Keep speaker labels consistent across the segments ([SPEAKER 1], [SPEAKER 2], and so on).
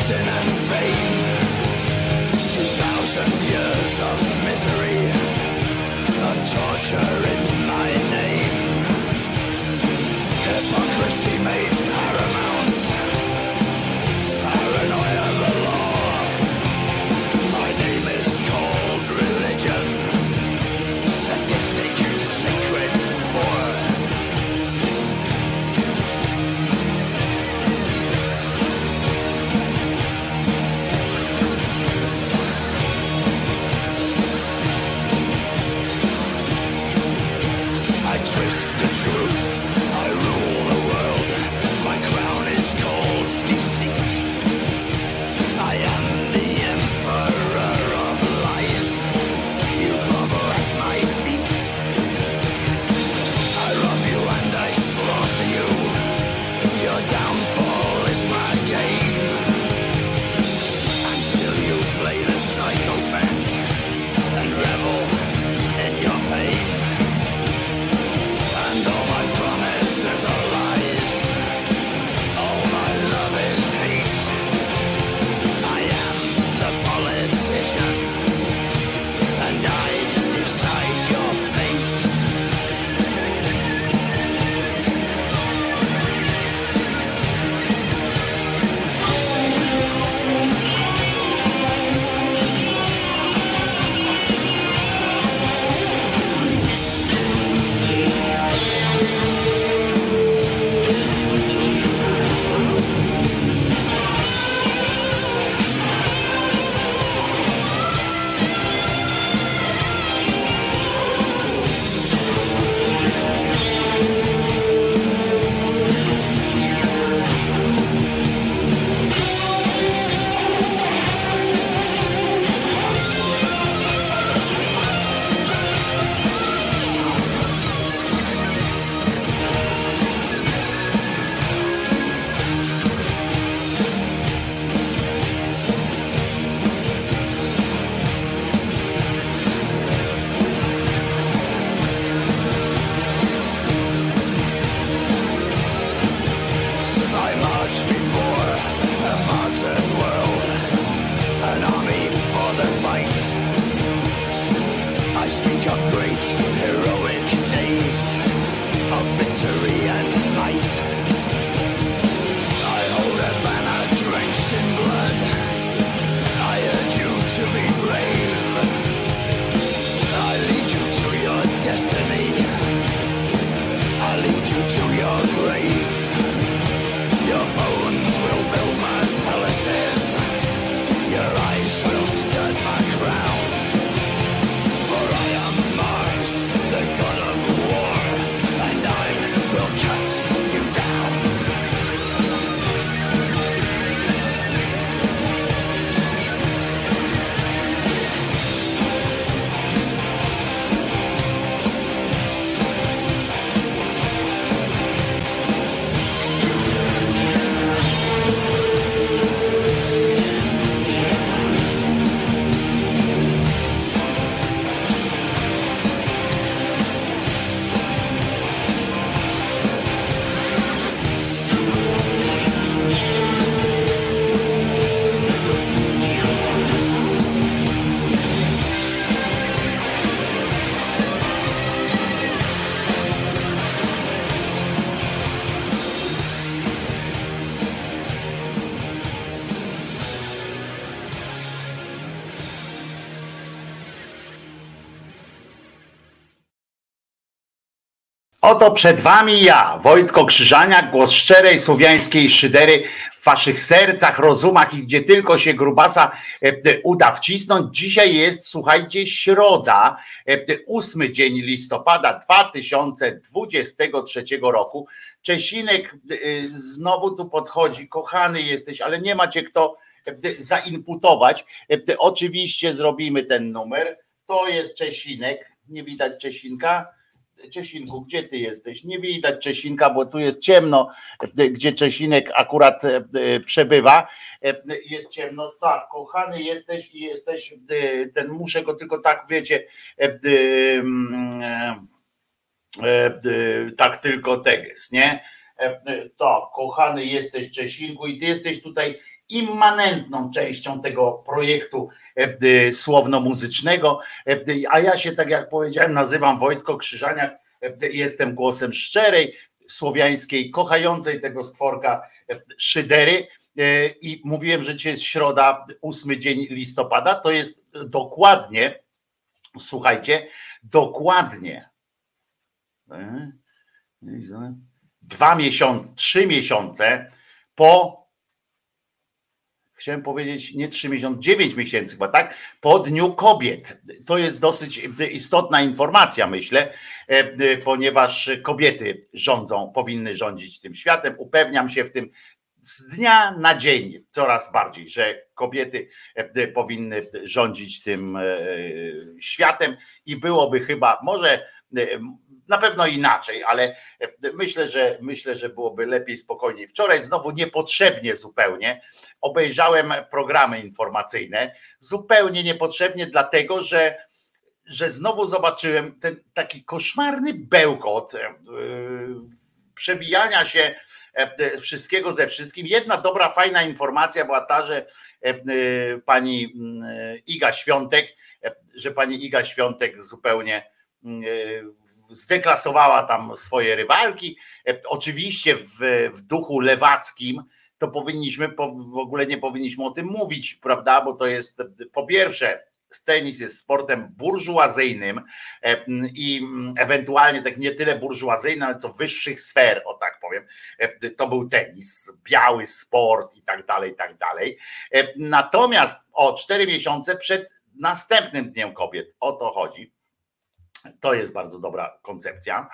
[SPEAKER 1] sin and pain, 2,000 years of misery, of torture in my name. Hypocrisy made paramount, paranoia the law. My name is called religion, sadistic, sacred war. I twist the truth, I rule the world. My crown is called deceit. I am the emperor of lies. You grovel at my feet. I rob you and I slaughter you. Your downfall is my gain. And still you play the psychopath and revel in your pain. And all my promises are lies. All my love is hate. I am the politician, and I decide your fate. I march before a martyred world, an army for the fight. I speak of great heroic days, of victory and might. I hold a banner drenched in blood. I urge you to be brave. I lead you to your destiny. I lead you to your grave. Your bones will build my palaces. Your eyes will stud my crown. For I am Mars, the god of war, and I will cut you down.
[SPEAKER 2] Oto przed wami ja, Wojtko Krzyżaniak, głos szczerej słowiańskiej szydery w waszych sercach, rozumach i gdzie tylko się grubasa uda wcisnąć. Dzisiaj jest, słuchajcie, środa, 8 dzień listopada 2023 roku. Czesinek znowu tu podchodzi, kochany jesteś, ale nie macie kto zainputować. Oczywiście zrobimy ten numer. To jest Czesinek, nie widać Czesinka. Czesinku, gdzie ty jesteś? Nie widać Czesinka, bo tu jest ciemno, gdzie Czesinek akurat przebywa. Jest ciemno, tak, kochany jesteś i jesteś, ten muszę go tylko tak, wiecie, tak tylko teges, nie? To, kochany jesteś Czesinku i ty jesteś tutaj immanentną częścią tego projektu słowno-muzycznego, a ja się, tak jak powiedziałem, nazywam Wojtko Krzyżaniak, jestem głosem szczerej, słowiańskiej, kochającej tego stworka szydery i mówiłem, że dzisiaj jest środa, 8 dzień listopada, to jest dokładnie, słuchajcie, dokładnie 2 miesiące, 3 miesiące po, chciałem powiedzieć nie 3 miesiące, 9 miesięcy chyba, tak? Po Dniu Kobiet. To jest dosyć istotna informacja, myślę, ponieważ kobiety powinny rządzić tym światem. Upewniam się w tym z dnia na dzień coraz bardziej, że kobiety powinny rządzić tym światem i byłoby chyba, może na pewno inaczej, ale myślę, że byłoby lepiej, spokojniej. Wczoraj znowu niepotrzebnie zupełnie obejrzałem programy informacyjne, zupełnie niepotrzebnie, dlatego że znowu zobaczyłem ten taki koszmarny bełkot przewijania się wszystkiego ze wszystkim. Jedna dobra, fajna informacja była ta, że pani Iga Świątek zupełnie zdeklasowała tam swoje rywalki. Oczywiście w duchu lewackim to w ogóle nie powinniśmy o tym mówić, prawda? Bo to jest po pierwsze, tenis jest sportem burżuazyjnym i ewentualnie tak nie tyle burżuazyjnym, ale co wyższych sfer, o tak powiem. To był tenis, biały sport i tak dalej, i tak dalej. Natomiast 4 miesiące przed następnym Dniem Kobiet, o to chodzi. To jest bardzo dobra koncepcja,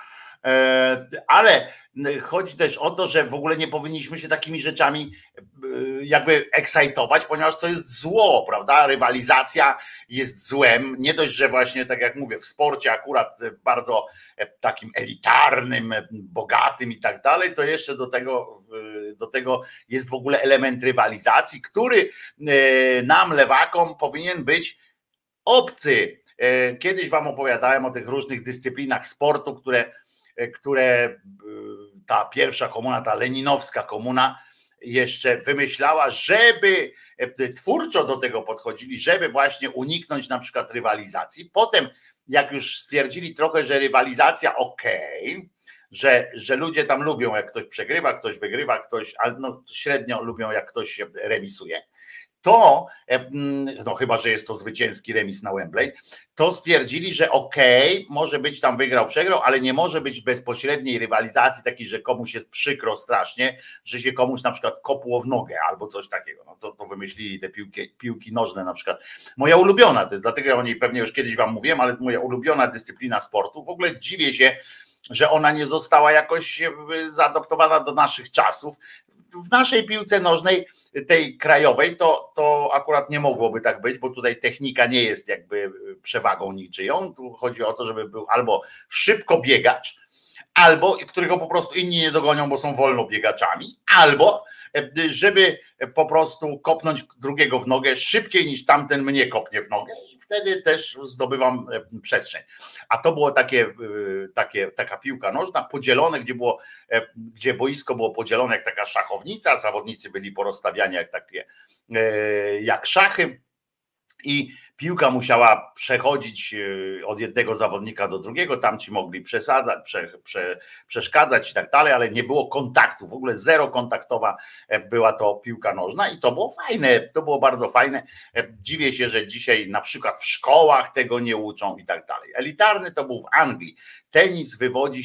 [SPEAKER 2] ale chodzi też o to, że w ogóle nie powinniśmy się takimi rzeczami jakby ekscytować, ponieważ to jest zło, prawda? Rywalizacja jest złem, nie dość, że właśnie tak jak mówię, w sporcie akurat bardzo takim elitarnym, bogatym i tak dalej, to jeszcze do tego jest w ogóle element rywalizacji, który nam, lewakom, powinien być obcy. Kiedyś wam opowiadałem o tych różnych dyscyplinach sportu, które ta pierwsza komuna, ta leninowska komuna jeszcze wymyślała, żeby twórczo do tego podchodzili, żeby właśnie uniknąć na przykład rywalizacji. Potem jak już stwierdzili trochę, że rywalizacja okej, że ludzie tam lubią, jak ktoś przegrywa, ktoś wygrywa, ktoś średnio lubią, jak ktoś się remisuje, to, no chyba, że jest to zwycięski remis na Wembley, to stwierdzili, że okej, może być tam wygrał, przegrał, ale nie może być bezpośredniej rywalizacji takiej, że komuś jest przykro strasznie, że się komuś na przykład kopło w nogę albo coś takiego. No to wymyślili te piłki nożne na przykład. Moja ulubiona, to jest dlatego ja o niej pewnie już kiedyś wam mówiłem, ale moja ulubiona dyscyplina sportu. W ogóle dziwię się, że ona nie została jakoś zaadoptowana do naszych czasów. W naszej piłce nożnej, tej krajowej, to akurat nie mogłoby tak być, bo tutaj technika nie jest jakby przewagą niczyją. Tu chodzi o to, żeby był albo szybko biegacz, albo którego po prostu inni nie dogonią, bo są wolno biegaczami, albo żeby po prostu kopnąć drugiego w nogę szybciej niż tamten mnie kopnie w nogę i wtedy też zdobywam przestrzeń. A to było taka piłka nożna podzielone, gdzie boisko było podzielone jak taka szachownica, zawodnicy byli porozstawiani jak szachy. I piłka musiała przechodzić od jednego zawodnika do drugiego, tam ci mogli przesadzać, przeszkadzać i tak dalej, ale nie było kontaktu, w ogóle zero kontaktowa była to piłka nożna i to było fajne, to było bardzo fajne. Dziwię się, że dzisiaj na przykład w szkołach tego nie uczą i tak dalej. Elitarny to był w Anglii. Tenis wywodzi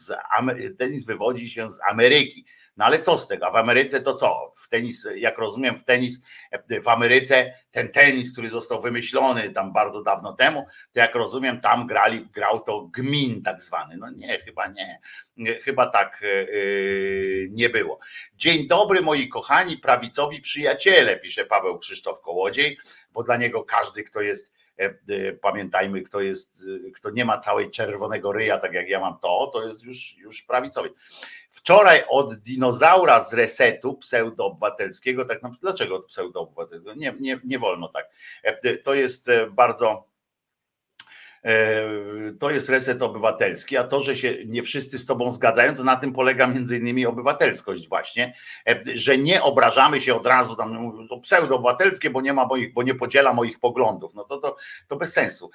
[SPEAKER 2] się z Ameryki. No ale co z tego? A w Ameryce to co? W tenis, jak rozumiem, w Ameryce ten tenis, który został wymyślony tam bardzo dawno temu, to jak rozumiem, tam grał to gmin tak zwany. No nie, chyba nie. Chyba tak nie było. Dzień dobry moi kochani prawicowi przyjaciele, pisze Paweł Krzysztof Kołodziej, bo dla niego każdy, kto jest, pamiętajmy, kto nie ma całej czerwonego ryja, tak jak ja mam to jest już prawicowy. Wczoraj od dinozaura z Resetu pseudoobywatelskiego, tak naprawdę, dlaczego od pseudoobywatelskiego? Nie wolno tak. To jest bardzo To jest reset obywatelski, a to, że się nie wszyscy z tobą zgadzają, to na tym polega między innymi obywatelskość właśnie, że nie obrażamy się od razu tam to pseudo-obywatelskie, bo nie podziela moich poglądów. No to bez sensu.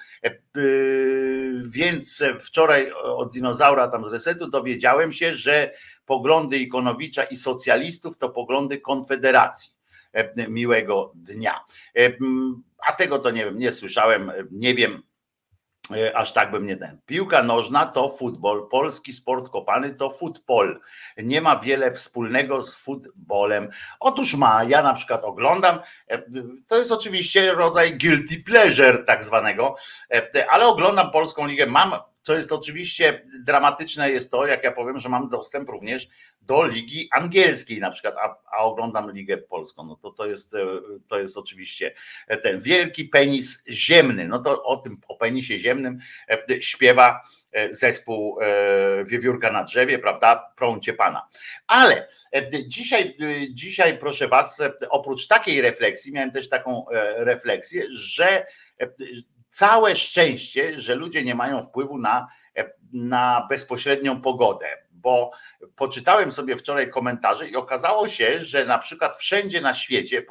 [SPEAKER 2] Więc wczoraj od dinozaura tam z resetu dowiedziałem się, że poglądy Ikonowicza i socjalistów to poglądy Konfederacji. Miłego dnia. A tego to nie wiem, nie słyszałem, nie wiem. Aż tak bym nie ten. Piłka nożna to futbol, polski sport kopalny to futbol. Nie ma wiele wspólnego z futbolem. Otóż ma, ja na przykład oglądam, to jest oczywiście rodzaj guilty pleasure tak zwanego, ale oglądam polską ligę, co jest oczywiście dramatyczne jest to, jak ja powiem, że mam dostęp również do ligi angielskiej na przykład, a oglądam ligę polską, no to jest oczywiście ten wielki penis ziemny, no to o penisie ziemnym śpiewa zespół Wiewiórka na drzewie, prawda, prącie pana. Ale dzisiaj proszę was, oprócz takiej refleksji, miałem też taką refleksję, że całe szczęście, że ludzie nie mają wpływu na bezpośrednią pogodę, bo poczytałem sobie wczoraj komentarze i okazało się, że na przykład wszędzie na świecie,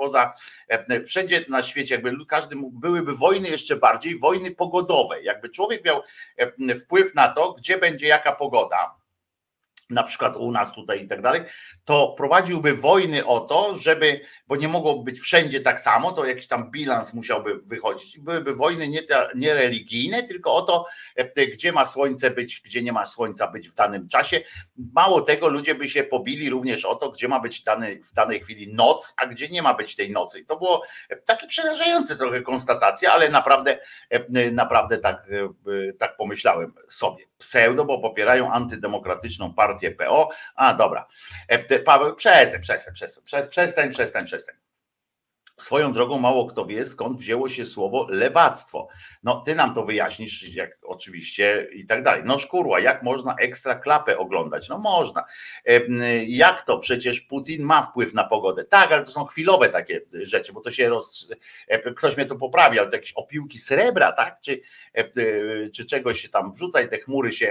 [SPEAKER 2] jakby byłyby wojny jeszcze bardziej, wojny pogodowe, jakby człowiek miał wpływ na to, gdzie będzie jaka pogoda, na przykład u nas tutaj i tak dalej, to prowadziłby wojny o to, bo nie mogło być wszędzie tak samo, to jakiś tam bilans musiałby wychodzić. Byłyby wojny nie religijne, tylko o to, gdzie ma słońce być, gdzie nie ma słońca być w danym czasie. Mało tego, ludzie by się pobili również o to, gdzie ma być w danej chwili noc, a gdzie nie ma być tej nocy. I to było takie przerażające trochę konstatacja, ale naprawdę tak pomyślałem sobie. Pseudo, bo popierają antydemokratyczną partię PO. A dobra, Paweł, przestań. Swoją drogą mało kto wie, skąd wzięło się słowo lewactwo. No ty nam to wyjaśnisz, jak oczywiście i tak dalej. No szkurła, jak można ekstra klapę oglądać? No można. Jak to? Przecież Putin ma wpływ na pogodę. Tak, ale to są chwilowe takie rzeczy, bo to się ktoś mnie tu poprawi, ale to jakieś opiłki srebra, tak? Czy czegoś się tam wrzuca i te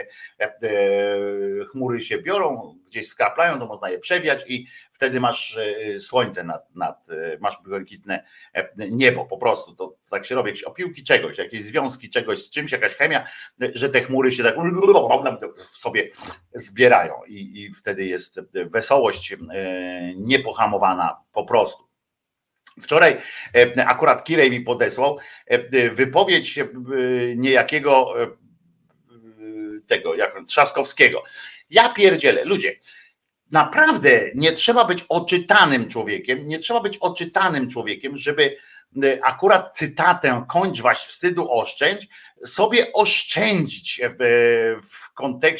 [SPEAKER 2] chmury się biorą, gdzieś skraplają, to można je przewiać i wtedy masz słońce masz błękitne niebo, po prostu, to tak się robi, jakieś opiłki czegoś, jakieś związki czegoś z czymś, jakaś chemia, że te chmury się tak w sobie zbierają i wtedy jest wesołość niepohamowana po prostu. Wczoraj akurat Kirej mi podesłał wypowiedź niejakiego Trzaskowskiego. Ja pierdzielę, ludzie, naprawdę nie trzeba być oczytanym człowiekiem, żeby akurat cytatę "kończ waś wstydu oszczędź" sobie oszczędzić w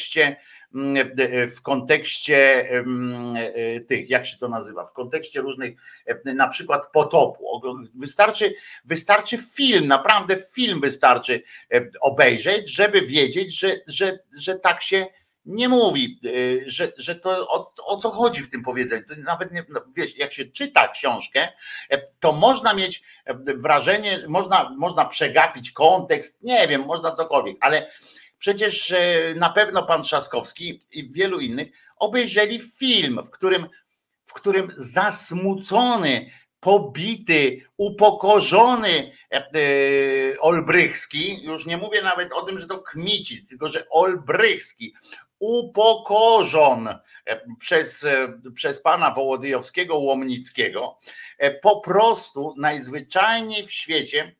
[SPEAKER 2] kontekście tych, jak się to nazywa, w kontekście różnych, na przykład potopu. Wystarczy film, naprawdę film wystarczy obejrzeć, żeby wiedzieć, że tak się nie mówi, że to o co chodzi w tym powiedzeniu. To nawet nie, wiesz, jak się czyta książkę, to można mieć wrażenie, można przegapić kontekst, nie wiem, można cokolwiek, ale przecież na pewno pan Trzaskowski i wielu innych obejrzeli film, w którym zasmucony, pobity, upokorzony Olbrychski, już nie mówię nawet o tym, że to Kmicic, tylko że Olbrychski, upokorzon przez pana Wołodyjowskiego Łomnickiego, po prostu najzwyczajniej w świecie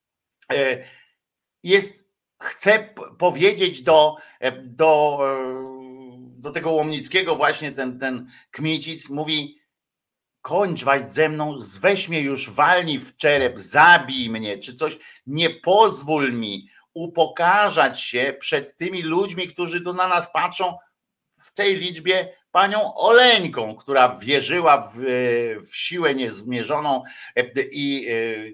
[SPEAKER 2] chce powiedzieć do tego Łomnickiego właśnie ten Kmicic, mówi: kończ waść ze mną, weź mnie już, walnij w czerep, zabij mnie, czy coś, nie pozwól mi upokarzać się przed tymi ludźmi, którzy tu na nas patrzą, w tej liczbie panią Oleńką, która wierzyła w siłę niezmierzoną i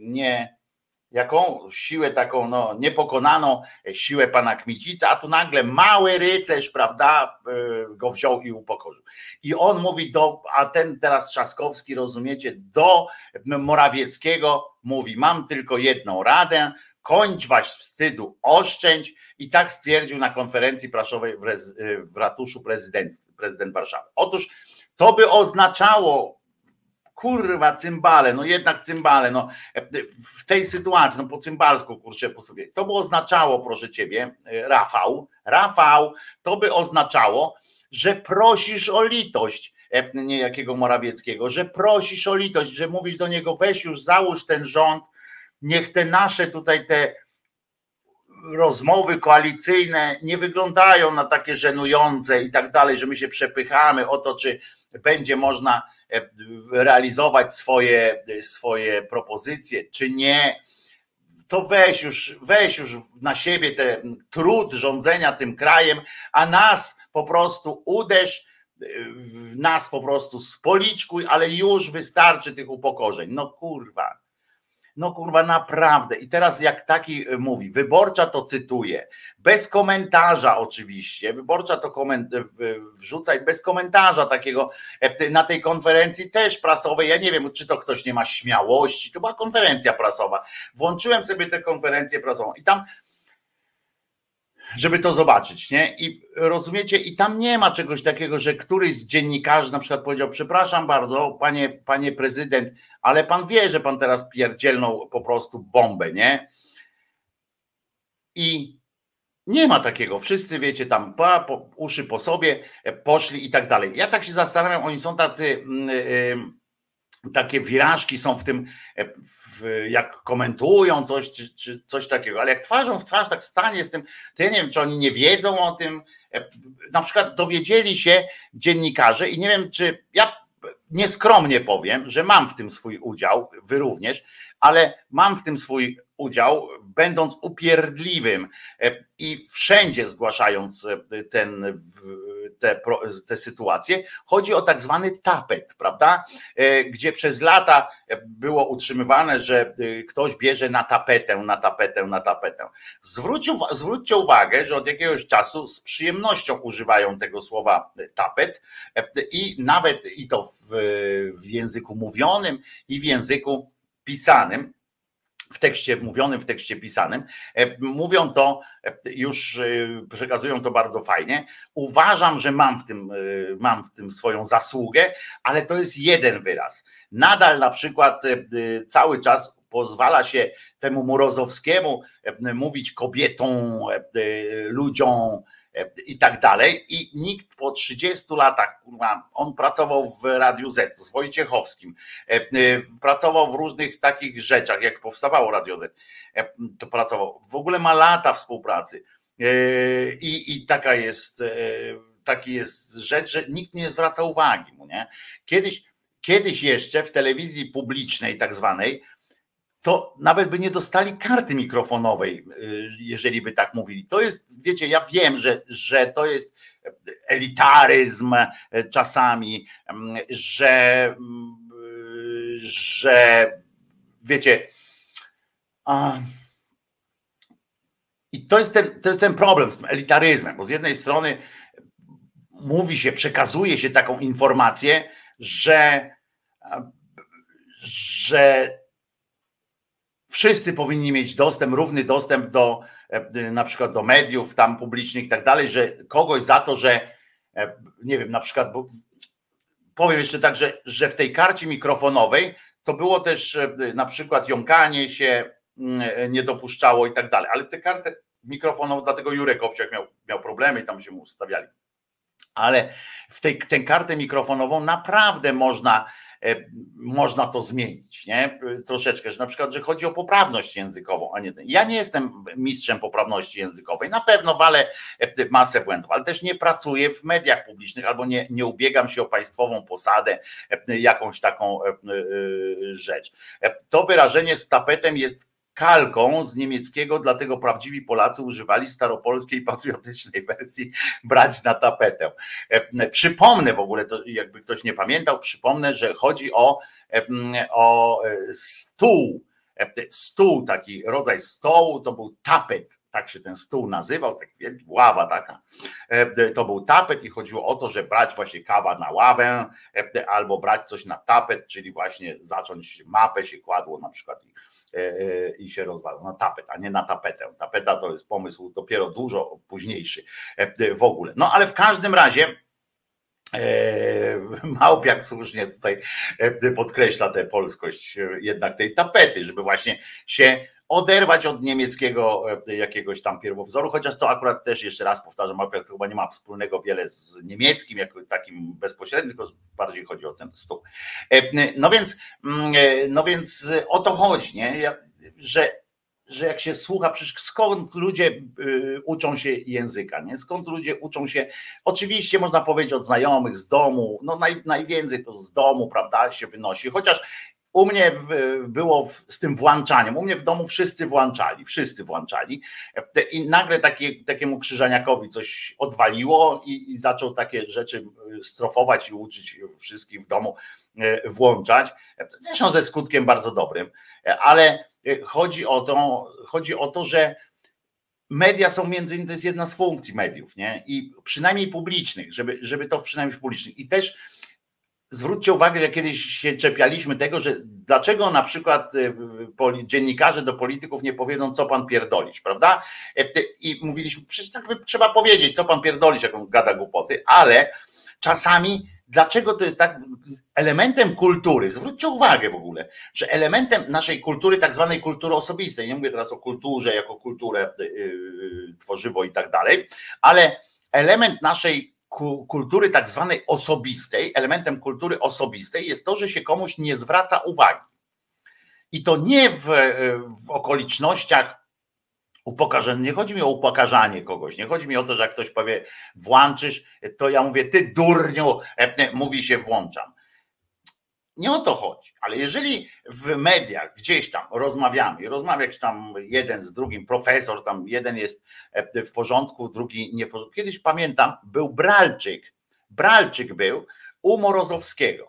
[SPEAKER 2] jaką siłę taką, no, niepokonaną siłę pana Kmicica, a tu nagle mały rycerz, prawda, go wziął i upokorzył. I on mówi a ten teraz Trzaskowski, rozumiecie, do Morawieckiego mówi: mam tylko jedną radę, kończ waś wstydu, oszczędź, i tak stwierdził na konferencji prasowej w ratuszu prezydent Warszawy. Otóż to by oznaczało, kurwa, cymbale, no jednak cymbale, no w tej sytuacji, no po cymbalsku, kurczę, po sobie, to by oznaczało, proszę ciebie, Rafał, to by oznaczało, że prosisz o litość niejakiego Morawieckiego, że prosisz o litość, że mówisz do niego, weź już załóż ten rząd, niech te nasze tutaj te rozmowy koalicyjne nie wyglądają na takie żenujące i tak dalej, że my się przepychamy o to, czy będzie można realizować swoje propozycje, czy nie. To weź już na siebie ten trud rządzenia tym krajem, a nas po prostu uderz, nas po prostu spoliczkuj, ale już wystarczy tych upokorzeń. No kurwa, naprawdę. I teraz jak taki mówi, Wyborcza to cytuje, bez komentarza oczywiście, Wyborcza to wrzuca i bez komentarza takiego na tej konferencji też prasowej, ja nie wiem, czy to ktoś nie ma śmiałości, to była konferencja prasowa. Włączyłem sobie tę konferencję prasową i tam, żeby to zobaczyć, nie? I rozumiecie, i tam nie ma czegoś takiego, że któryś z dziennikarzy na przykład powiedział, przepraszam bardzo, panie prezydent, ale pan wie, że pan teraz pierdzielnął po prostu bombę, nie? I nie ma takiego, wszyscy wiecie, tam uszy po sobie poszli i tak dalej. Ja tak się zastanawiam, oni są tacy, takie wirażki są w tym, jak komentują coś, czy coś takiego, ale jak twarzą w twarz tak stanie z tym, to ja nie wiem, czy oni nie wiedzą o tym, na przykład dowiedzieli się dziennikarze i nie wiem, czy ja nieskromnie powiem, że mam w tym swój udział, wy również, ale mam w tym swój udział, będąc upierdliwym i wszędzie zgłaszając te sytuacje, chodzi o tak zwany tapet, prawda? Gdzie przez lata było utrzymywane, że ktoś bierze na tapetę. Zwróćcie uwagę, że od jakiegoś czasu z przyjemnością używają tego słowa tapet i nawet i to w języku mówionym i w języku pisanym, w tekście mówionym, w tekście pisanym, mówią to już, przekazują to bardzo fajnie. Uważam, że mam w tym swoją zasługę, ale to jest jeden wyraz. Nadal na przykład cały czas pozwala się temu Morozowskiemu mówić kobietom, ludziom i tak dalej, i nikt po 30 latach, on pracował w Radiu Z z Wojciechowskim, pracował w różnych takich rzeczach, jak powstawało Radio Z, to pracował, w ogóle ma lata współpracy i taki jest rzecz, że nikt nie zwraca uwagi mu, nie? Kiedyś jeszcze w telewizji publicznej tak zwanej, to nawet by nie dostali karty mikrofonowej, jeżeli by tak mówili. To jest, wiecie, ja wiem, że to jest elitaryzm czasami, że wiecie, i to jest ten problem z tym elitaryzmem, bo z jednej strony mówi się, przekazuje się taką informację, że wszyscy powinni mieć równy dostęp do na przykład do mediów tam publicznych i tak dalej, że kogoś za to, że nie wiem, na przykład, bo powiem jeszcze tak, że w tej karcie mikrofonowej to było też na przykład jąkanie się nie dopuszczało i tak dalej, ale tę kartę mikrofonową, dlatego Jurek Owsiak miał problemy i tam się mu ustawiali. Ale tę kartę mikrofonową naprawdę można to zmienić, nie? Troszeczkę, że na przykład, że chodzi o poprawność językową, a nie. Ja nie jestem mistrzem poprawności językowej, na pewno walę masę błędów, ale też nie pracuję w mediach publicznych albo nie ubiegam się o państwową posadę, jakąś taką rzecz. To wyrażenie z tapetem jest kalką z niemieckiego, dlatego prawdziwi Polacy używali staropolskiej patriotycznej wersji brać na tapetę. Przypomnę w ogóle, to jakby ktoś nie pamiętał, przypomnę, że chodzi o stół Stół, taki rodzaj stołu, to był tapet, tak się ten stół nazywał, tak wielki, ława taka. To był tapet i chodziło o to, że brać właśnie kawa na ławę albo brać coś na tapet, czyli właśnie zacząć mapę się kładło na przykład i się rozwalało na tapet, a nie na tapetę. Tapeta to jest pomysł dopiero dużo późniejszy w ogóle. No ale w każdym razie Małpiak słusznie tutaj podkreśla tę polskość jednak tej tapety, żeby właśnie się oderwać od niemieckiego jakiegoś tam pierwowzoru, chociaż to akurat też jeszcze raz powtarzam, Małpiak chyba nie ma wspólnego wiele z niemieckim, jako takim bezpośrednim, tylko bardziej chodzi o ten stół. No więc o to chodzi, nie? Że jak się słucha, przecież skąd ludzie uczą się języka, nie? Skąd ludzie uczą się, oczywiście można powiedzieć od znajomych, z domu, no najwięcej to z domu, prawda, się wynosi, chociaż u mnie było z tym włączaniem, u mnie w domu wszyscy włączali i nagle takiemu Krzyżaniakowi coś odwaliło i zaczął takie rzeczy strofować i uczyć wszystkich w domu włączać, zresztą ze skutkiem bardzo dobrym, ale chodzi o to, że media są między innymi, to jest jedna z funkcji mediów, nie? I przynajmniej publicznych, żeby to przynajmniej publicznych. I też zwróćcie uwagę, że kiedyś się czepialiśmy tego, że dlaczego na przykład dziennikarze do polityków nie powiedzą, co pan pierdolisz, prawda? I mówiliśmy, przecież tak trzeba powiedzieć, co pan pierdolisz, jak on gada głupoty, ale czasami dlaczego to jest tak elementem kultury? Zwróćcie uwagę w ogóle, że elementem naszej kultury, tak zwanej kultury osobistej, nie mówię teraz o kulturze jako kulturę, tworzywo i tak dalej, ale element naszej kultury tak zwanej osobistej, elementem kultury osobistej jest to, że się komuś nie zwraca uwagi. I to nie w okolicznościach upokarzenia, nie chodzi mi o upokarzanie kogoś, nie chodzi mi o to, że jak ktoś powie włączysz, to ja mówię, ty durniu, mówi się włączam. Nie o to chodzi, ale jeżeli w mediach gdzieś tam rozmawia jakiś tam jeden z drugim, profesor, tam jeden jest w porządku, drugi nie w porządku. Kiedyś pamiętam, był Bralczyk był u Morozowskiego.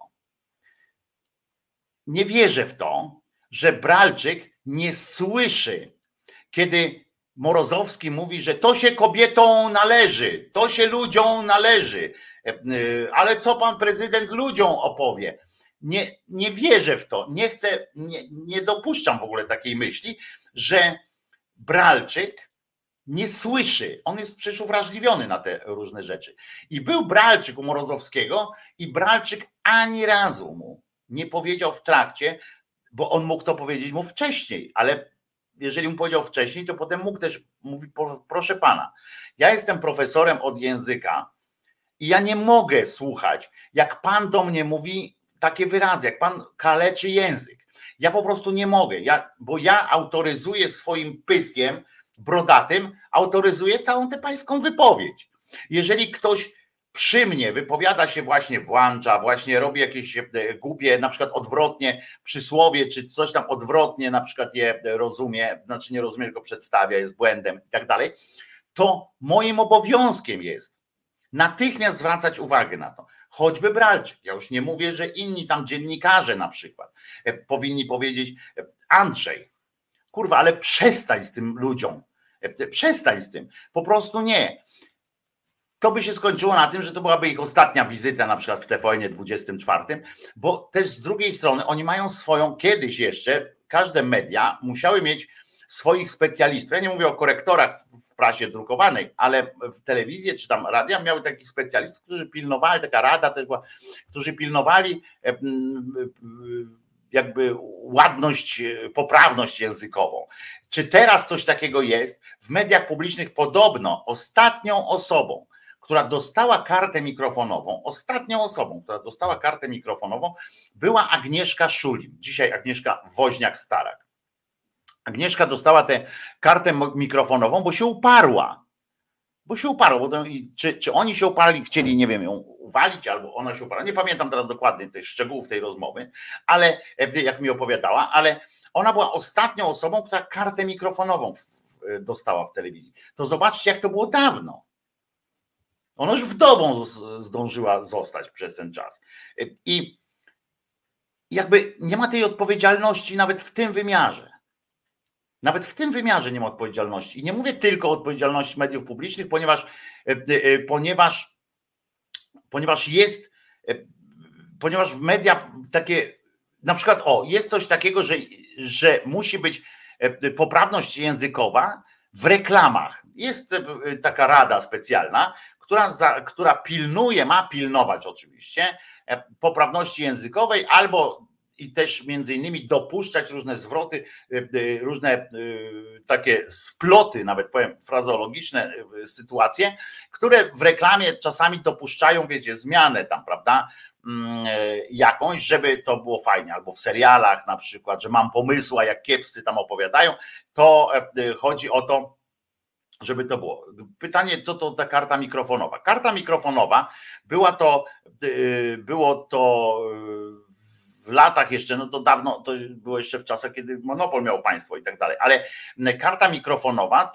[SPEAKER 2] Nie wierzę w to, że Bralczyk nie słyszy, kiedy Morozowski mówi, że to się kobietom należy, to się ludziom należy, ale co pan prezydent ludziom opowie? Nie wierzę w to, nie chcę, nie dopuszczam w ogóle takiej myśli, że Bralczyk nie słyszy, on jest przecież uwrażliwiony na te różne rzeczy. I był Bralczyk u Morozowskiego i Bralczyk ani razu mu nie powiedział w trakcie, bo on mógł to powiedzieć mu wcześniej, ale jeżeli mu powiedział wcześniej, to potem mógł też mówić, proszę pana, ja jestem profesorem od języka i ja nie mogę słuchać, jak pan do mnie mówi takie wyrazy, jak pan kaleczy język. Ja po prostu nie mogę, bo ja autoryzuję swoim pyskiem brodatym, autoryzuję całą tę pańską wypowiedź. Jeżeli ktoś przy mnie wypowiada się właśnie włącza, właśnie robi jakieś głupie, na przykład odwrotnie przysłowie, czy coś tam odwrotnie na przykład je rozumie, znaczy nie rozumie, tylko przedstawia, jest błędem i tak dalej, to moim obowiązkiem jest natychmiast zwracać uwagę na to. Choćby Bralczyk, ja już nie mówię, że inni tam dziennikarze na przykład powinni powiedzieć, Andrzej, kurwa, ale przestań z tym ludziom, przestań z tym, po prostu nie. To by się skończyło na tym, że to byłaby ich ostatnia wizyta na przykład w TVN-24, bo też z drugiej strony oni mają swoją, kiedyś jeszcze każde media musiały mieć swoich specjalistów. Ja nie mówię o korektorach w prasie drukowanej, ale w telewizji czy tam radia miały takich specjalistów, którzy pilnowali, taka rada też była, którzy pilnowali jakby ładność, poprawność językową. Czy teraz coś takiego jest? W mediach publicznych podobno ostatnią osobą, która dostała kartę mikrofonową, była Agnieszka Szulin, dzisiaj Agnieszka Woźniak-Starak. Agnieszka dostała tę kartę mikrofonową, bo się uparła. Bo czy oni się uparli, chcieli, nie wiem, ją uwalić, albo ona się uparła. Nie pamiętam teraz dokładnie tych szczegółów tej rozmowy, ale jak mi opowiadała, ale ona była ostatnią osobą, która kartę mikrofonową dostała w telewizji. To zobaczcie, jak to było dawno. Ona już wdową zdążyła zostać przez ten czas. I jakby nie ma tej odpowiedzialności nawet w tym wymiarze. Nawet w tym wymiarze nie ma odpowiedzialności. I nie mówię tylko o odpowiedzialności mediów publicznych, ponieważ jest, ponieważ w media takie, na przykład jest coś takiego, że musi być poprawność językowa w reklamach. Jest taka rada specjalna, która pilnuje, ma pilnować oczywiście poprawności językowej albo i też między innymi dopuszczać różne zwroty, różne takie sploty, nawet powiem frazeologiczne sytuacje, które w reklamie czasami dopuszczają, wiecie, zmianę tam, prawda, jakąś, żeby to było fajnie, albo w serialach na przykład, że mam pomysł, a jak kiepscy tam opowiadają, to chodzi o to, żeby to było. Pytanie, co to ta karta mikrofonowa? Karta mikrofonowa było to w latach jeszcze, no to dawno, to było jeszcze w czasach, kiedy monopol miało państwo i tak dalej, ale karta mikrofonowa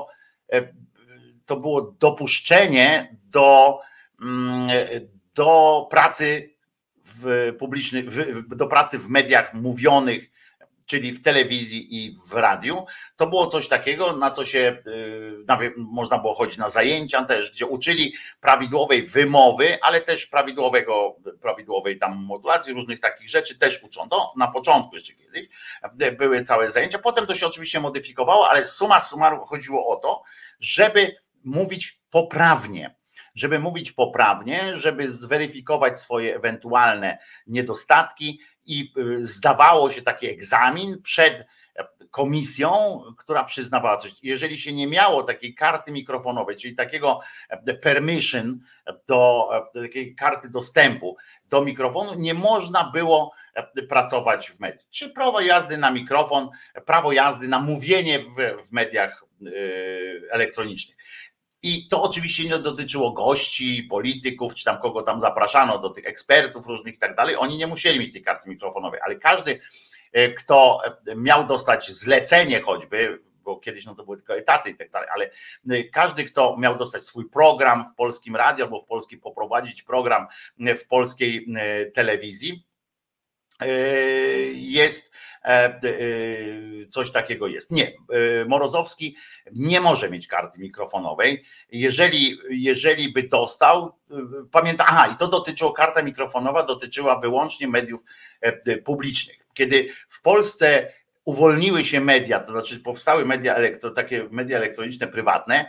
[SPEAKER 2] to było dopuszczenie do pracy w publicznych, do pracy w mediach mówionych, czyli w telewizji i w radiu. To było coś takiego, na co się można było chodzić na zajęcia też, gdzie uczyli prawidłowej wymowy, ale też prawidłowej tam modulacji, różnych takich rzeczy też uczono. Na początku jeszcze kiedyś były całe zajęcia, potem to się oczywiście modyfikowało, ale summa summarum chodziło o to, żeby mówić poprawnie, żeby zweryfikować swoje ewentualne niedostatki i zdawało się taki egzamin przed komisją, która przyznawała coś. Jeżeli się nie miało takiej karty mikrofonowej, czyli takiego permission, takiej karty dostępu do mikrofonu, nie można było pracować w mediach. Czy prawo jazdy na mikrofon, prawo jazdy na mówienie w mediach elektronicznych. I to oczywiście nie dotyczyło gości, polityków, czy tam kogo tam zapraszano, do tych ekspertów różnych i tak dalej. Oni nie musieli mieć tej karty mikrofonowej, ale każdy, kto miał dostać zlecenie choćby, bo kiedyś no to były tylko etaty i tak dalej, ale każdy, kto miał dostać swój program w Polskim Radiu albo poprowadzić program w polskiej telewizji, jest coś takiego jest. Nie, Morozowski nie może mieć karty mikrofonowej. Jeżeli by dostał, i to dotyczyło, karta mikrofonowa dotyczyła wyłącznie mediów publicznych. Kiedy w Polsce uwolniły się media, to znaczy powstały takie media elektroniczne prywatne,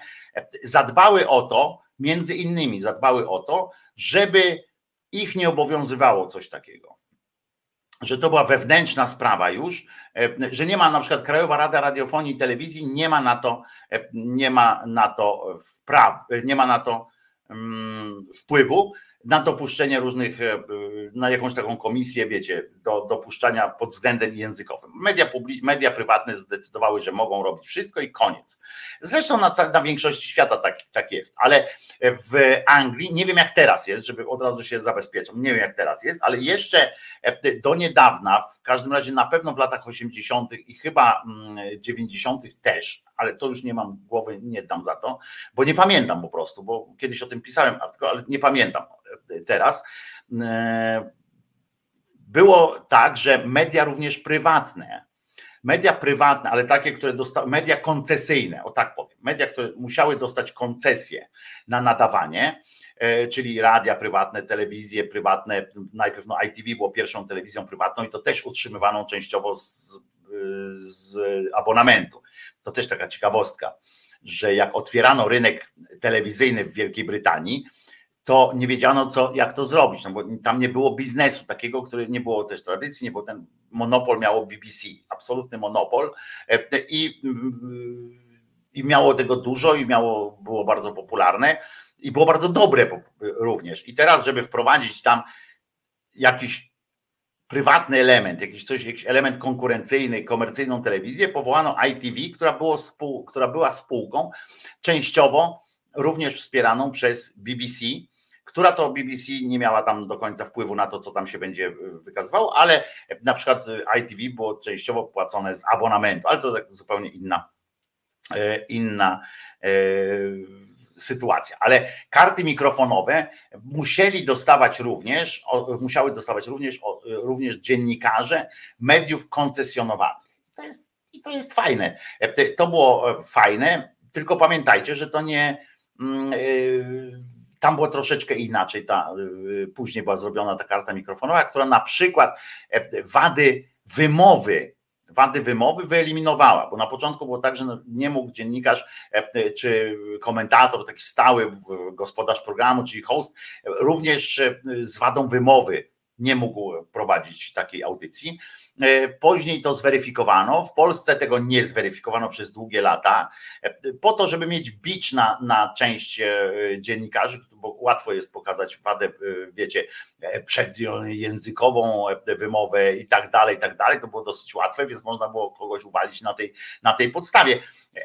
[SPEAKER 2] między innymi zadbały o to, żeby ich nie obowiązywało coś takiego. Że to była wewnętrzna sprawa już, że nie ma na przykład Krajowa Rada Radiofonii i Telewizji, nie ma na to wpływu, na dopuszczenie różnych, na jakąś taką komisję, wiecie, do dopuszczania pod względem językowym. Media prywatne zdecydowały, że mogą robić wszystko i koniec. Zresztą na większości świata tak jest, ale w Anglii, nie wiem jak teraz jest, żeby od razu się zabezpieczam, nie wiem jak teraz jest, ale jeszcze do niedawna, w każdym razie na pewno w latach 80. i chyba 90. też, ale to już nie mam głowy, nie dam za to, bo nie pamiętam po prostu, bo kiedyś o tym pisałem artykuł, ale nie pamiętam teraz. Było tak, że media również prywatne, ale takie, które dostały, media koncesyjne, o tak powiem, media, które musiały dostać koncesję na nadawanie, czyli radia prywatne, telewizje prywatne, najpierw ITV było pierwszą telewizją prywatną i to też utrzymywaną częściowo z abonamentu. To też taka ciekawostka, że jak otwierano rynek telewizyjny w Wielkiej Brytanii, to nie wiedziano, jak to zrobić, no bo tam nie było biznesu takiego, który nie było też tradycji, nie było, ten monopol miało BBC, absolutny monopol i miało tego dużo i było bardzo popularne i było bardzo dobre również. I teraz, żeby wprowadzić tam jakiś prywatny element, jakiś element konkurencyjny, komercyjną telewizję, powołano ITV, która była spółką częściowo również wspieraną przez BBC, która to BBC nie miała tam do końca wpływu na to, co tam się będzie wykazywało, ale na przykład ITV było częściowo płacone z abonamentu, ale to tak zupełnie inna sytuacja. Ale karty mikrofonowe musiały dostawać również dziennikarze mediów koncesjonowanych. to jest fajne. To było fajne, tylko pamiętajcie, że to nie tam było troszeczkę inaczej. Później była zrobiona ta karta mikrofonowa, która na przykład wady wymowy wyeliminowała, bo na początku było tak, że nie mógł dziennikarz czy komentator, taki stały gospodarz programu, czyli host, również z wadą wymowy nie mógł prowadzić takiej audycji. Później to zweryfikowano. W Polsce tego nie zweryfikowano przez długie lata, po to, żeby mieć bicz na część dziennikarzy, bo łatwo jest pokazać wadę, wiecie, przedjęzykową, wymowę i tak dalej, to było dosyć łatwe, więc można było kogoś uwalić na tej podstawie.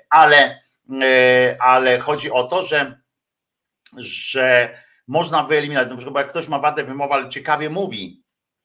[SPEAKER 2] Ale chodzi o to, że można wyeliminować, na przykład, bo jak ktoś ma wadę wymowy, ale ciekawie mówi,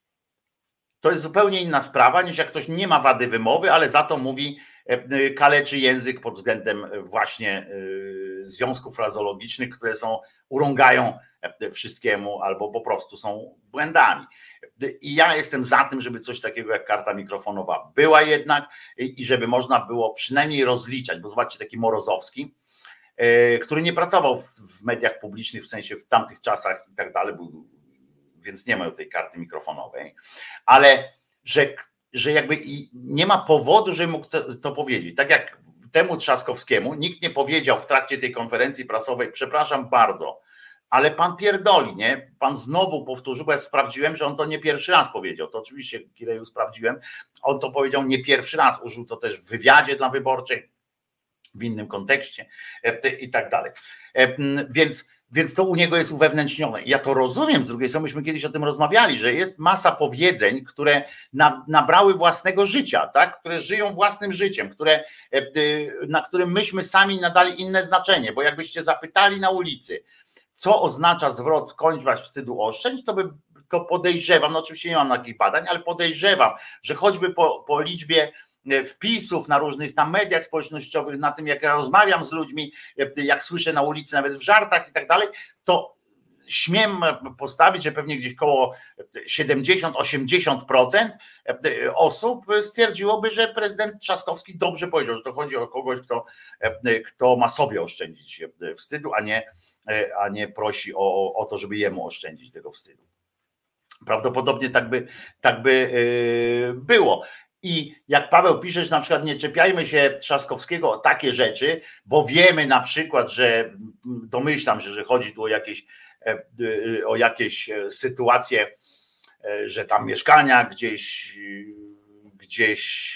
[SPEAKER 2] to jest zupełnie inna sprawa, niż jak ktoś nie ma wady wymowy, ale za to mówi, kaleczy język pod względem właśnie związków frazologicznych, które urągają wszystkiemu albo po prostu są błędami. I ja jestem za tym, żeby coś takiego jak karta mikrofonowa była jednak i żeby można było przynajmniej rozliczać, bo zobaczcie, taki Morozowski, który nie pracował w mediach publicznych, w sensie w tamtych czasach i tak dalej, więc nie mają tej karty mikrofonowej, ale że jakby nie ma powodu, żeby mógł to powiedzieć. Tak jak temu Trzaskowskiemu nikt nie powiedział w trakcie tej konferencji prasowej, przepraszam bardzo, ale pan pierdoli, nie? Pan znowu powtórzył, bo ja sprawdziłem, że on to nie pierwszy raz powiedział. To oczywiście, Kireju, sprawdziłem, on to powiedział nie pierwszy raz, użył to też w wywiadzie dla Wyborczej, w innym kontekście i tak dalej. Więc to u niego jest uwewnętrznione. Ja to rozumiem, z drugiej strony myśmy kiedyś o tym rozmawiali, że jest masa powiedzeń, które nabrały własnego życia, tak? Które żyją własnym życiem, na którym myśmy sami nadali inne znaczenie, bo jakbyście zapytali na ulicy, co oznacza zwrot skończ was wstydu oszczędź, to podejrzewam, no oczywiście nie mam takich badań, ale podejrzewam, że choćby po liczbie wpisów na różnych tam mediach społecznościowych, na tym jak ja rozmawiam z ludźmi, jak słyszę na ulicy, nawet w żartach i tak dalej, to śmiem postawić, że pewnie gdzieś koło 70-80% osób stwierdziłoby, że prezydent Trzaskowski dobrze powiedział, że to chodzi o kogoś, kto ma sobie oszczędzić wstydu, a nie prosi o to, żeby jemu oszczędzić tego wstydu. Prawdopodobnie tak by było. I jak Paweł pisze, że na przykład nie czepiajmy się Trzaskowskiego o takie rzeczy, bo wiemy na przykład, że domyślam się, że chodzi tu o jakieś sytuacje, że tam mieszkania gdzieś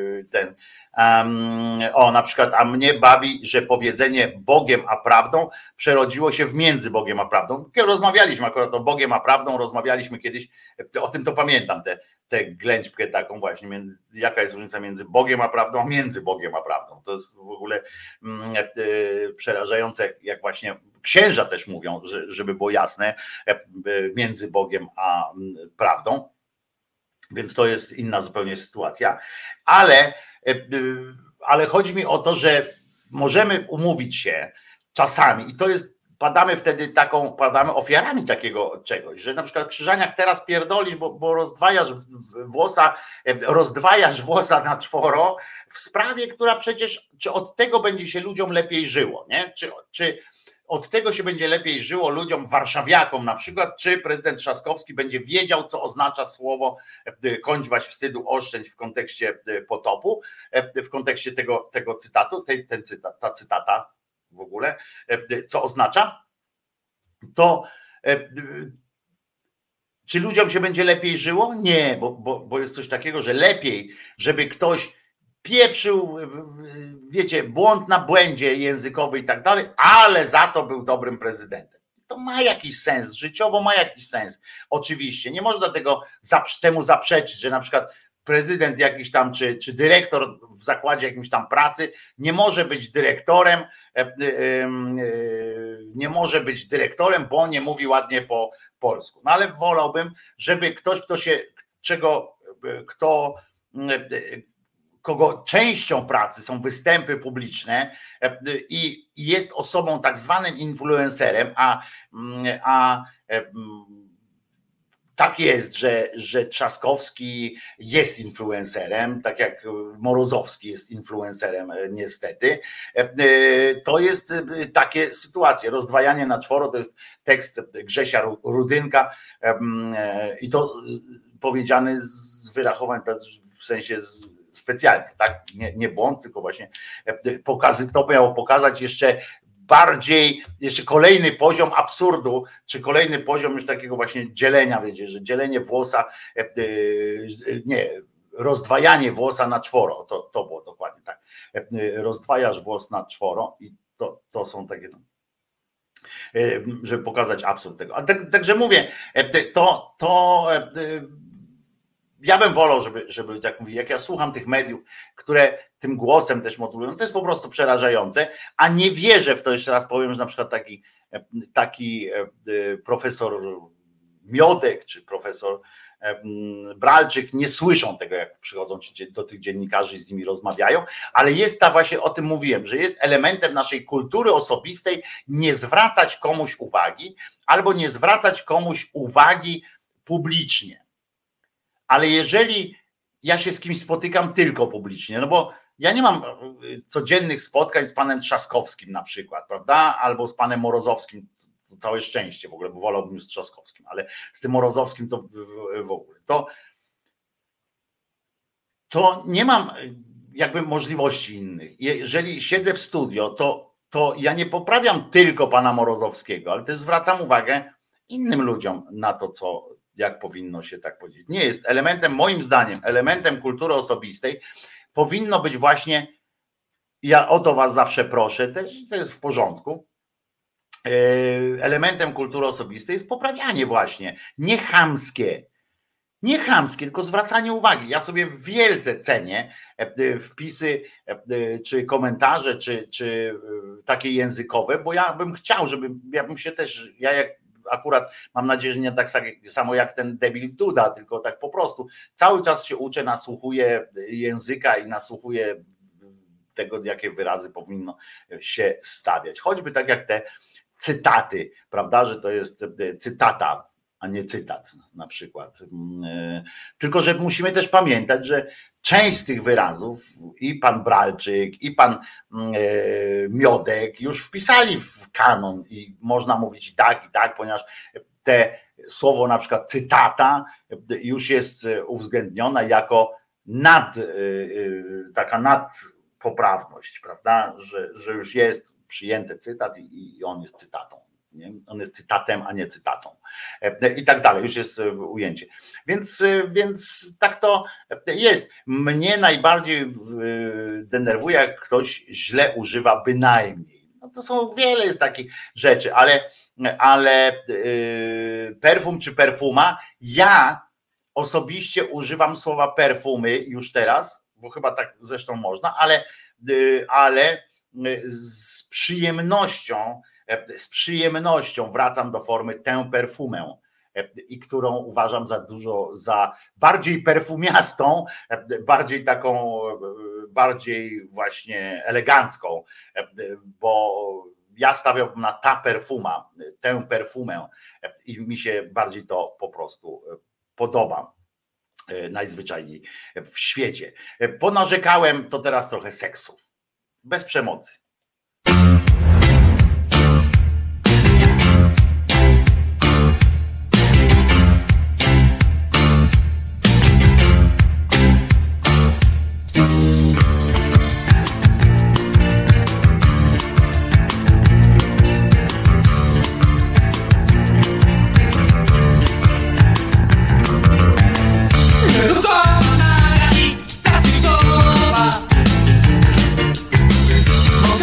[SPEAKER 2] na przykład, a mnie bawi, że powiedzenie Bogiem a prawdą przerodziło się w między Bogiem a prawdą. Rozmawialiśmy akurat o Bogiem a prawdą, rozmawialiśmy kiedyś, o tym to pamiętam, tę ględźbkę taką właśnie, jaka jest różnica między Bogiem a prawdą, a między Bogiem a prawdą. To jest w ogóle przerażające, jak właśnie księża też mówią, żeby było jasne, między Bogiem a prawdą. Więc to jest inna zupełnie sytuacja, ale chodzi mi o to, że możemy umówić się czasami i to jest, padamy ofiarami takiego czegoś, że na przykład Krzyżaniak teraz pierdolisz, bo rozdwajasz włosa na czworo w sprawie, która przecież, czy od tego będzie się ludziom lepiej żyło, nie? Czy od tego się będzie lepiej żyło ludziom, warszawiakom na przykład, czy prezydent Trzaskowski będzie wiedział, co oznacza słowo kończ was wstydu oszczędź w kontekście potopu, w kontekście tego cytatu, ta cytata w ogóle, co oznacza, to czy ludziom się będzie lepiej żyło? Nie, bo jest coś takiego, że lepiej, żeby ktoś pieprzył, wiecie, błąd na błędzie językowy i tak dalej, ale za to był dobrym prezydentem. To ma jakiś sens, życiowo ma jakiś sens. Oczywiście, nie można temu zaprzeczyć, że na przykład prezydent jakiś tam, czy dyrektor w zakładzie jakimś tam pracy nie może być dyrektorem, bo nie mówi ładnie po polsku. No ale wolałbym, żeby ktoś, kogo częścią pracy są występy publiczne i jest osobą tak zwanym influencerem, a tak jest, że Trzaskowski jest influencerem, tak jak Morozowski jest influencerem, niestety. To jest takie sytuacje. Rozdwajanie na czworo to jest tekst Grzesia Rudynka i to powiedziany z wyrachowań, w sensie specjalnie, tak? Nie błąd, tylko właśnie to miało pokazać jeszcze bardziej, jeszcze kolejny poziom absurdu, czy kolejny poziom już takiego właśnie dzielenia, wiecie, że dzielenie włosa, rozdwajanie włosa na czworo, to było dokładnie tak. Rozdwajasz włos na czworo i to są takie, żeby pokazać absurd tego. A także mówię, ja bym wolał, żeby tak mówić, jak ja słucham tych mediów, które tym głosem też modulują, to jest po prostu przerażające, a nie wierzę w to, jeszcze raz powiem, że na przykład taki profesor Miodek czy profesor Bralczyk nie słyszą tego, jak przychodzą do tych dziennikarzy i z nimi rozmawiają, ale jest ta właśnie, o tym mówiłem, że jest elementem naszej kultury osobistej nie zwracać komuś uwagi albo nie zwracać komuś uwagi publicznie. Ale jeżeli ja się z kimś spotykam tylko publicznie, no bo ja nie mam codziennych spotkań z panem Trzaskowskim na przykład, prawda? Albo z panem Morozowskim, to całe szczęście w ogóle, bo wolałbym z Trzaskowskim, ale z tym Morozowskim to w ogóle. To nie mam jakby możliwości innych. Jeżeli siedzę w studio, to ja nie poprawiam tylko pana Morozowskiego, ale też zwracam uwagę innym ludziom na to, jak powinno się tak powiedzieć. Nie jest elementem, moim zdaniem, elementem kultury osobistej powinno być właśnie, ja o to was zawsze proszę, też to jest w porządku, elementem kultury osobistej jest poprawianie właśnie, nie chamskie, tylko zwracanie uwagi. Ja sobie wielce cenię wpisy, czy komentarze, czy takie językowe, bo ja bym chciał, ja bym się też, akurat mam nadzieję, że nie tak samo jak ten debil Duda, tylko tak po prostu cały czas się uczę, nasłuchuję języka i nasłuchuję tego, jakie wyrazy powinno się stawiać. Choćby tak jak te cytaty, prawda, że to jest cytata, a nie cytat na przykład. Tylko że musimy też pamiętać, że część z tych wyrazów i pan Bralczyk, i pan Miodek już wpisali w kanon i można mówić i tak, ponieważ te słowo na przykład cytata już jest uwzględniona jako taka nadpoprawność, prawda, że już jest przyjęty cytat i on jest cytatą. Nie? On jest cytatem, a nie cytatą. I tak dalej, już jest ujęcie. Więc tak to jest. Mnie najbardziej denerwuje, jak ktoś źle używa bynajmniej. No to są wiele jest takich rzeczy, ale perfum czy perfuma, ja osobiście używam słowa perfumy już teraz, bo chyba tak zresztą można, ale z przyjemnością wracam do formy tę perfumę, i którą uważam za bardziej perfumiastą, bardziej właśnie elegancką, bo ja stawiałbym na tę perfumę i mi się bardziej to po prostu podoba najzwyczajniej w świecie. Ponarzekałem, to teraz trochę seksu. Bez przemocy.
[SPEAKER 3] Mogę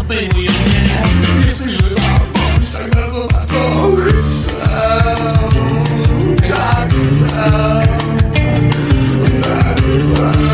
[SPEAKER 3] obejmuje mnie. Jesteś żywa, bądź tak bardzo, bardzo chcę. Tak chcę. Tak chcę.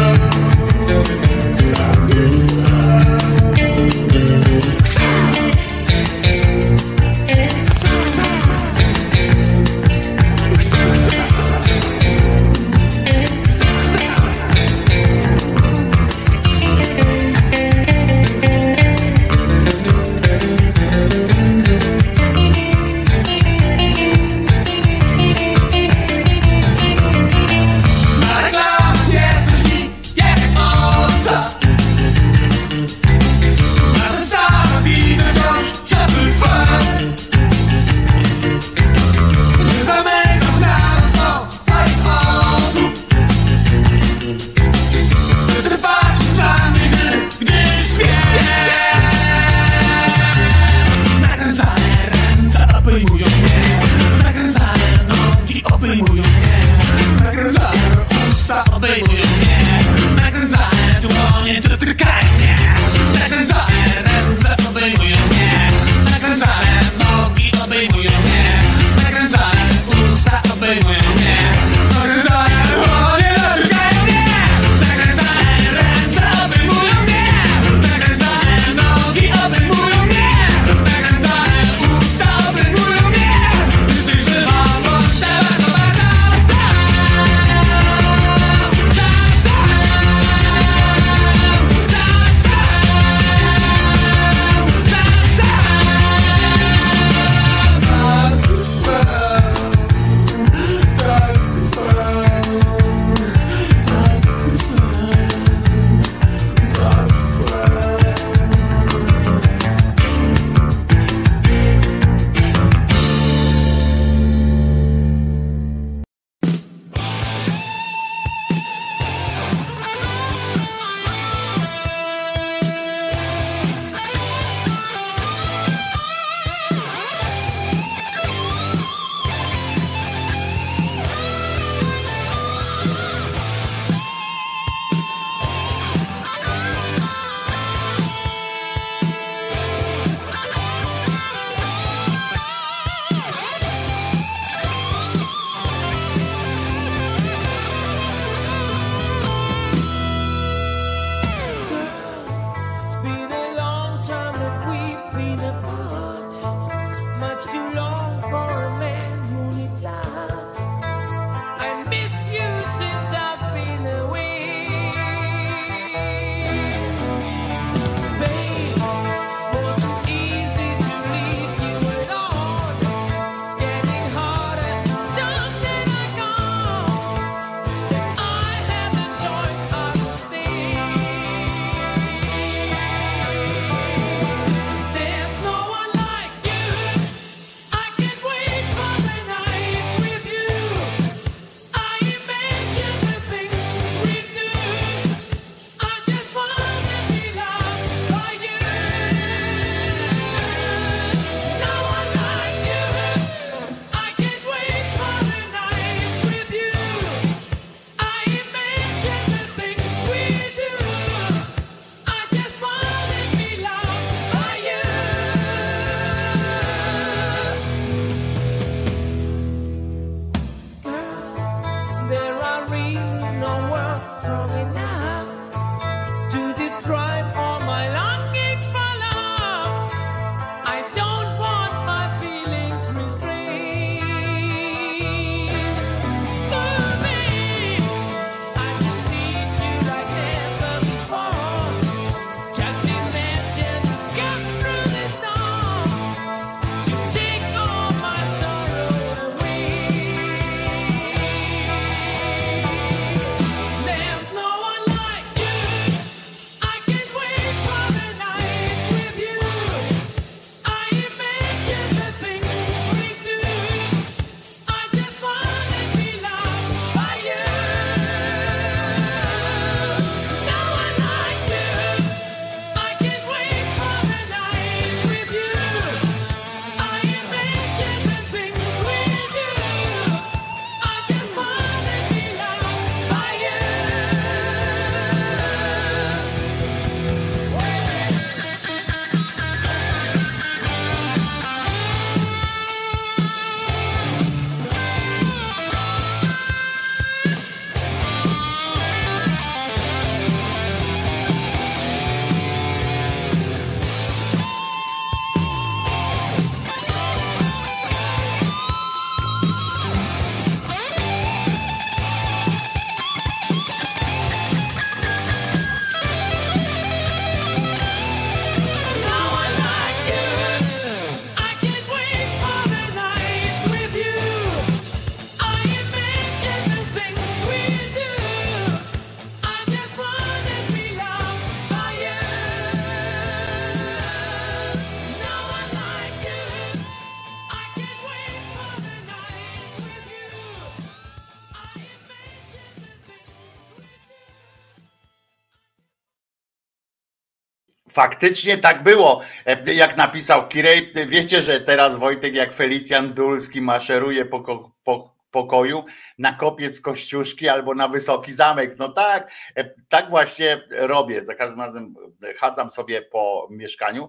[SPEAKER 2] Faktycznie tak było, jak napisał Kirej. Wiecie, że teraz Wojtek jak Felicjan Dulski maszeruje po pokoju na kopiec Kościuszki albo na Wysoki Zamek. No tak, tak właśnie robię. Za każdym razem chadzam sobie po mieszkaniu,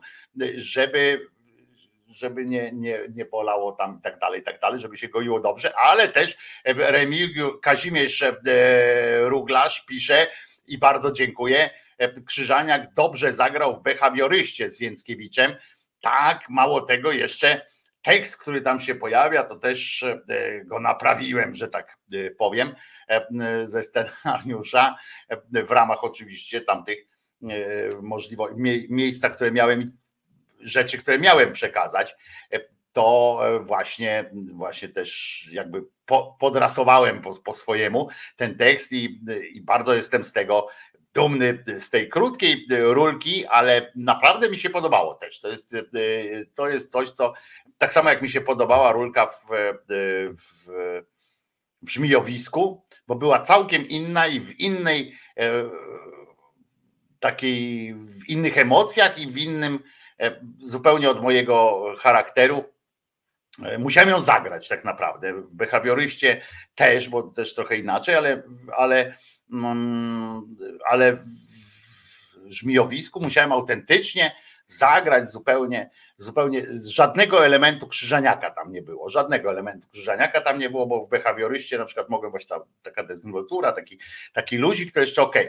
[SPEAKER 2] żeby nie bolało tam i tak dalej, żeby się goiło dobrze, ale też Kazimierz Ruglarz pisze i bardzo dziękuję. Krzyżaniak dobrze zagrał w Behawioryście z Więckiewiczem. Tak, mało tego, jeszcze tekst, który tam się pojawia, to też go naprawiłem, że tak powiem, ze scenariusza, w ramach oczywiście tamtych możliwości, miejsca, które miałem, rzeczy, które miałem przekazać, to właśnie też jakby podrasowałem po swojemu ten tekst i bardzo jestem z tego dumny, z tej krótkiej rulki, ale naprawdę mi się podobało też. To jest coś, co tak samo jak mi się podobała rulka w Żmijowisku, bo była całkiem inna i w innej takiej, w innych emocjach i w innym zupełnie od mojego charakteru. Musiałem ją zagrać tak naprawdę. W Behawioryście też, bo też trochę inaczej, ale w Żmijowisku musiałem autentycznie zagrać zupełnie żadnego elementu krzyżaniaka tam nie było. Żadnego elementu krzyżaniaka tam nie było, bo w Behawioryście na przykład mogłem właśnie taka dezynwoltura, taki luzik, to jeszcze okej,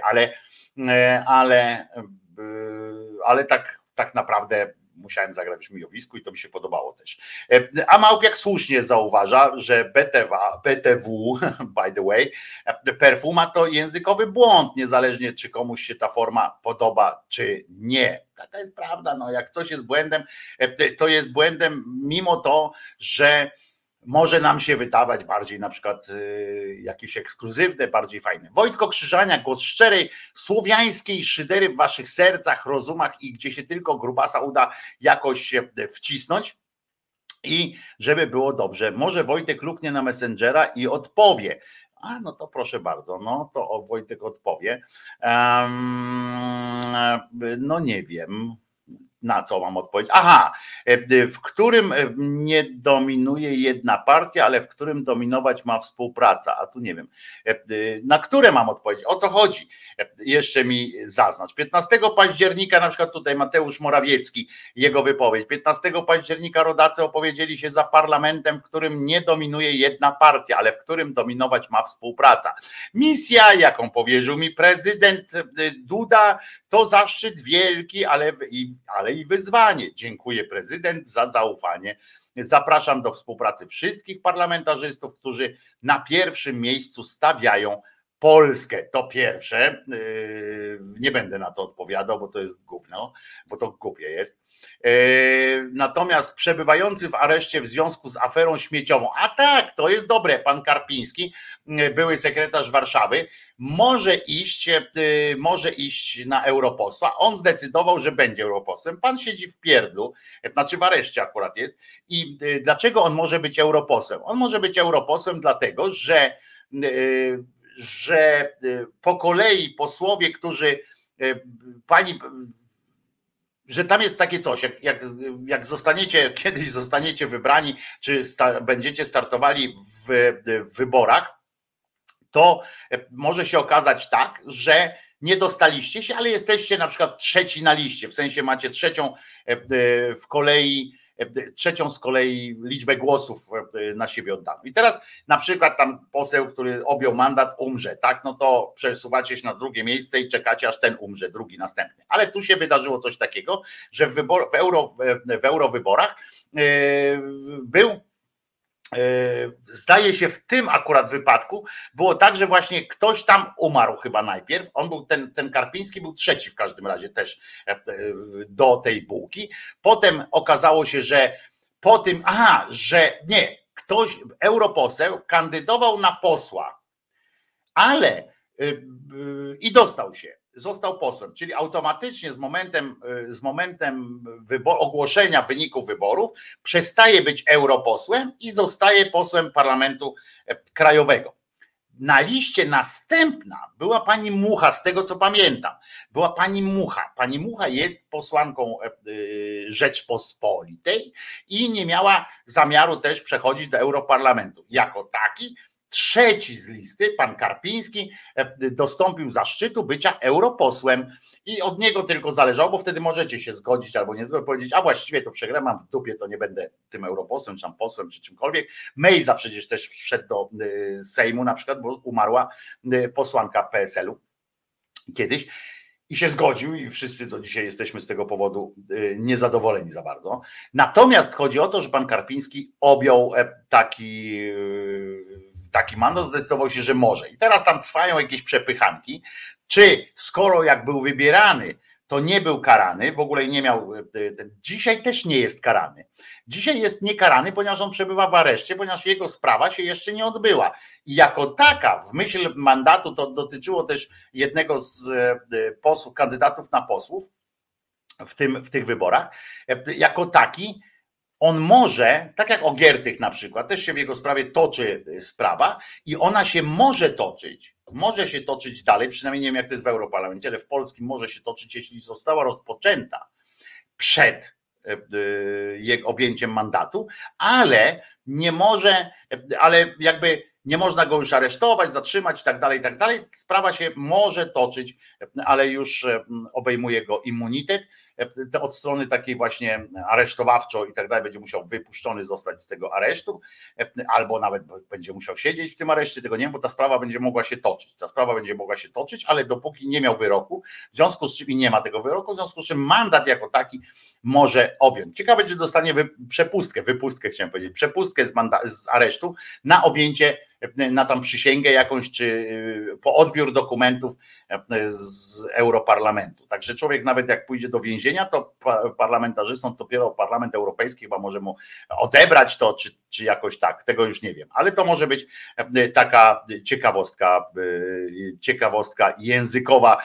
[SPEAKER 2] ale tak naprawdę musiałem zagrać w Żmijowisku i to mi się podobało też. A Małpiak słusznie zauważa, że BTW, by the way, perfuma to językowy błąd, niezależnie czy komuś się ta forma podoba, czy nie. Taka jest prawda, no jak coś jest błędem, to jest błędem mimo to, że może nam się wydawać bardziej na przykład jakieś ekskluzywne, bardziej fajne. Wojtko Krzyżania, głos szczerej, słowiańskiej szydery w waszych sercach, rozumach i gdzie się tylko grubasa uda jakoś się wcisnąć i żeby było dobrze. Może Wojtek luknie na Messengera i odpowie. A no to proszę bardzo, no to Wojtek odpowie. No nie wiem. Na co mam odpowiedzieć? Aha, w którym nie dominuje jedna partia, ale w którym dominować ma współpraca, a tu nie wiem, na które mam odpowiedzieć, o co chodzi, jeszcze mi zaznacz. 15 października na przykład tutaj Mateusz Morawiecki, jego wypowiedź, 15 października rodacy opowiedzieli się za parlamentem, w którym nie dominuje jedna partia, ale w którym dominować ma współpraca. Misja, jaką powierzył mi prezydent Duda, to zaszczyt wielki, ale i wyzwanie. Dziękuję prezydent za zaufanie. Zapraszam do współpracy wszystkich parlamentarzystów, którzy na pierwszym miejscu stawiają Polskę. To pierwsze. Nie będę na to odpowiadał, bo to jest gówno, bo to głupie jest. Natomiast przebywający w areszcie w związku z aferą śmieciową, a tak, to jest dobre, pan Karpiński, były sekretarz Warszawy, może iść na europosła. On zdecydował, że będzie europosłem. Pan siedzi w pierdlu, znaczy w areszcie akurat jest. I dlaczego on może być europosłem? On może być europosłem dlatego, że po kolei posłowie, którzy że tam jest takie coś, jak kiedyś zostaniecie wybrani, czy będziecie startowali w wyborach, to może się okazać tak, że nie dostaliście się, ale jesteście na przykład trzeci na liście, w sensie macie trzecią z kolei liczbę głosów na siebie oddaną. I teraz na przykład tam poseł, który objął mandat, umrze, tak? No to przesuwacie się na drugie miejsce i czekacie, aż ten umrze, drugi, następny. Ale tu się wydarzyło coś takiego, że w eurowyborach był, zdaje się, w tym akurat wypadku było tak, że właśnie ktoś tam umarł chyba najpierw. On był, ten Karpiński był trzeci w każdym razie też do tej bułki. Potem okazało się, że po tym, że nie, ktoś, europoseł kandydował na posła, ale i dostał się. Został posłem, czyli automatycznie z momentem ogłoszenia wyników wyborów przestaje być europosłem i zostaje posłem Parlamentu Krajowego. Na liście następna była pani Mucha, z tego co pamiętam. Była pani Mucha. Pani Mucha jest posłanką Rzeczpospolitej i nie miała zamiaru też przechodzić do Europarlamentu. Jako taki trzeci z listy, pan Karpiński, dostąpił zaszczytu bycia europosłem i od niego tylko zależało, bo wtedy możecie się zgodzić albo nie zgodzić, powiedzieć, a właściwie to przegram, mam w dupie, to nie będę tym europosłem, czy tam posłem, czy czymkolwiek. Mejza przecież też wszedł do Sejmu na przykład, bo umarła posłanka PSL-u kiedyś i się zgodził i wszyscy do dzisiaj jesteśmy z tego powodu niezadowoleni za bardzo. Natomiast chodzi o to, że pan Karpiński objął taki mandat, zdecydował się, że może. I teraz tam trwają jakieś przepychanki, czy skoro jak był wybierany, to nie był karany, w ogóle nie miał, dzisiaj też nie jest karany. Dzisiaj jest niekarany, ponieważ on przebywa w areszcie, ponieważ jego sprawa się jeszcze nie odbyła. I jako taka, w myśl mandatu, to dotyczyło też jednego z posłów, kandydatów na posłów w tych wyborach, jako taki on może, tak jak o Giertych na przykład, też się w jego sprawie toczy sprawa i ona się może toczyć dalej, przynajmniej nie wiem jak to jest w Europarlamencie, ale w polskim może się toczyć, jeśli została rozpoczęta przed jego objęciem mandatu, ale nie może, ale jakby nie można go już aresztować, zatrzymać i tak dalej, i tak dalej. Sprawa się może toczyć, ale już obejmuje go immunitet. Od strony takiej właśnie aresztowawczo i tak dalej będzie musiał wypuszczony zostać z tego aresztu, albo nawet będzie musiał siedzieć w tym areszcie, tego nie wiem, bo ta sprawa będzie mogła się toczyć. Ale dopóki nie miał wyroku, w związku z czym i nie ma tego wyroku, w związku z czym mandat jako taki może objąć. Ciekawe, czy dostanie przepustkę z aresztu na objęcie, na tam przysięgę jakąś, czy po odbiór dokumentów z Europarlamentu. Także człowiek nawet jak pójdzie do więzienia, to parlamentarzystom dopiero Parlament Europejski chyba może mu odebrać to, czy jakoś tak, tego już nie wiem. Ale to może być taka ciekawostka językowa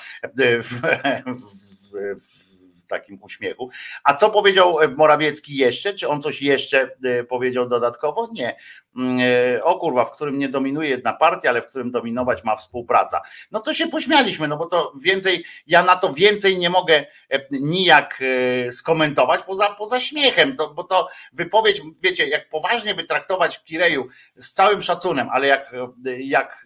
[SPEAKER 2] w takim uśmiechu. A co powiedział Morawiecki jeszcze? Czy on coś jeszcze powiedział dodatkowo? Nie. O kurwa, w którym nie dominuje jedna partia, ale w którym dominować ma współpraca. No to się pośmialiśmy, no bo to więcej, ja na to więcej nie mogę nijak skomentować poza śmiechem, bo to wypowiedź, wiecie, jak poważnie by traktować Kireju z całym szacunem, ale jak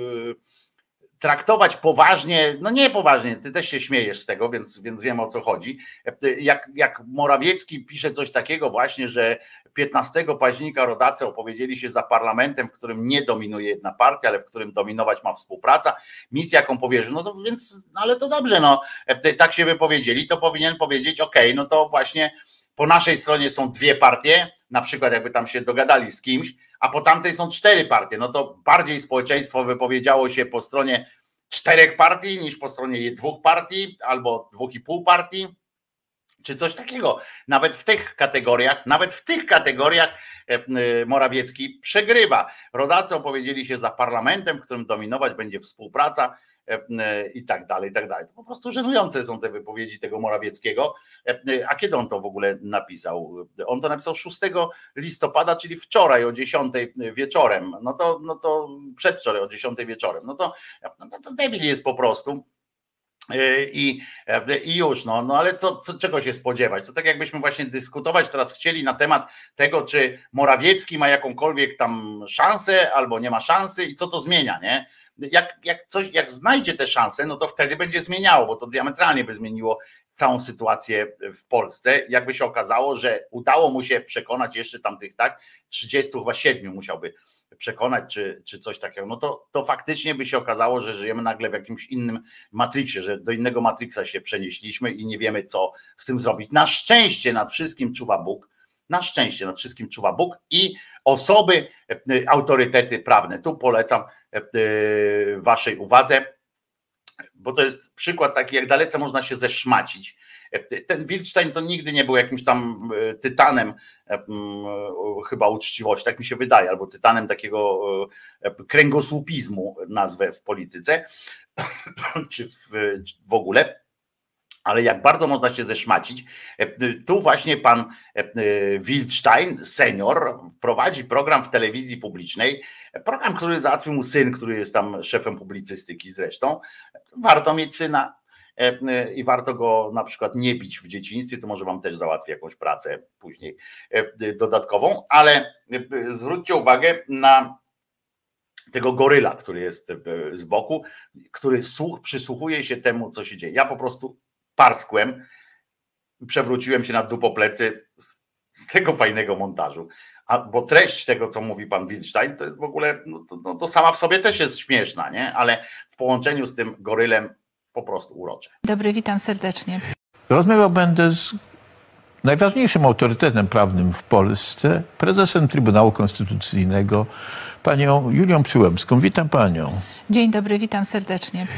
[SPEAKER 2] traktować poważnie, no nie poważnie, ty też się śmiejesz z tego, więc wiem o co chodzi. Jak Morawiecki pisze coś takiego właśnie, że 15 października rodacy opowiedzieli się za parlamentem, w którym nie dominuje jedna partia, ale w którym dominować ma współpraca, misja jaką powierzył, no to więc, no ale to dobrze, no tak się wypowiedzieli, to powinien powiedzieć okej, no to właśnie po naszej stronie są dwie partie, na przykład jakby tam się dogadali z kimś, a po tamtej są 4 partie, no to bardziej społeczeństwo wypowiedziało się po stronie 4 partii niż po stronie 2 partii albo 2,5 partii, czy coś takiego. Nawet w tych kategoriach Morawiecki przegrywa. Rodacy opowiedzieli się za parlamentem, w którym dominować będzie współpraca i tak dalej, i tak dalej. To po prostu żenujące są te wypowiedzi tego Morawieckiego. A kiedy on to w ogóle napisał? On to napisał 6 listopada, czyli wczoraj o 10 wieczorem. No to przedwczoraj o 10 wieczorem. No to debil jest po prostu. I już, no ale czego się spodziewać? To tak jakbyśmy właśnie dyskutować teraz chcieli na temat tego, czy Morawiecki ma jakąkolwiek tam szansę albo nie ma szansy i co to zmienia, nie? Jak znajdzie te szanse, no to wtedy będzie zmieniało, bo to diametralnie by zmieniło całą sytuację w Polsce. Jakby się okazało, że udało mu się przekonać jeszcze tamtych 37 musiałby przekonać, czy coś takiego, no to faktycznie by się okazało, że żyjemy nagle w jakimś innym Matrixie, że do innego Matrixa się przenieśliśmy i nie wiemy, co z tym zrobić. Na szczęście nad wszystkim czuwa Bóg. I osoby, autorytety prawne. Tu polecam waszej uwadze, bo to jest przykład taki, jak dalece można się zeszmacić. Ten Wilczstein to nigdy nie był jakimś tam tytanem chyba uczciwości, tak mi się wydaje, albo tytanem takiego kręgosłupizmu nazwę w polityce, czy w ogóle. ale jak bardzo można się zeszmacić. Tu właśnie pan Wildstein, senior, prowadzi program w telewizji publicznej, program, który załatwił mu syn, który jest tam szefem publicystyki zresztą. Warto mieć syna i warto go na przykład nie bić w dzieciństwie, to może wam też załatwi jakąś pracę później dodatkową, ale zwróćcie uwagę na tego goryla, który jest z boku, który przysłuchuje się temu, co się dzieje. Ja po prostu parskłem, przewróciłem się na dupoplecy z tego fajnego montażu. Bo treść tego, co mówi pan Wildstein, to jest w ogóle, to sama w sobie też jest śmieszna, nie? Ale w połączeniu z tym gorylem po prostu urocze.
[SPEAKER 4] Dobry, witam serdecznie.
[SPEAKER 5] Rozmawiał będę z najważniejszym autorytetem prawnym w Polsce, prezesem Trybunału Konstytucyjnego, panią Julią Przyłębską. Witam panią.
[SPEAKER 4] Dzień dobry, witam serdecznie.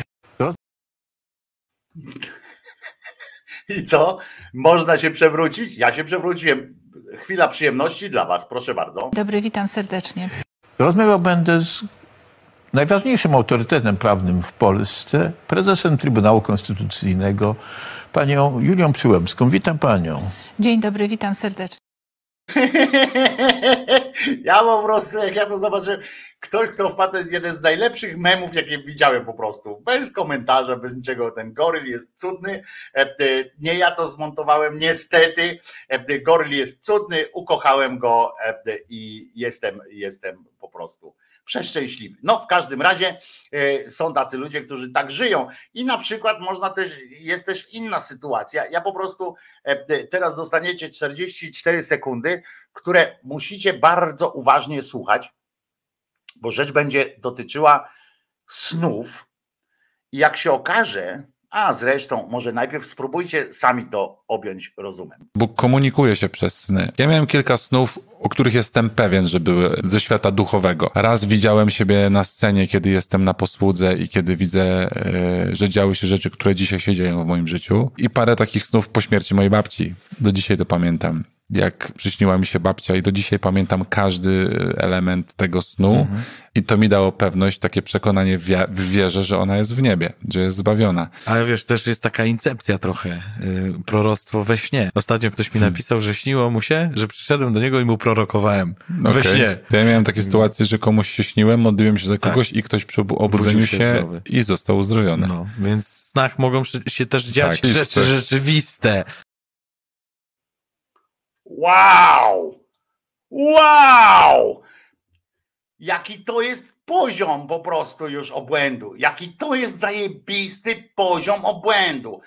[SPEAKER 2] I co? Można się przewrócić? Ja się przewróciłem. Chwila przyjemności dla was, proszę bardzo.
[SPEAKER 4] Dobry, witam serdecznie.
[SPEAKER 5] Rozmawiał będę z najważniejszym autorytetem prawnym w Polsce, prezesem Trybunału Konstytucyjnego, panią Julią Przyłębską. Witam panią.
[SPEAKER 4] Dzień dobry, witam serdecznie.
[SPEAKER 2] Ja po prostu, jak ja to zobaczyłem, ktoś, kto wpadł, to jest jeden z najlepszych memów, jakie widziałem po prostu. Bez komentarza, bez niczego. Ten goryl jest cudny. Nie ja to zmontowałem, niestety. Goryl jest cudny, ukochałem go i jestem po prostu przeszczęśliwy. No w każdym razie są tacy ludzie, którzy tak żyją i na przykład jest też inna sytuacja. Ja po prostu teraz dostaniecie 44 sekundy, które musicie bardzo uważnie słuchać, bo rzecz będzie dotyczyła snów i jak się okaże, a zresztą może najpierw spróbujcie sami to objąć rozumem.
[SPEAKER 6] Bóg komunikuje się przez sny. Ja miałem kilka snów, o których jestem pewien, że były ze świata duchowego. Raz widziałem siebie na scenie, kiedy jestem na posłudze i kiedy widzę, że działy się rzeczy, które dzisiaj się dzieją w moim życiu. I parę takich snów po śmierci mojej babci. Do dzisiaj to pamiętam. Jak przyśniła mi się babcia i do dzisiaj pamiętam każdy element tego snu i to mi dało pewność, takie przekonanie w wierze, że ona jest w niebie, że jest zbawiona.
[SPEAKER 7] Ale wiesz, też jest taka incepcja trochę, proroctwo we śnie. Ostatnio ktoś mi napisał, że śniło mu się, że przyszedłem do niego i mu prorokowałem we śnie.
[SPEAKER 6] To ja miałem takie sytuacje, że komuś się śniłem, modliłem się za kogoś i ktoś przy obudzeniu się zdrowy. I został uzdrowiony.
[SPEAKER 7] No, więc w snach mogą się też dziać rzeczy rzeczywiste.
[SPEAKER 2] Wow! Wow! Jaki to jest poziom po prostu już obłędu. Jaki to jest zajebisty poziom obłędu.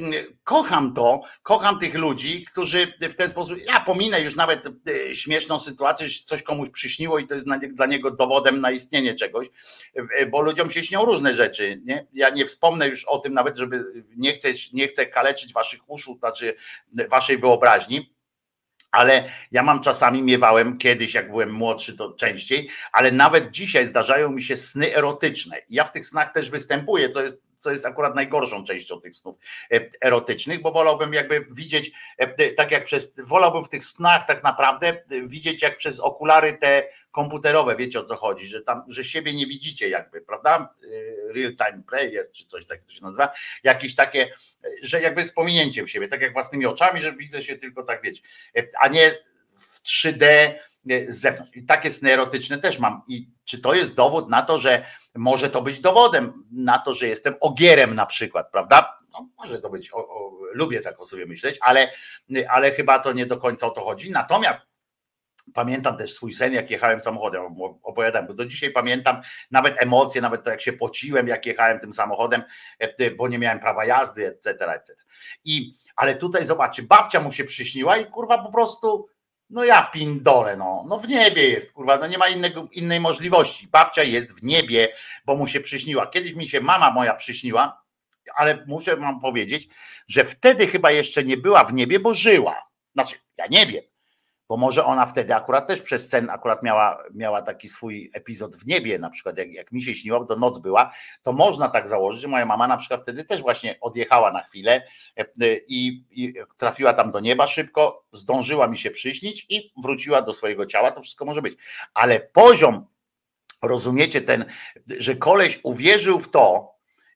[SPEAKER 2] Kocham tych ludzi, którzy w ten sposób, ja pominę już nawet śmieszną sytuację, że coś komuś przyśniło i to jest dla niego dowodem na istnienie czegoś, bo ludziom się śnią różne rzeczy. Nie? Ja nie wspomnę już o tym nawet, żeby nie chcę kaleczyć waszych uszu, znaczy waszej wyobraźni. Ale ja miewałem kiedyś, jak byłem młodszy, to częściej, ale nawet dzisiaj zdarzają mi się sny erotyczne. Ja w tych snach też występuję, co jest akurat najgorszą częścią tych snów erotycznych, bo wolałbym jakby widzieć, wolałbym w tych snach tak naprawdę widzieć jak przez okulary te komputerowe, wiecie o co chodzi, że siebie nie widzicie jakby, prawda? Real time player, czy coś takiego to się nazywa, jakieś takie, że jakby z pominięciem siebie, tak jak własnymi oczami, że widzę się tylko tak, wiecie, a nie w 3D z zewnątrz. I takie sny erotyczne też mam. I czy to jest dowód na to, że może to być dowodem na to, że jestem ogierem na przykład, prawda? No, może to być, lubię tak o sobie myśleć, ale chyba to nie do końca o to chodzi. Natomiast pamiętam też swój sen, jak jechałem samochodem, opowiadałem, bo do dzisiaj pamiętam nawet emocje, nawet to jak się pociłem, jak jechałem tym samochodem, bo nie miałem prawa jazdy, etc., etc. Ale tutaj zobaczcie, babcia mu się przyśniła i kurwa po prostu, no ja pindolę, no w niebie jest, kurwa, no nie ma innej możliwości. Babcia jest w niebie, bo mu się przyśniła. Kiedyś mi się mama moja przyśniła, ale muszę wam powiedzieć, że wtedy chyba jeszcze nie była w niebie, bo żyła. Znaczy, ja nie wiem. Bo może ona wtedy akurat też przez sen akurat miała taki swój epizod w niebie, na przykład jak mi się śniło, to noc była, to można tak założyć, że moja mama na przykład wtedy też właśnie odjechała na chwilę i trafiła tam do nieba szybko, zdążyła mi się przyśnić i wróciła do swojego ciała, to wszystko może być. Ale poziom, rozumiecie, że koleś uwierzył w to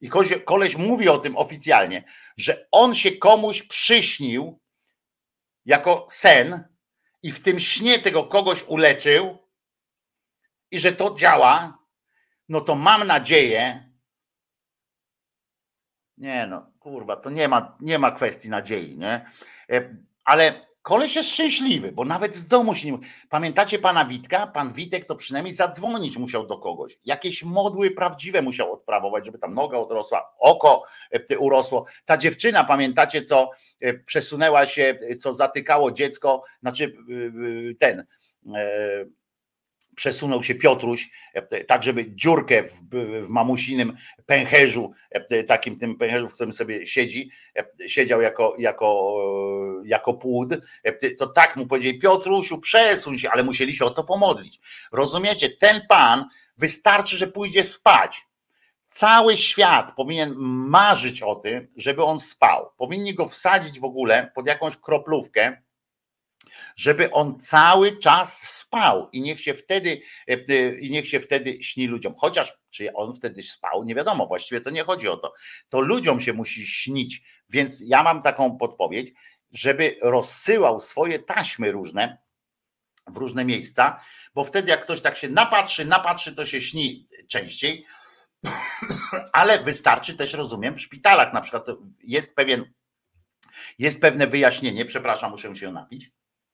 [SPEAKER 2] i koleś mówi o tym oficjalnie, że on się komuś przyśnił jako sen i w tym śnie tego kogoś uleczył i że to działa, no to mam nadzieję, nie no, kurwa, to nie ma kwestii nadziei, nie? Ale koleś jest szczęśliwy, bo nawet z domu się nie... Pamiętacie pana Witka? Pan Witek to przynajmniej zadzwonić musiał do kogoś. Jakieś modły prawdziwe musiał odprawować, żeby tam noga odrosła, oko urosło. Ta dziewczyna, pamiętacie, co przesunęła się, co zatykało dziecko, znaczy przesunął się Piotruś, tak żeby dziurkę w mamusinym pęcherzu, takim tym pęcherzu, w którym sobie siedział jako płód, to tak mu powiedzieli: Piotrusiu, przesuń się, ale musieli się o to pomodlić. Rozumiecie? Ten pan, wystarczy, że pójdzie spać. Cały świat powinien marzyć o tym, żeby on spał. Powinni go wsadzić w ogóle pod jakąś kroplówkę, żeby on cały czas spał i niech się wtedy śni ludziom. Chociaż czy on wtedy spał, nie wiadomo, właściwie to nie chodzi o to. To ludziom się musi śnić, więc ja mam taką podpowiedź, żeby rozsyłał swoje taśmy różne w różne miejsca, bo wtedy jak ktoś tak się napatrzy, to się śni częściej, ale wystarczy też, rozumiem, w szpitalach na przykład jest pewne wyjaśnienie, przepraszam, muszę się napić,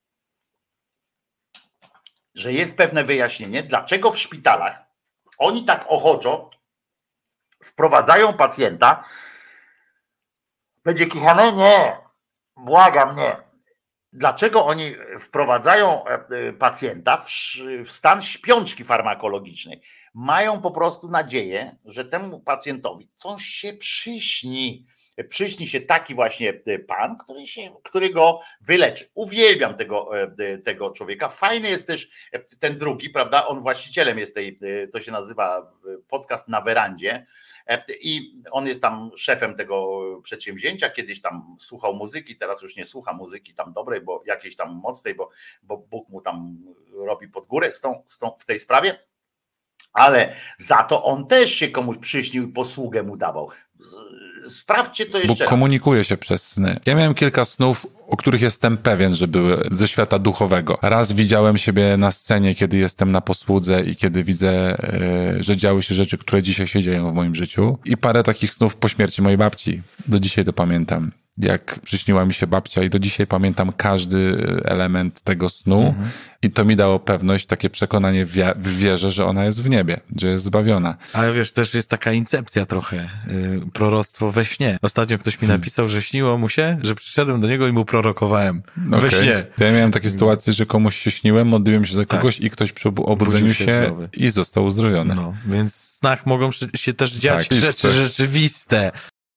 [SPEAKER 2] że jest pewne wyjaśnienie, dlaczego w szpitalach oni tak ochoczo wprowadzają pacjenta. Będzie kichane? Nie, błagam, nie. Dlaczego oni wprowadzają pacjenta w stan śpiączki farmakologicznej? Mają po prostu nadzieję, że temu pacjentowi coś się przyśni. Przyśni się taki właśnie pan, który go wyleczy. Uwielbiam tego człowieka. Fajny jest też ten drugi, prawda? On właścicielem jest to się nazywa Podcast na Werandzie i on jest tam szefem tego przedsięwzięcia. Kiedyś tam słuchał muzyki, teraz już nie słucha muzyki tam dobrej, bo jakiejś tam mocnej, bo Bóg mu tam robi pod górę w tej sprawie. Ale za to on też się komuś przyśnił i posługę mu dawał. Sprawdźcie to jeszcze
[SPEAKER 6] raz. Bóg komunikuje się przez sny. Ja miałem kilka snów, o których jestem pewien, że były ze świata duchowego. Raz widziałem siebie na scenie, kiedy jestem na posłudze i kiedy widzę, że działy się rzeczy, które dzisiaj się dzieją w moim życiu. I parę takich snów po śmierci mojej babci. Do dzisiaj to pamiętam. Jak przyśniła mi się babcia i do dzisiaj pamiętam każdy element tego snu i to mi dało pewność, takie przekonanie w wierze, że ona jest w niebie, że jest zbawiona.
[SPEAKER 7] Ale wiesz, też jest taka incepcja trochę, proroctwo we śnie. Ostatnio ktoś mi napisał, że śniło mu się, że przyszedłem do niego i mu prorokowałem we śnie.
[SPEAKER 6] To ja miałem takie sytuacje, że komuś się śniłem, modliłem się za kogoś i ktoś przy obudzeniu się i został uzdrowiony.
[SPEAKER 7] No, więc w snach mogą się też dziać rzeczy rzeczywiste.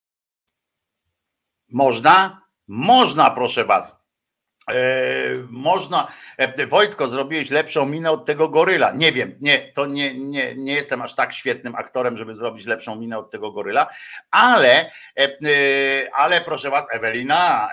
[SPEAKER 2] Można, proszę was. Można. Wojtko, zrobiłeś lepszą minę od tego goryla. Nie wiem, nie jestem aż tak świetnym aktorem, żeby zrobić lepszą minę od tego goryla, ale proszę was, Ewelina,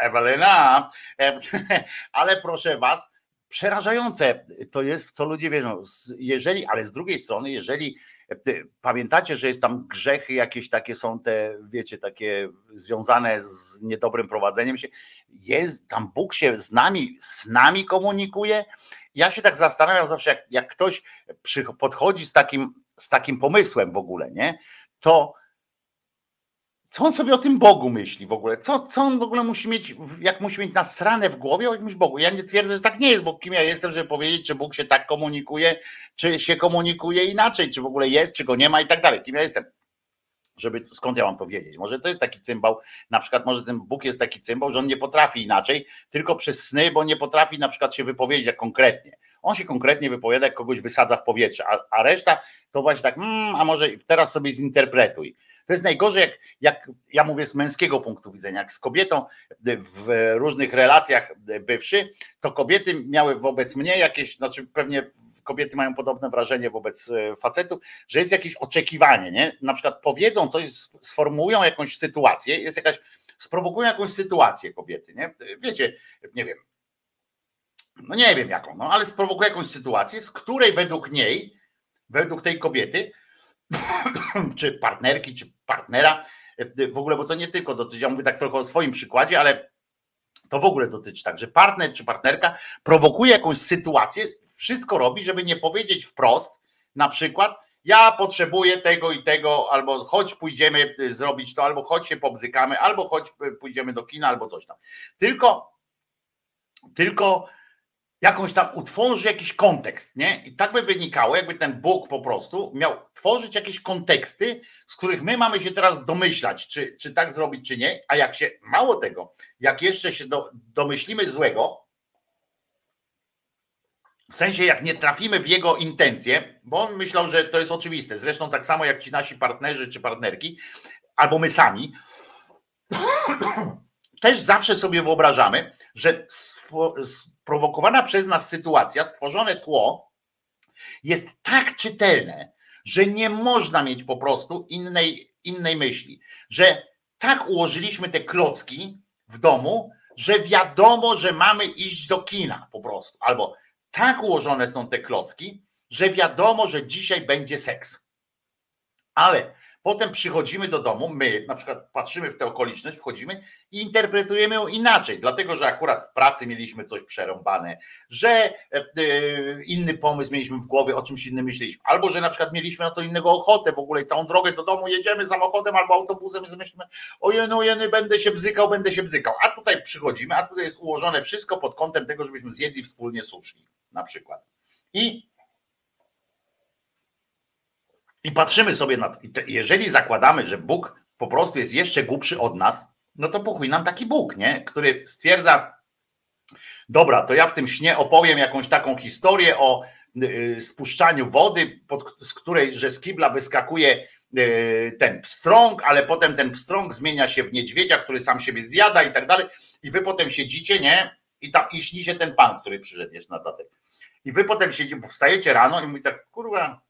[SPEAKER 2] ale proszę was, przerażające to jest, w co ludzie wierzą. Ale z drugiej strony, jeżeli pamiętacie, że jest tam grzechy jakieś takie są te, wiecie, takie związane z niedobrym prowadzeniem się, jest tam Bóg się z nami komunikuje. Ja się tak zastanawiam zawsze, jak ktoś podchodzi z takim pomysłem w ogóle, nie? To co on sobie o tym Bogu myśli w ogóle? Co on w ogóle musi mieć nasrane w głowie o jakimś Bogu? Ja nie twierdzę, że tak nie jest, bo kim ja jestem, żeby powiedzieć, czy Bóg się tak komunikuje, czy się komunikuje inaczej, czy w ogóle jest, czy go nie ma i tak dalej. Kim ja jestem? Skąd ja mam to wiedzieć? Może to jest taki cymbał, na przykład może ten Bóg jest taki cymbał, że on nie potrafi inaczej, tylko przez sny, bo nie potrafi na przykład się wypowiedzieć jak konkretnie. On się konkretnie wypowiada, jak kogoś wysadza w powietrze, a reszta to właśnie tak, a może teraz sobie zinterpretuj. To jest najgorzej, jak ja mówię z męskiego punktu widzenia, jak z kobietą w różnych relacjach bywszy, to kobiety miały wobec mnie jakieś, znaczy pewnie kobiety mają podobne wrażenie wobec facetów, że jest jakieś oczekiwanie, nie? Na przykład powiedzą coś, sformułują jakąś sytuację, sprowokują jakąś sytuację kobiety, nie? Wiecie, nie wiem, no nie wiem jaką, no ale sprowokują jakąś sytuację, z której według tej kobiety, czy partnerki, czy partnera, w ogóle, bo to nie tylko dotyczy, ja mówię tak trochę o swoim przykładzie, ale to w ogóle dotyczy tak, że partner czy partnerka prowokuje jakąś sytuację, wszystko robi, żeby nie powiedzieć wprost, na przykład ja potrzebuję tego i tego, albo chodź pójdziemy zrobić to, albo chodź się pobzykamy, albo chodź pójdziemy do kina, albo coś tam. Tylko jakąś tam utworzy jakiś kontekst, nie? I tak by wynikało, jakby ten Bóg po prostu miał tworzyć jakieś konteksty, z których my mamy się teraz domyślać, czy tak zrobić, czy nie, a jak się, mało tego, jak jeszcze się domyślimy złego, w sensie jak nie trafimy w jego intencje, bo on myślał, że to jest oczywiste, zresztą tak samo jak ci nasi partnerzy czy partnerki, albo my sami, też zawsze sobie wyobrażamy, że sprowokowana przez nas sytuacja, stworzone tło jest tak czytelne, że nie można mieć po prostu innej myśli, że tak ułożyliśmy te klocki w domu, że wiadomo, że mamy iść do kina po prostu, albo tak ułożone są te klocki, że wiadomo, że dzisiaj będzie seks. Ale potem przychodzimy do domu, my na przykład patrzymy w tę okoliczność, wchodzimy i interpretujemy ją inaczej, dlatego że akurat w pracy mieliśmy coś przerąbane, że inny pomysł mieliśmy w głowie, o czymś innym myśleliśmy, albo że na przykład mieliśmy na co innego ochotę w ogóle i całą drogę do domu jedziemy samochodem albo autobusem i myślimy, ojeny, będę się bzykał, a tutaj przychodzimy, a tutaj jest ułożone wszystko pod kątem tego, żebyśmy zjedli wspólnie sushi na przykład. I patrzymy sobie na to. Jeżeli zakładamy, że Bóg po prostu jest jeszcze głupszy od nas, no to po chuj nam taki Bóg, nie? Który stwierdza, dobra, to ja w tym śnie opowiem jakąś taką historię o spuszczaniu wody, z której, że z kibla wyskakuje ten pstrąg, ale potem ten pstrąg zmienia się w niedźwiedzia, który sam siebie zjada i tak dalej. I wy potem siedzicie, nie? I śni się ten pan, który przyszedł jeszcze na dodatek. I wy potem siedzicie, wstajecie rano i mówicie tak, kurwa,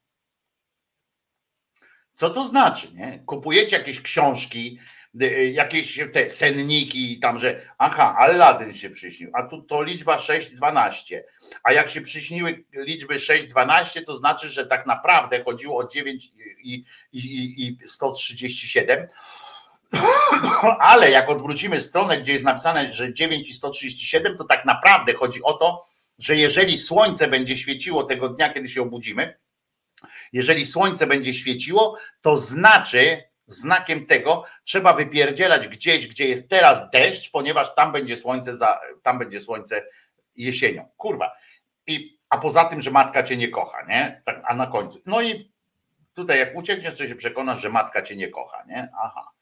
[SPEAKER 2] co to znaczy, nie? Kupujecie jakieś książki, jakieś te senniki tam, że aha, Aladdin się przyśnił, a tu to liczba 612, a jak się przyśniły liczby 612, to znaczy, że tak naprawdę chodziło o 9 i 137, ale jak odwrócimy stronę, gdzie jest napisane, że 9 i 137, to tak naprawdę chodzi o to, że jeżeli słońce będzie świeciło tego dnia, kiedy się obudzimy, jeżeli słońce będzie świeciło, to znaczy, znakiem tego trzeba wypierdzielać gdzieś, gdzie jest teraz deszcz, ponieważ tam będzie słońce jesienią. Kurwa. A poza tym, że matka cię nie kocha, nie? Tak, a na końcu. No i tutaj jak uciekniesz, to się przekonasz, że matka cię nie kocha, nie? Aha.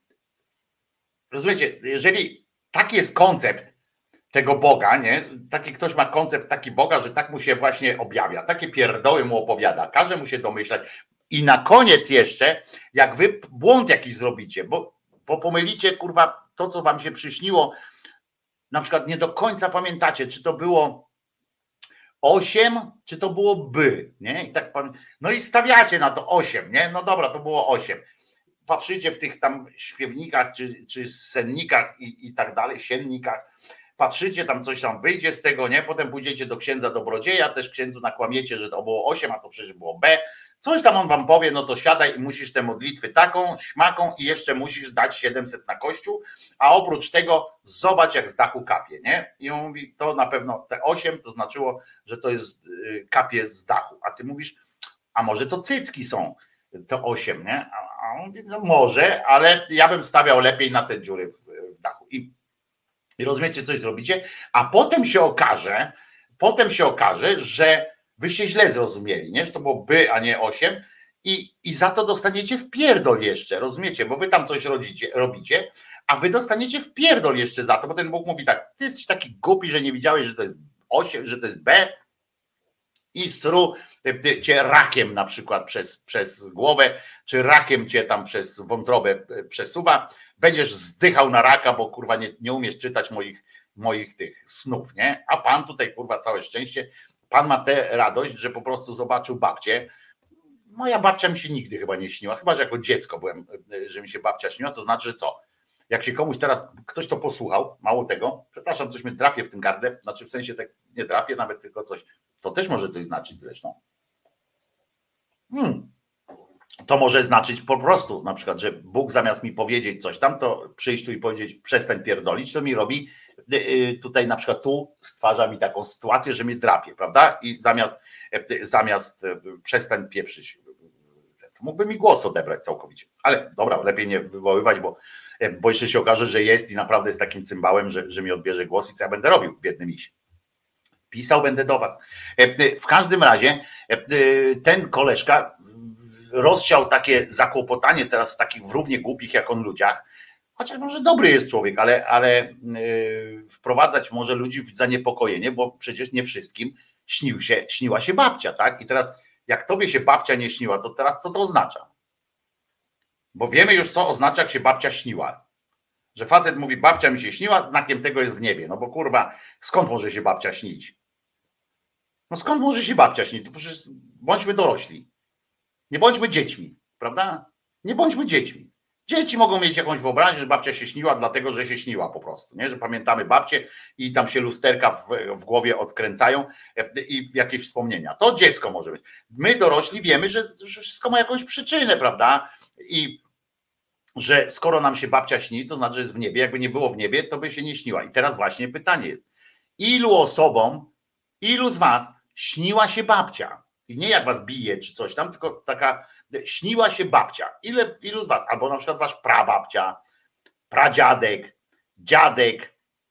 [SPEAKER 2] Rozumiecie, jeżeli taki jest koncept tego Boga, nie? Taki ktoś ma koncept taki Boga, że tak mu się właśnie objawia, takie pierdoły mu opowiada, każe mu się domyślać i na koniec jeszcze, jak wy błąd jakiś zrobicie, bo pomylicie, kurwa, to co wam się przyśniło, na przykład nie do końca pamiętacie, czy to było 8, czy to było by, nie? I tak no i stawiacie na to 8, nie? No dobra, to było 8. Patrzycie w tych tam śpiewnikach, czy sennikach i tak dalej, siennikach, patrzycie, tam coś tam wyjdzie z tego, nie? Potem pójdziecie do księdza dobrodzieja, też księdzu nakłamiecie, że to było 8, a to przecież było B. Coś tam on wam powie, no to siadaj i musisz te modlitwy taką, śmaką i jeszcze musisz dać 700 na kościół, a oprócz tego zobacz jak z dachu kapie, nie? I on mówi, to na pewno te 8 to znaczyło, że to jest kapie z dachu, a ty mówisz, a może to cycki są, to 8, nie? A on mówi, no może, ale ja bym stawiał lepiej na te dziury w dachu. I rozumiecie, coś zrobicie, a potem się okaże, że wy się źle zrozumieli, nie? Że to było by, a nie 8 i za to dostaniecie w pierdol jeszcze, rozumiecie, bo wy tam coś robicie, a wy dostaniecie w pierdol jeszcze za to, bo ten Bóg mówi tak, ty jesteś taki głupi, że nie widziałeś, że to jest 8, że to jest B i sru cię rakiem na przykład przez głowę, czy rakiem cię tam przez wątrobę przesuwa, będziesz zdychał na raka, bo kurwa nie umiesz czytać moich tych snów, nie? A pan tutaj kurwa całe szczęście, pan ma tę radość, że po prostu zobaczył babcię. Moja babcia mi się nigdy chyba nie śniła, chyba że jako dziecko byłem, że mi się babcia śniła, to znaczy, że co? Jak się komuś teraz, ktoś to posłuchał, mało tego, przepraszam, coś mnie drapie w tym gardle, znaczy w sensie tak nie drapie, nawet tylko coś, to też może coś znaczyć zresztą. to może znaczyć po prostu, na przykład, że Bóg zamiast mi powiedzieć coś tam, to przyjść tu i powiedzieć przestań pierdolić, to mi robi tutaj na przykład tu stwarza mi taką sytuację, że mnie drapie, prawda? I zamiast przestań pieprzyć, to mógłby mi głos odebrać całkowicie. Ale dobra, lepiej nie wywoływać, bo jeszcze się okaże, że jest i naprawdę jest takim cymbałem, że mi odbierze głos i co ja będę robił, biedny miś. Pisał będę do was. W każdym razie ten koleżka rozsiał takie zakłopotanie teraz w takich równie głupich jak on ludziach, chociaż może dobry jest człowiek, ale wprowadzać może ludzi w zaniepokojenie, bo przecież nie wszystkim śniła się babcia, tak? I teraz jak tobie się babcia nie śniła, to teraz co to oznacza? Bo wiemy już, co oznacza, jak się babcia śniła. Że facet mówi, babcia mi się śniła, znakiem tego jest w niebie. No bo kurwa, skąd może się babcia śnić? No skąd może się babcia śnić? To przecież bądźmy dorośli. Nie bądźmy dziećmi, prawda? Nie bądźmy dziećmi. Dzieci mogą mieć jakąś wyobraźnię, że babcia się śniła, dlatego że się śniła po prostu, nie? Że pamiętamy babcię i tam się lusterka w głowie odkręcają i jakieś wspomnienia. To dziecko może być. My dorośli wiemy, że wszystko ma jakąś przyczynę, prawda? I że skoro nam się babcia śni, to znaczy, że jest w niebie. Jakby nie było w niebie, to by się nie śniła. I teraz właśnie pytanie jest, ilu z was śniła się babcia? I nie jak was bije czy coś tam, tylko taka śniła się babcia. Ilu z was? Albo na przykład wasz prababcia, pradziadek, dziadek,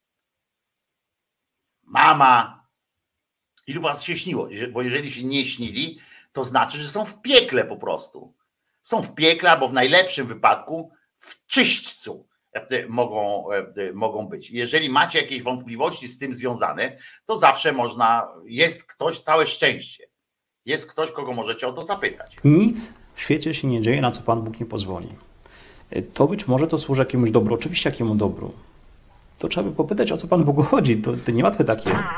[SPEAKER 2] mama. Ilu was się śniło? Bo jeżeli się nie śnili, to znaczy, że są w piekle po prostu. Są w piekle, albo w najlepszym wypadku w czyśćcu mogą być. Jeżeli macie jakieś wątpliwości z tym związane, to zawsze jest ktoś, całe szczęście. Jest ktoś, kogo możecie o to zapytać.
[SPEAKER 8] Nic w świecie się nie dzieje, na co Pan Bóg nie pozwoli. To być może to służy jakiemuś dobru, oczywiście jakiemu dobru. To trzeba by popytać, o co Pan Bogu chodzi. To niełatwe tak jest.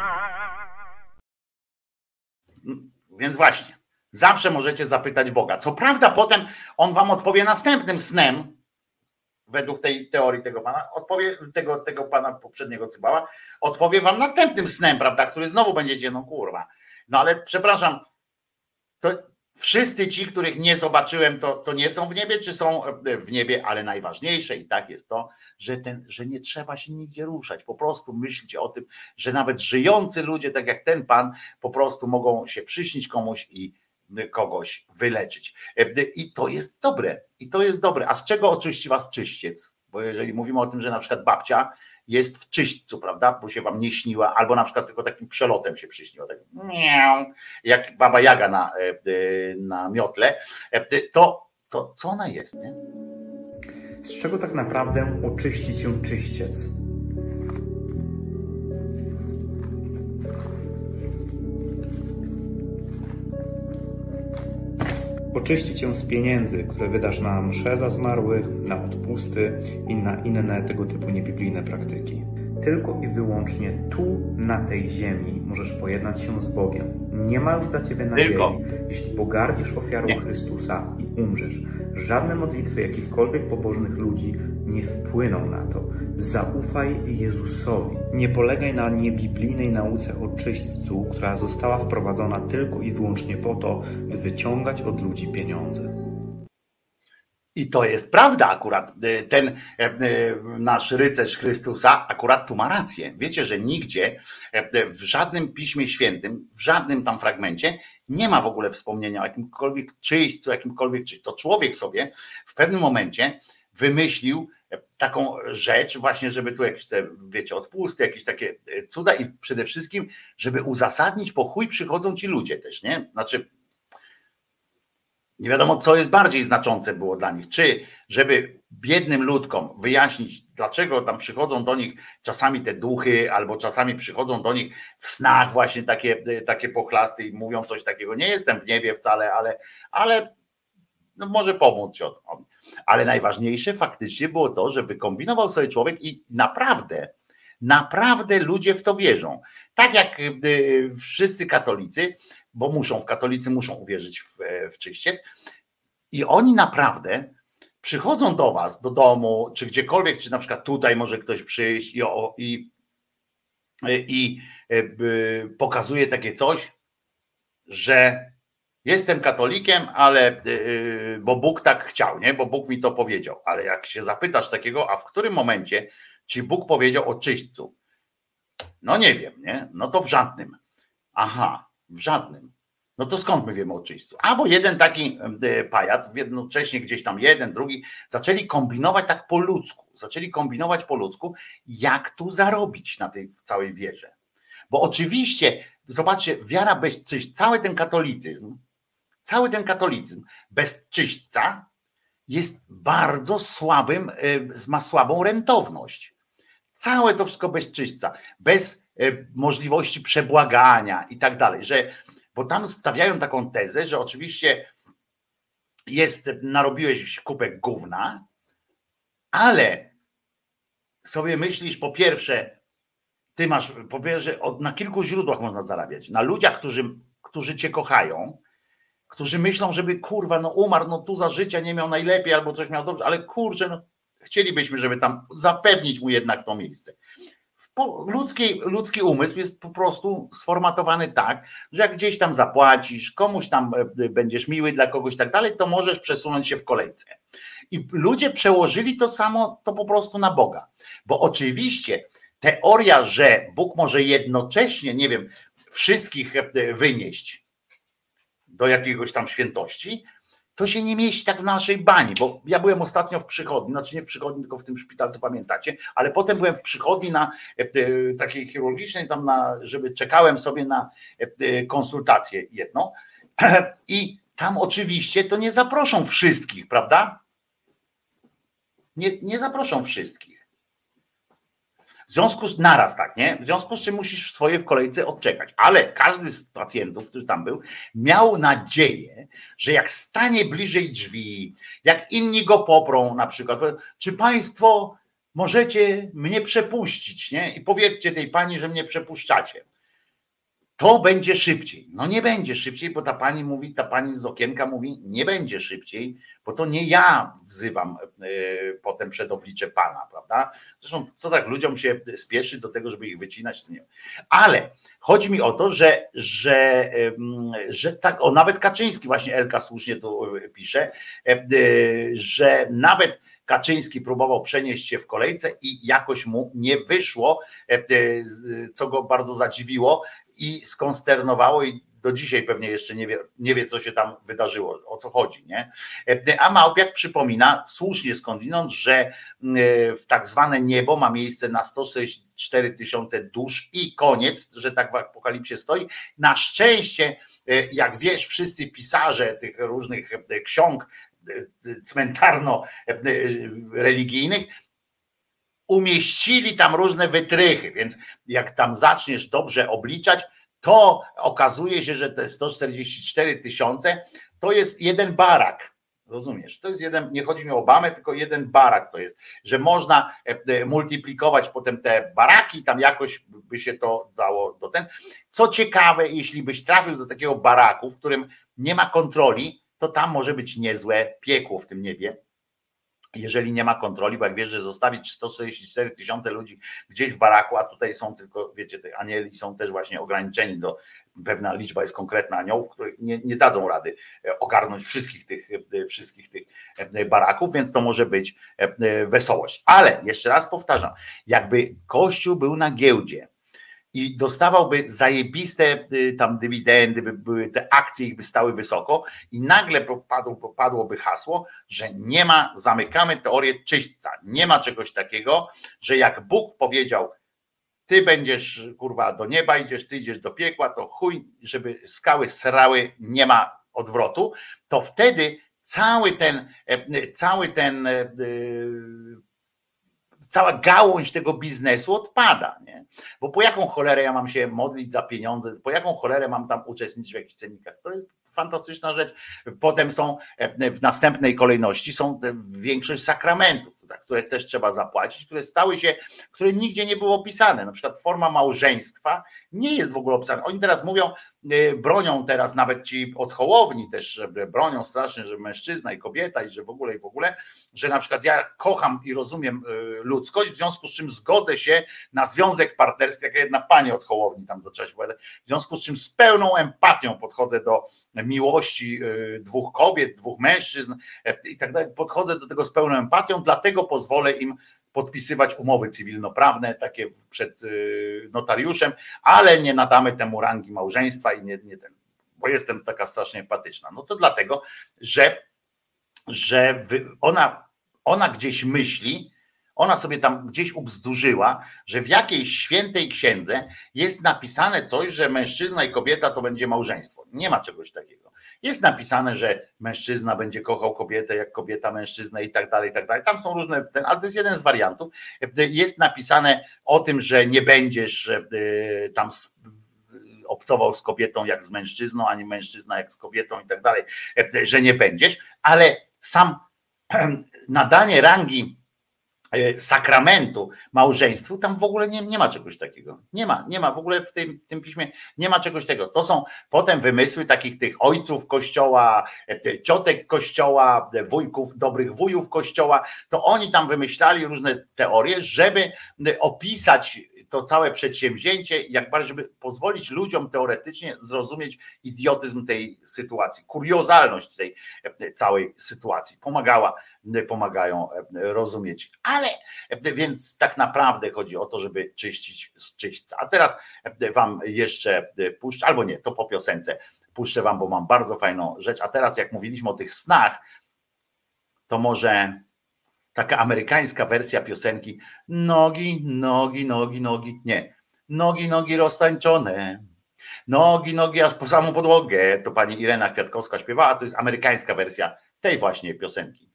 [SPEAKER 2] Więc właśnie, zawsze możecie zapytać Boga. Co prawda potem On wam odpowie następnym snem, według tej teorii tego pana, tego pana poprzedniego cybała, odpowie wam następnym snem, prawda, który znowu będziecie, no kurwa. No ale przepraszam, to wszyscy ci, których nie zobaczyłem, to nie są w niebie, czy są w niebie, ale najważniejsze i tak jest to, że nie trzeba się nigdzie ruszać. Po prostu myślcie o tym, że nawet żyjący ludzie, tak jak ten pan, po prostu mogą się przyśnić komuś i kogoś wyleczyć. I to jest dobre. I to jest dobre. A z czego oczyści was czyściec? Bo jeżeli mówimy o tym, że na przykład babcia jest w czyśćcu, prawda? Bo się wam nie śniła, albo na przykład tylko takim przelotem się przyśniła, tak miau, jak baba Jaga na miotle, to co ona jest, nie?
[SPEAKER 9] Z czego tak naprawdę oczyści cię czyściec? Oczyści cię z pieniędzy, które wydasz na msze za zmarłych, na odpusty i na inne tego typu niebiblijne praktyki. Tylko i wyłącznie tu, na tej ziemi, możesz pojednać się z Bogiem. Nie ma już dla ciebie nadziei, jeśli pogardzisz ofiarą Chrystusa i umrzesz. Żadne modlitwy jakichkolwiek pobożnych ludzi nie wpłyną na to. Zaufaj Jezusowi. Nie polegaj na niebiblijnej nauce o czyśćcu, która została wprowadzona tylko i wyłącznie po to, by wyciągać od ludzi pieniądze.
[SPEAKER 2] I to jest prawda akurat. Ten nasz rycerz Chrystusa akurat tu ma rację. Wiecie, że nigdzie w żadnym Piśmie Świętym, w żadnym tam fragmencie nie ma w ogóle wspomnienia o jakimkolwiek czyśćcu, jakimkolwiek czyśćcu. To człowiek sobie w pewnym momencie wymyślił taką rzecz właśnie, żeby tu jakieś te, wiecie, odpusty, jakieś takie cuda i przede wszystkim, żeby uzasadnić, po chuj przychodzą ci ludzie też, nie? Znaczy, nie wiadomo, co jest bardziej znaczące było dla nich. Czy żeby biednym ludkom wyjaśnić, dlaczego tam przychodzą do nich czasami te duchy, albo czasami przychodzą do nich w snach właśnie takie pochlasty i mówią coś takiego. Nie jestem w niebie wcale, ale no może pomóc ci od. Ale najważniejsze faktycznie było to, że wykombinował sobie człowiek i naprawdę ludzie w to wierzą. Tak jak wszyscy katolicy, bo katolicy muszą uwierzyć w czyściec i oni naprawdę przychodzą do was, do domu, czy gdziekolwiek, czy na przykład tutaj może ktoś przyjść i pokazuje takie coś, że Jestem katolikiem, ale bo Bóg tak chciał, nie? Bo Bóg mi to powiedział. Ale jak się zapytasz takiego, a w którym momencie ci Bóg powiedział o czyśćcu? No nie wiem, nie? No to w żadnym. Aha, w żadnym. No to skąd my wiemy o czyśćcu? A bo jeden taki pajac, jednocześnie gdzieś tam jeden, drugi, zaczęli kombinować tak po ludzku. Zaczęli kombinować po ludzku, jak tu zarobić na tej całej wierze. Bo oczywiście, zobaczcie, wiara bez czyśćca, cały ten katolicyzm bez czyśćca jest bardzo słabym, ma słabą rentowność. Całe to wszystko bez czyśćca, bez możliwości przebłagania i tak dalej, bo tam stawiają taką tezę, że oczywiście narobiłeś kupę gówna, ale sobie myślisz, po pierwsze, na kilku źródłach można zarabiać. Na ludziach, którzy cię kochają, którzy myślą, żeby kurwa, no umarł, no tu za życia nie miał najlepiej albo coś miał dobrze, ale kurczę, no, chcielibyśmy, żeby tam zapewnić mu jednak to miejsce. Ludzki umysł jest po prostu sformatowany tak, że jak gdzieś tam zapłacisz, komuś tam będziesz miły dla kogoś i tak dalej, to możesz przesunąć się w kolejce. I ludzie przełożyli to samo, to po prostu na Boga. Bo oczywiście teoria, że Bóg może jednocześnie, nie wiem, wszystkich wynieść do jakiegoś tam świętości, to się nie mieści tak w naszej bani, bo ja byłem ostatnio w przychodni, znaczy nie w przychodni, tylko w tym szpitalu, to pamiętacie, ale potem byłem w przychodni na takiej chirurgicznej, tam żeby czekałem sobie na konsultację jedną i tam oczywiście to nie zaproszą wszystkich, prawda? Nie zaproszą wszystkich. W związku z naraz tak, nie? W związku z czym musisz swoje w kolejce odczekać. Ale każdy z pacjentów, który tam był, miał nadzieję, że jak stanie bliżej drzwi, jak inni go poprą na przykład, czy państwo możecie mnie przepuścić, nie? I powiedzcie tej pani, że mnie przepuszczacie. To będzie szybciej. No nie będzie szybciej, bo ta pani z okienka mówi, nie będzie szybciej, bo to nie ja wzywam potem przed oblicze Pana, prawda? Zresztą co tak ludziom się spieszy do tego, żeby ich wycinać, to nie. Ale chodzi mi o to, że tak, nawet Kaczyński, właśnie Elka słusznie to pisze, że nawet Kaczyński próbował przenieść się w kolejce i jakoś mu nie wyszło, co go bardzo zadziwiło i skonsternowało i do dzisiaj pewnie jeszcze nie wie, co się tam wydarzyło, o co chodzi, nie? A Małpiak przypomina, słusznie skądinąd, że w tak zwane niebo ma miejsce na 164 000 dusz i koniec, że tak w apokalipsie stoi. Na szczęście, jak wiesz, wszyscy pisarze tych różnych ksiąg cmentarno-religijnych umieścili tam różne wytrychy, więc jak tam zaczniesz dobrze obliczać, to okazuje się, że te 144 000 to jest jeden barak. Rozumiesz? To jest nie chodzi mi o Obamę, tylko jeden barak to jest, że można multiplikować potem te baraki, tam jakoś by się to dało do ten. Co ciekawe, jeśli byś trafił do takiego baraku, w którym nie ma kontroli, to tam może być niezłe piekło w tym niebie. Jeżeli nie ma kontroli, bo jak wiesz, że zostawić 144 000 ludzi gdzieś w baraku, a tutaj są tylko, wiecie, te anieli są też właśnie ograniczeni pewna liczba jest konkretna aniołów, które nie dadzą rady ogarnąć wszystkich tych baraków, więc to może być wesołość. Ale jeszcze raz powtarzam, jakby Kościół był na giełdzie i dostawałby zajebiste tam dywidendy, były te akcje, ich by stały wysoko i nagle padłoby hasło, że nie ma, zamykamy teorię czyśćca. Nie ma czegoś takiego, że jak Bóg powiedział, ty będziesz kurwa do nieba idziesz, ty idziesz do piekła, to chuj, żeby skały srały, nie ma odwrotu, to wtedy cała gałąź tego biznesu odpada, nie? Bo po jaką cholerę ja mam się modlić za pieniądze, po jaką cholerę mam tam uczestniczyć w jakichś cennikach? To jest fantastyczna rzecz. Potem są w następnej kolejności są większość sakramentów, za które też trzeba zapłacić, które stały się, które nigdzie nie było opisane. Na przykład forma małżeństwa nie jest w ogóle opisane. Oni teraz mówią, bronią teraz nawet ci od Hołowni też bronią strasznie, że mężczyzna i kobieta i że w ogóle, że na przykład ja kocham i rozumiem ludzkość, w związku z czym zgodzę się na związek partnerski, jak jedna pani od Hołowni tam zaczęła się powiedzieć, w związku z czym z pełną empatią podchodzę do miłości dwóch kobiet, dwóch mężczyzn i tak dalej, podchodzę do tego z pełną empatią, dlatego pozwolę im podpisywać umowy cywilnoprawne takie przed notariuszem, ale nie nadamy temu rangi małżeństwa i nie ten, bo jestem taka strasznie empatyczna. No to dlatego, że ona gdzieś myśli, ona sobie tam gdzieś ubzdurzyła, że w jakiejś świętej księdze jest napisane coś, że mężczyzna i kobieta to będzie małżeństwo. Nie ma czegoś takiego. Jest napisane, że mężczyzna będzie kochał kobietę, jak kobieta mężczyznę i tak dalej, i tak dalej. Tam są różne, ale to jest jeden z wariantów. Jest napisane o tym, że nie będziesz tam obcował z kobietą jak z mężczyzną, ani mężczyzna jak z kobietą i tak dalej, że nie będziesz, ale sam nadanie rangi sakramentu małżeństwu, tam w ogóle nie ma czegoś takiego. Nie ma w ogóle w tym piśmie, nie ma czegoś takiego. To są potem wymysły takich tych ojców kościoła, ciotek kościoła, wujków, dobrych wujów kościoła, to oni tam wymyślali różne teorie, żeby opisać to całe przedsięwzięcie, jak bardziej, żeby pozwolić ludziom teoretycznie zrozumieć idiotyzm tej sytuacji, kuriozalność tej całej sytuacji. Pomagają rozumieć. Ale więc tak naprawdę chodzi o to, żeby czyścić z czyśćca. A teraz wam jeszcze puszczę, albo nie, to po piosence puszczę wam, bo mam bardzo fajną rzecz. A teraz jak mówiliśmy o tych snach, to może taka amerykańska wersja piosenki nogi, nogi, nogi, nogi, nie, nogi, nogi roztańczone, nogi, nogi aż po samą podłogę, to pani Irena Kwiatkowska śpiewała, to jest amerykańska wersja tej właśnie piosenki.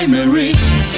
[SPEAKER 3] primary.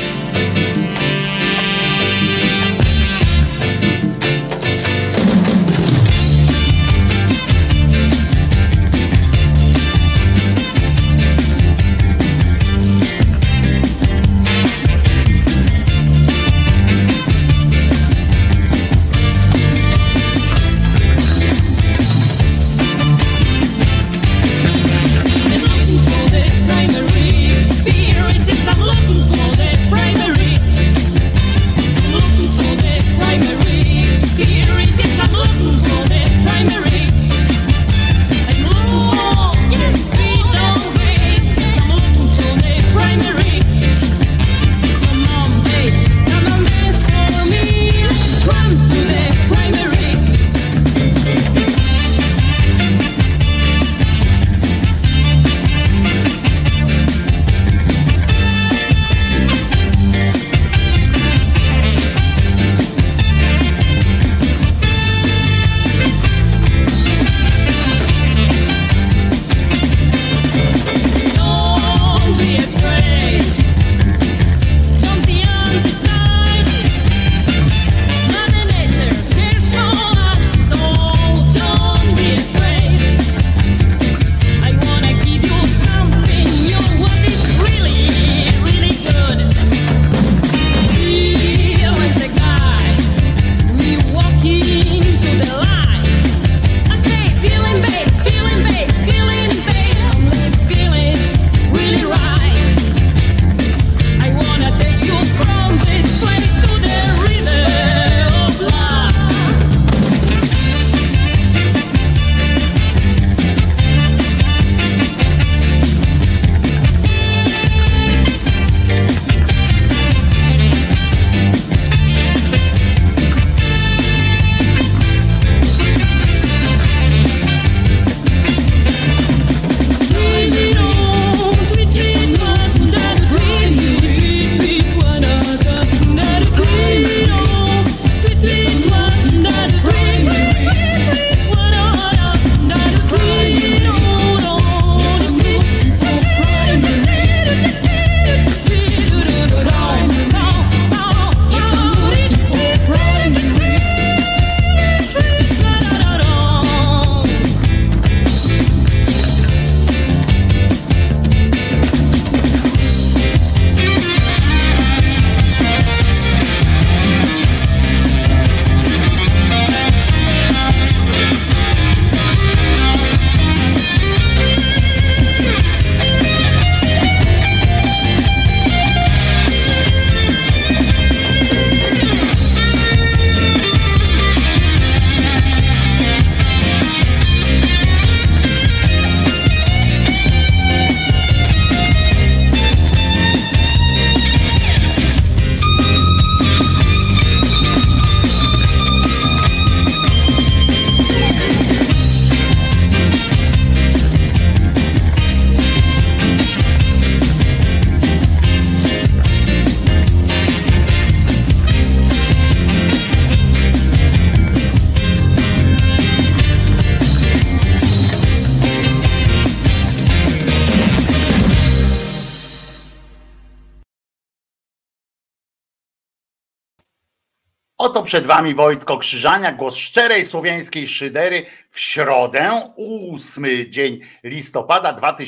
[SPEAKER 2] Oto przed wami Wojtko Krzyżaniak, głos szczerej słowiańskiej szydery w środę, 8 dzień listopada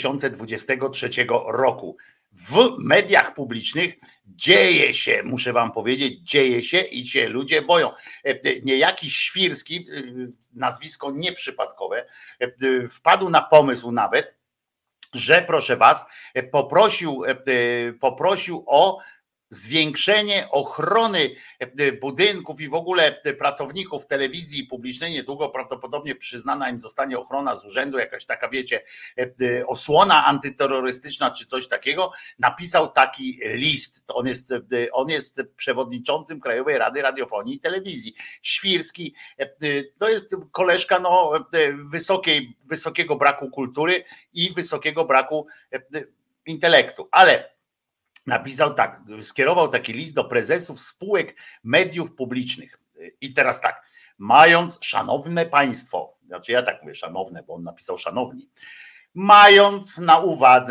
[SPEAKER 2] 2023 roku. W mediach publicznych dzieje się, muszę wam powiedzieć, dzieje się i się ludzie boją. Niejaki Świrski, nazwisko nieprzypadkowe, wpadł na pomysł nawet, że proszę was, poprosił o zwiększenie ochrony budynków i w ogóle pracowników telewizji publicznej. Niedługo prawdopodobnie przyznana im zostanie ochrona z urzędu, jakaś taka, wiecie, osłona antyterrorystyczna czy coś takiego. Napisał taki list. On jest przewodniczącym Krajowej Rady Radiofonii i Telewizji. Świrski to jest koleżka wysokiego braku kultury i wysokiego braku intelektu, ale napisał tak, skierował taki list do prezesów spółek mediów publicznych. I teraz tak, mając, szanowne państwo, znaczy ja tak mówię szanowne, bo on napisał szanowni, mając na uwadze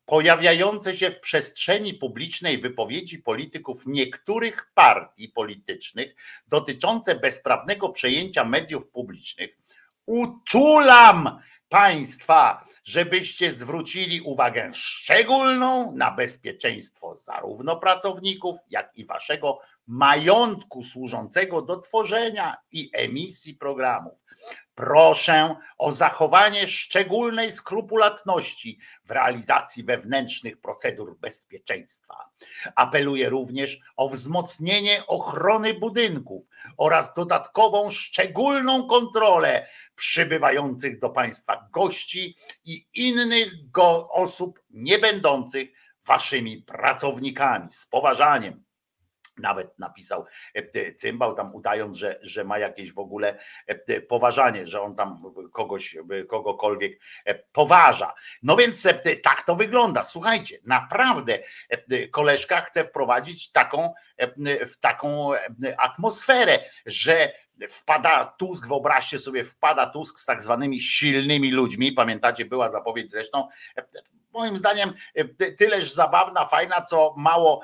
[SPEAKER 2] pojawiające się w przestrzeni publicznej wypowiedzi polityków niektórych partii politycznych dotyczące bezprawnego przejęcia mediów publicznych, uczulam Państwa, żebyście zwrócili uwagę szczególną na bezpieczeństwo zarówno pracowników, jak i waszego majątku służącego do tworzenia i emisji programów. Proszę o zachowanie szczególnej skrupulatności w realizacji wewnętrznych procedur bezpieczeństwa. Apeluję również o wzmocnienie ochrony budynków oraz dodatkową szczególną kontrolę przybywających do państwa gości i innych osób nie będących waszymi pracownikami. Z poważaniem. Nawet napisał Cymbał tam udając, że ma jakieś w ogóle poważanie, że on tam kogokolwiek poważa. No więc tak to wygląda. Słuchajcie, naprawdę koleżka chce wprowadzić taką atmosferę, że wpada Tusk, wyobraźcie sobie, wpada Tusk z tak zwanymi silnymi ludźmi. Pamiętacie, była zapowiedź zresztą, moim zdaniem tyleż zabawna, fajna, co mało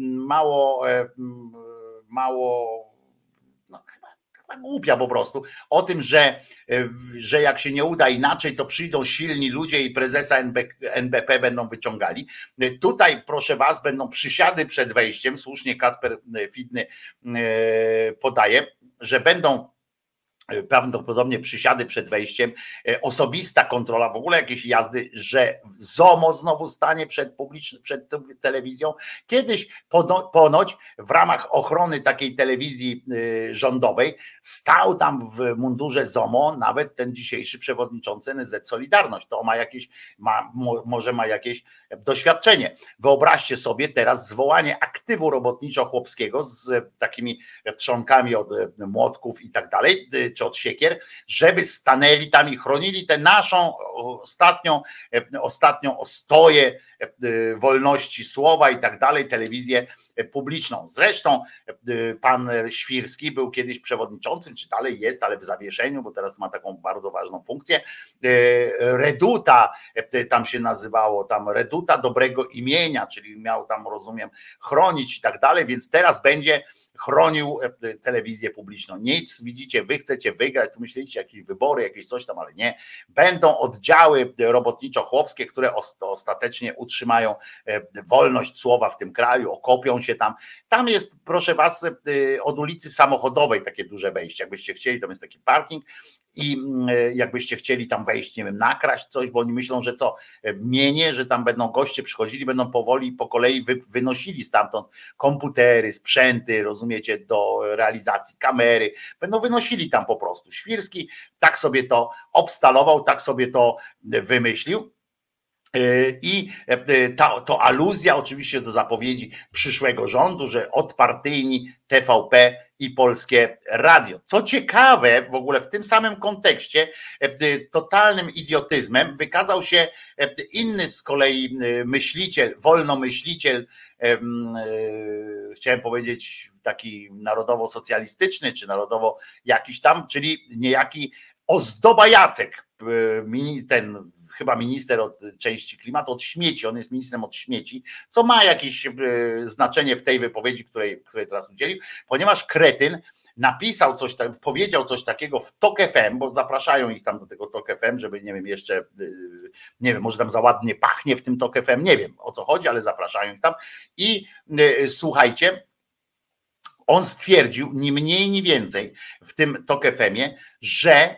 [SPEAKER 2] no chyba głupia po prostu, o tym, że jak się nie uda inaczej, to przyjdą silni ludzie i prezesa NBP będą wyciągali. Tutaj, proszę was, będą przysiady przed wejściem, słusznie Kacper Fidny podaje, że będą prawdopodobnie przysiady przed wejściem, osobista kontrola, w ogóle jakieś jazdy, że ZOMO znowu stanie przed telewizją. Kiedyś ponoć w ramach ochrony takiej telewizji rządowej stał tam w mundurze ZOMO nawet ten dzisiejszy przewodniczący NSZZ Solidarność. To może ma jakieś doświadczenie. Wyobraźcie sobie teraz zwołanie aktywu robotniczo-chłopskiego z takimi trzonkami od młotków i tak dalej, czy od siekier, żeby stanęli tam i chronili tę naszą ostatnią ostoję wolności słowa i tak dalej, telewizję publiczną. Zresztą pan Świrski był kiedyś przewodniczącym, czy dalej jest, ale w zawieszeniu, bo teraz ma taką bardzo ważną funkcję. Reduta, tam się nazywało, tam Reduta dobrego imienia, czyli miał tam, rozumiem, chronić i tak dalej, więc teraz będzie chronił telewizję publiczną. Nic, widzicie, wy chcecie wygrać, tu myślicie jakieś wybory, jakieś coś tam, ale nie. Będą oddziały robotniczo-chłopskie, które ostatecznie utrzymają wolność słowa w tym kraju, okopią się tam. Tam jest, proszę was, od ulicy Samochodowej takie duże wejście. Jakbyście chcieli, tam jest taki parking i jakbyście chcieli tam wejść, nie wiem, nakraść coś, bo oni myślą, że co, mienie, że tam będą goście przychodzili, będą powoli po kolei wynosili stamtąd komputery, sprzęty, rozumiecie, do realizacji, kamery, będą wynosili tam po prostu. Świrski tak sobie to obstalował, tak sobie to wymyślił. I to aluzja oczywiście do zapowiedzi przyszłego rządu, że odpartyjni TVP i Polskie Radio. Co ciekawe, w ogóle w tym samym kontekście totalnym idiotyzmem wykazał się inny z kolei myśliciel, wolnomyśliciel, chciałem powiedzieć taki narodowo-socjalistyczny, czy narodowo jakiś tam, czyli niejaki Ozdoba Jacek, ten chyba minister od części klimatu, od śmieci, on jest ministrem od śmieci, co ma jakieś znaczenie w tej wypowiedzi, której teraz udzielił, ponieważ kretyn napisał coś, powiedział coś takiego w TOK FM, bo zapraszają ich tam do tego TOK FM, żeby nie wiem, jeszcze, nie wiem, może tam za ładnie pachnie w tym TOK FM, nie wiem o co chodzi, ale zapraszają ich tam i słuchajcie, on stwierdził, ni mniej, ni więcej w tym TOK FM-ie, że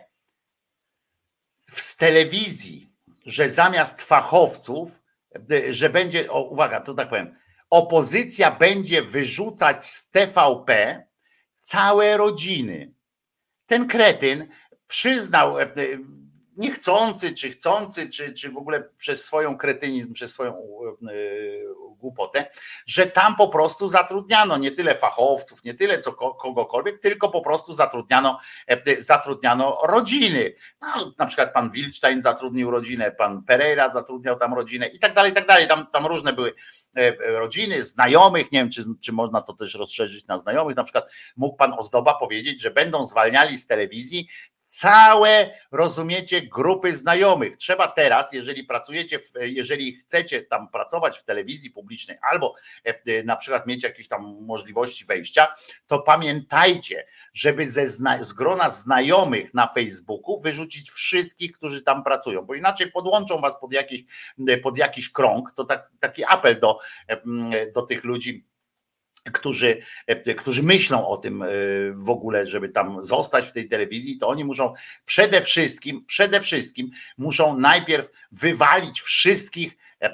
[SPEAKER 2] w telewizji, że zamiast fachowców, że będzie, uwaga, to tak powiem, opozycja będzie wyrzucać z TVP całe rodziny. Ten kretyn przyznał, niechcący, czy chcący, czy w ogóle przez swoją kretynizm, przez swoją głupotę, że tam po prostu zatrudniano nie tyle fachowców, nie tyle co kogokolwiek, tylko po prostu zatrudniano rodziny. No, na przykład pan Wilczstein zatrudnił rodzinę, pan Pereira zatrudniał tam rodzinę i tak dalej, i tak dalej. Tam różne były rodziny, znajomych, nie wiem, czy można to też rozszerzyć na znajomych. Na przykład mógł pan Ozdoba powiedzieć, że będą zwalniali z telewizji całe, rozumiecie, grupy znajomych. Trzeba teraz, jeżeli pracujecie, jeżeli chcecie tam pracować w telewizji publicznej albo na przykład mieć jakieś tam możliwości wejścia, to pamiętajcie, żeby z grona znajomych na Facebooku wyrzucić wszystkich, którzy tam pracują, bo inaczej podłączą was pod jakiś krąg. To taki apel do tych ludzi, którzy myślą o tym w ogóle, żeby tam zostać w tej telewizji, to oni muszą przede wszystkim muszą najpierw wywalić wszystkich,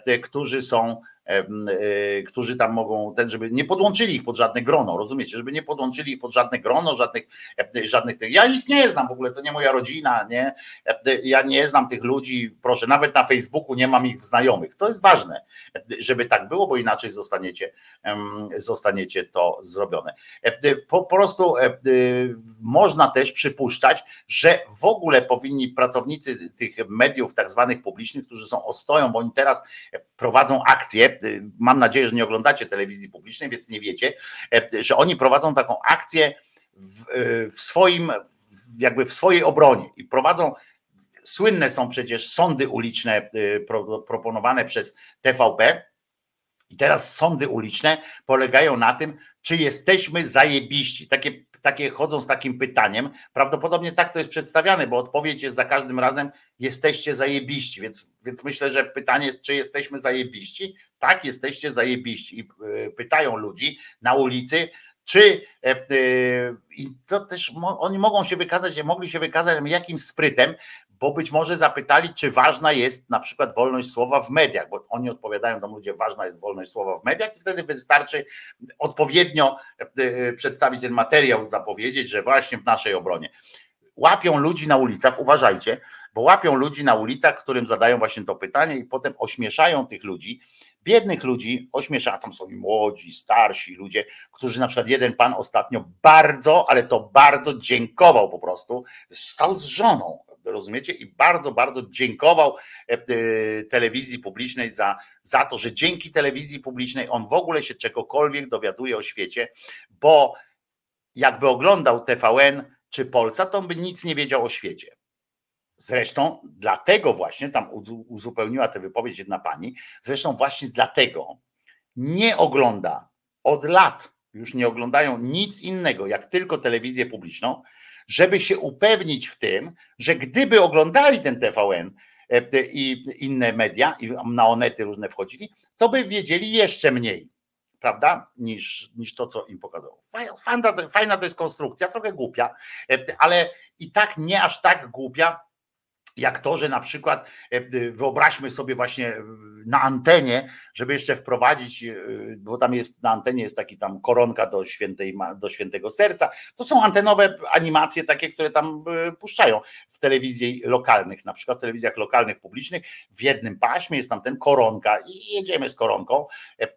[SPEAKER 2] którzy tam mogą, żeby nie podłączyli ich pod żadne grono, rozumiecie, żeby nie podłączyli ich pod żadne grono, żadnych tych. Ja ich nie znam w ogóle, to nie moja rodzina, nie? Ja nie znam tych ludzi, proszę, nawet na Facebooku nie mam ich znajomych. To jest ważne, żeby tak było, bo inaczej zostaniecie to zrobione. Po prostu można też przypuszczać, że w ogóle powinni pracownicy tych mediów tak zwanych publicznych, którzy są ostoją, bo oni teraz prowadzą akcję. Mam nadzieję, że nie oglądacie telewizji publicznej, więc nie wiecie, że oni prowadzą taką akcję w swojej obronie i prowadzą, słynne są przecież sądy uliczne proponowane przez TVP i teraz sądy uliczne polegają na tym, czy jesteśmy zajebiści. Takie chodzą z takim pytaniem, prawdopodobnie tak to jest przedstawiane, bo odpowiedź jest za każdym razem jesteście zajebiści, więc myślę, że pytanie jest, czy jesteśmy zajebiści? Tak, jesteście zajebiści. I pytają ludzi na ulicy, czy i to też oni mogli się wykazać jakimś sprytem, bo być może zapytali, czy ważna jest na przykład wolność słowa w mediach, bo oni odpowiadają tam ludzie, ważna jest wolność słowa w mediach i wtedy wystarczy odpowiednio przedstawić ten materiał, zapowiedzieć, że właśnie w naszej obronie. Łapią ludzi na ulicach, uważajcie, bo łapią ludzi na ulicach, którym zadają właśnie to pytanie i potem ośmieszają tych ludzi, biednych ludzi, ośmieszają, tam są i młodzi, starsi ludzie, którzy na przykład jeden pan ostatnio bardzo, ale to bardzo dziękował po prostu, stał z żoną, rozumiecie? I bardzo, bardzo dziękował telewizji publicznej za to, że dzięki telewizji publicznej on w ogóle się czegokolwiek dowiaduje o świecie, bo jakby oglądał TVN czy Polsat, to on by nic nie wiedział o świecie. Zresztą dlatego właśnie, tam uzupełniła tę wypowiedź jedna pani, zresztą właśnie dlatego nie ogląda od lat, już nie oglądają nic innego, jak tylko telewizję publiczną, żeby się upewnić w tym, że gdyby oglądali ten TVN i inne media, i na Onety różne wchodzili, to by wiedzieli jeszcze mniej, prawda, niż to, co im pokazało. Fajna to jest konstrukcja, trochę głupia, ale i tak nie aż tak głupia, jak to, że na przykład wyobraźmy sobie właśnie na antenie, żeby jeszcze wprowadzić, bo tam jest na antenie jest taki tam koronka do Świętego Serca. To są antenowe animacje takie, które tam puszczają w telewizji lokalnych, na przykład w telewizjach lokalnych publicznych. W jednym paśmie jest tam ten koronka i jedziemy z koronką.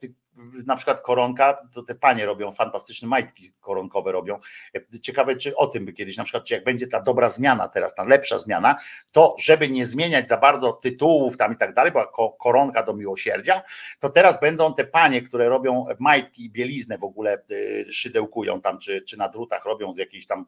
[SPEAKER 2] Na przykład koronka, to te panie robią fantastyczne majtki koronkowe robią. Ciekawe, czy o tym by kiedyś, na przykład, czy jak będzie ta dobra zmiana teraz, ta lepsza zmiana, to żeby nie zmieniać za bardzo tytułów tam i tak dalej, bo koronka do miłosierdzia, to teraz będą te panie, które robią majtki i bieliznę w ogóle szydełkują tam, czy na drutach robią z jakichś tam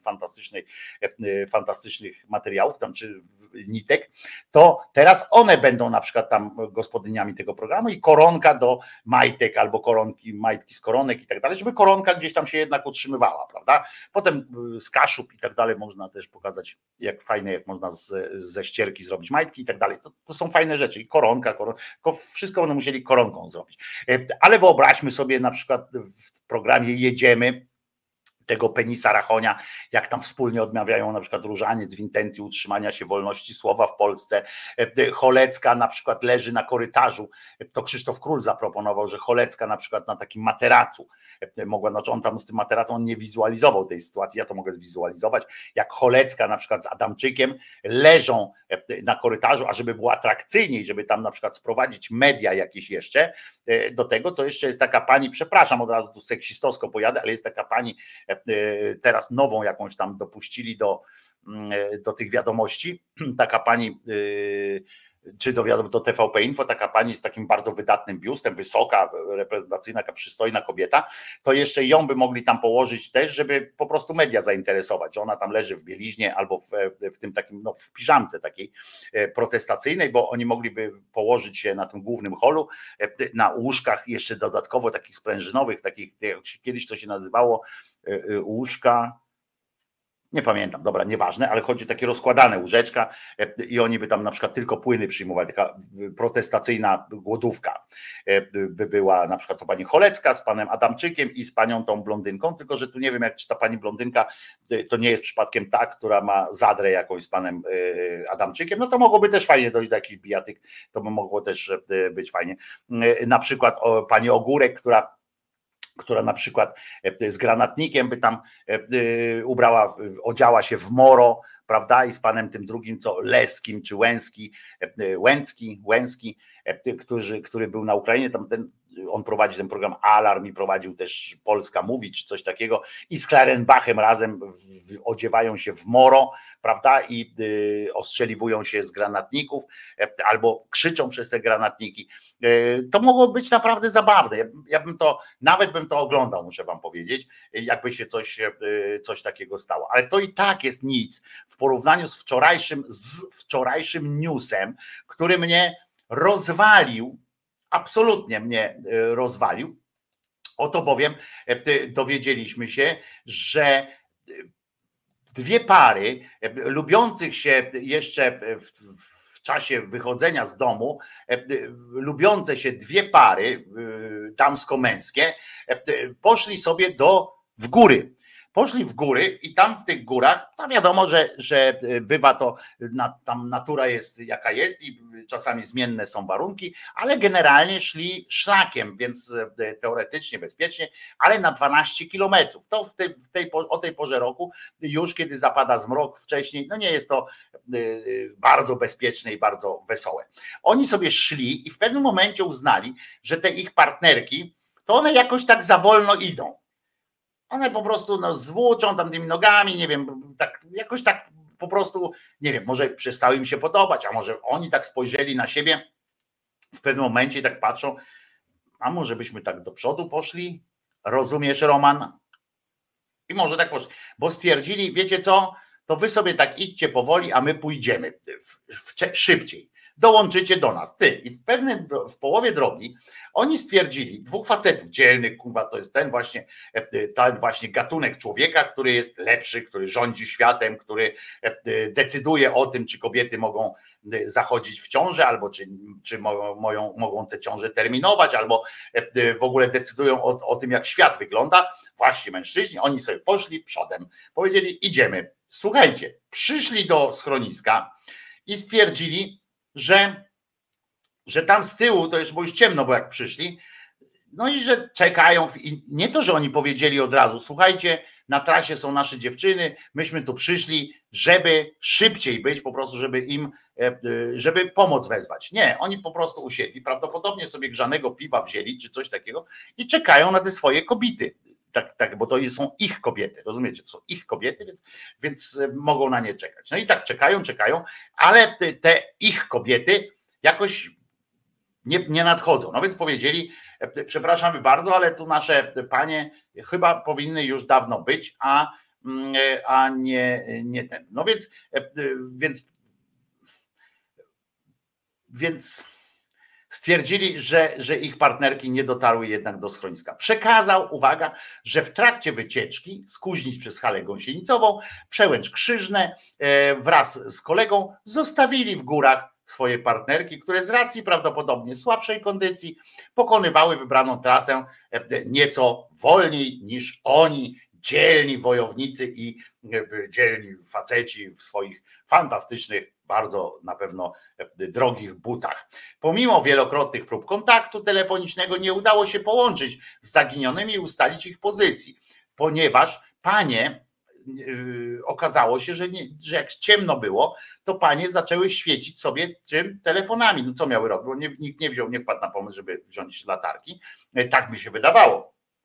[SPEAKER 2] fantastycznych materiałów, tam czy nitek, to teraz one będą na przykład tam gospodyniami tego programu i koronka do majtek albo koronki, majtki z koronek i tak dalej, żeby koronka gdzieś tam się jednak utrzymywała, prawda? Potem z kaszub i tak dalej można też pokazać, jak fajne, jak można ze ścierki zrobić majtki i tak dalej. To są fajne rzeczy i koronka, wszystko będą musieli koronką zrobić. Ale wyobraźmy sobie na przykład w programie Jedziemy tego Penisa Rachonia, jak tam wspólnie odmawiają na przykład różaniec w intencji utrzymania się wolności słowa w Polsce. Cholecka na przykład leży na korytarzu, to Krzysztof Król zaproponował, że Cholecka na przykład na takim materacu mogła, znaczy on tam z tym materacą on nie wizualizował tej sytuacji, ja to mogę zwizualizować, jak Cholecka na przykład z Adamczykiem leżą na korytarzu, a żeby było atrakcyjniej, żeby tam na przykład sprowadzić media jakieś jeszcze do tego, to jeszcze jest taka pani, przepraszam, od razu tu seksistowsko pojadę, ale jest taka pani, teraz nową jakąś tam dopuścili do tych wiadomości, taka pani czy do TVP Info, taka pani z takim bardzo wydatnym biustem, wysoka, reprezentacyjna, taka przystojna kobieta, to jeszcze ją by mogli tam położyć też, żeby po prostu media zainteresować, że ona tam leży w bieliźnie albo w tym takim, no w piżamce takiej protestacyjnej, bo oni mogliby położyć się na tym głównym holu, na łóżkach jeszcze dodatkowo takich sprężynowych, takich, kiedyś to się nazywało łóżka, nie pamiętam, dobra, nieważne, ale chodzi o takie rozkładane łóżeczka i oni by tam na przykład tylko płyny przyjmowali, taka protestacyjna głodówka by była na przykład to pani Cholecka z panem Adamczykiem i z panią tą blondynką, tylko że tu nie wiem, jak czy ta pani blondynka to nie jest przypadkiem ta, która ma zadrę jakąś z panem Adamczykiem, no to mogłoby też fajnie dojść do jakichś bijatyk, to by mogło też być fajnie. Na przykład pani Ogórek, która na przykład z granatnikiem by tam ubrała, odziała się w moro, prawda, i z panem tym drugim, co Leskim czy Łęcki, który był na Ukrainie, tam on prowadzi ten program Alarm i prowadził też Polska Mówi czy coś takiego i z Klarenbachem razem odziewają się w moro, prawda, i ostrzeliwują się z granatników albo krzyczą przez te granatniki. To mogło być naprawdę zabawne. Ja bym to, nawet bym to oglądał, muszę wam powiedzieć, jakby się coś takiego stało. Ale to i tak jest nic w porównaniu z wczorajszym newsem, który mnie rozwalił, absolutnie mnie rozwalił. Oto bowiem dowiedzieliśmy się, że dwie pary lubiących się jeszcze w czasie wychodzenia z domu, lubiące się dwie pary damsko-męskie poszli sobie w góry. Poszli w góry i tam w tych górach, no wiadomo, że bywa to, tam natura jest jaka jest i czasami zmienne są warunki, ale generalnie szli szlakiem, więc teoretycznie bezpiecznie, ale na 12 kilometrów. To o tej porze roku, już kiedy zapada zmrok wcześniej, no nie jest to bardzo bezpieczne i bardzo wesołe. Oni sobie szli i w pewnym momencie uznali, że te ich partnerki, to one jakoś tak za wolno idą. One po prostu zwłóczą tam tymi nogami, nie wiem, tak jakoś tak po prostu, nie wiem, może przestało im się podobać, a może oni tak spojrzeli na siebie w pewnym momencie i tak patrzą, a może byśmy tak do przodu poszli? Rozumiesz, Roman? I może tak poszli, bo stwierdzili, wiecie co, to wy sobie tak idźcie powoli, a my pójdziemy szybciej. Dołączycie do nas, ty. I w połowie drogi oni stwierdzili, dwóch facetów dzielnych, kurwa, to jest ten właśnie gatunek człowieka, który jest lepszy, który rządzi światem, który decyduje o tym, czy kobiety mogą zachodzić w ciążę, albo czy mogą te ciąże terminować, albo w ogóle decydują o tym, jak świat wygląda. Właśnie mężczyźni, oni sobie poszli przodem, powiedzieli, idziemy. Słuchajcie, przyszli do schroniska i stwierdzili, że tam z tyłu to już, bo już ciemno, bo jak przyszli, no i że czekają, i nie to, że oni powiedzieli od razu, słuchajcie, na trasie są nasze dziewczyny, myśmy tu przyszli, żeby szybciej być, po prostu żeby pomoc wezwać. Nie, oni po prostu usiedli, prawdopodobnie sobie grzanego piwa wzięli, czy coś takiego i czekają na te swoje kobiety. Tak, bo to są ich kobiety, rozumiecie, to są ich kobiety, więc mogą na nie czekać. No i tak czekają, ale te ich kobiety jakoś nie nadchodzą. No więc powiedzieli, przepraszamy bardzo, ale tu nasze panie chyba powinny już dawno być, a nie ten. No więc stwierdzili, że ich partnerki nie dotarły jednak do schroniska. Przekazał, uwaga, że w trakcie wycieczki z Kuźnic przez Halę Gąsienicową, Przełęcz Krzyżne wraz z kolegą zostawili w górach swoje partnerki, które z racji prawdopodobnie słabszej kondycji pokonywały wybraną trasę nieco wolniej niż oni, dzielni wojownicy i dzielni faceci w swoich fantastycznych, bardzo na pewno drogich butach. Pomimo wielokrotnych prób kontaktu telefonicznego nie udało się połączyć z zaginionymi i ustalić ich pozycji, ponieważ panie, okazało się, że jak ciemno było, to panie zaczęły świecić sobie telefonami. No co miały robić? Bo nikt nie wpadł na pomysł, żeby wziąć latarki. Tak mi się wydawało.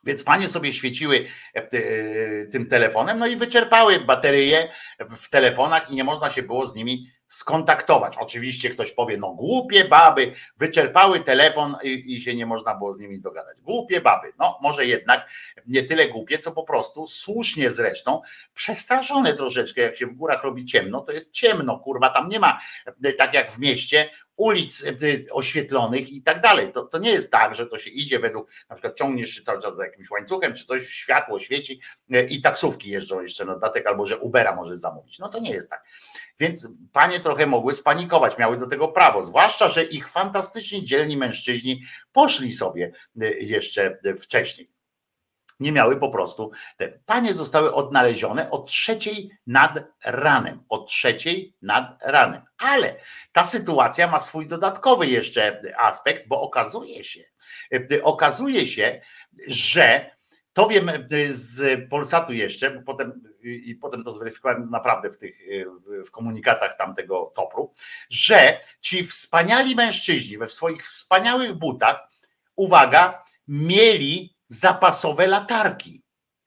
[SPEAKER 2] Więc panie sobie świeciły tym telefonem, no i wyczerpały baterie w telefonach i nie można się było z nimi skontaktować. Oczywiście ktoś powie, no głupie baby, wyczerpały telefon i się nie można było z nimi dogadać. Głupie baby, no może jednak nie tyle głupie, co po prostu słusznie zresztą, przestraszone troszeczkę, jak się w górach robi ciemno, to jest ciemno, kurwa, tam nie ma tak jak w mieście ulic oświetlonych i tak dalej. To nie jest tak, że to się idzie według, na przykład ciągniesz się cały czas za jakimś łańcuchem, czy coś, światło świeci i taksówki jeżdżą jeszcze na dodatek, albo że Ubera możesz zamówić. No to nie jest tak. Więc panie trochę mogły spanikować, miały do tego prawo, zwłaszcza, że ich fantastycznie dzielni mężczyźni poszli sobie jeszcze wcześniej. Nie miały po prostu. Te panie zostały odnalezione o 3:00 nad ranem. O 3:00 nad ranem. Ale ta sytuacja ma swój dodatkowy jeszcze aspekt, bo okazuje się, że to wiem z Polsatu jeszcze, bo potem to zweryfikowałem naprawdę w komunikatach tamtego TOPR-u, że ci wspaniali mężczyźni we swoich wspaniałych butach, uwaga, mieli zapasowe latarki.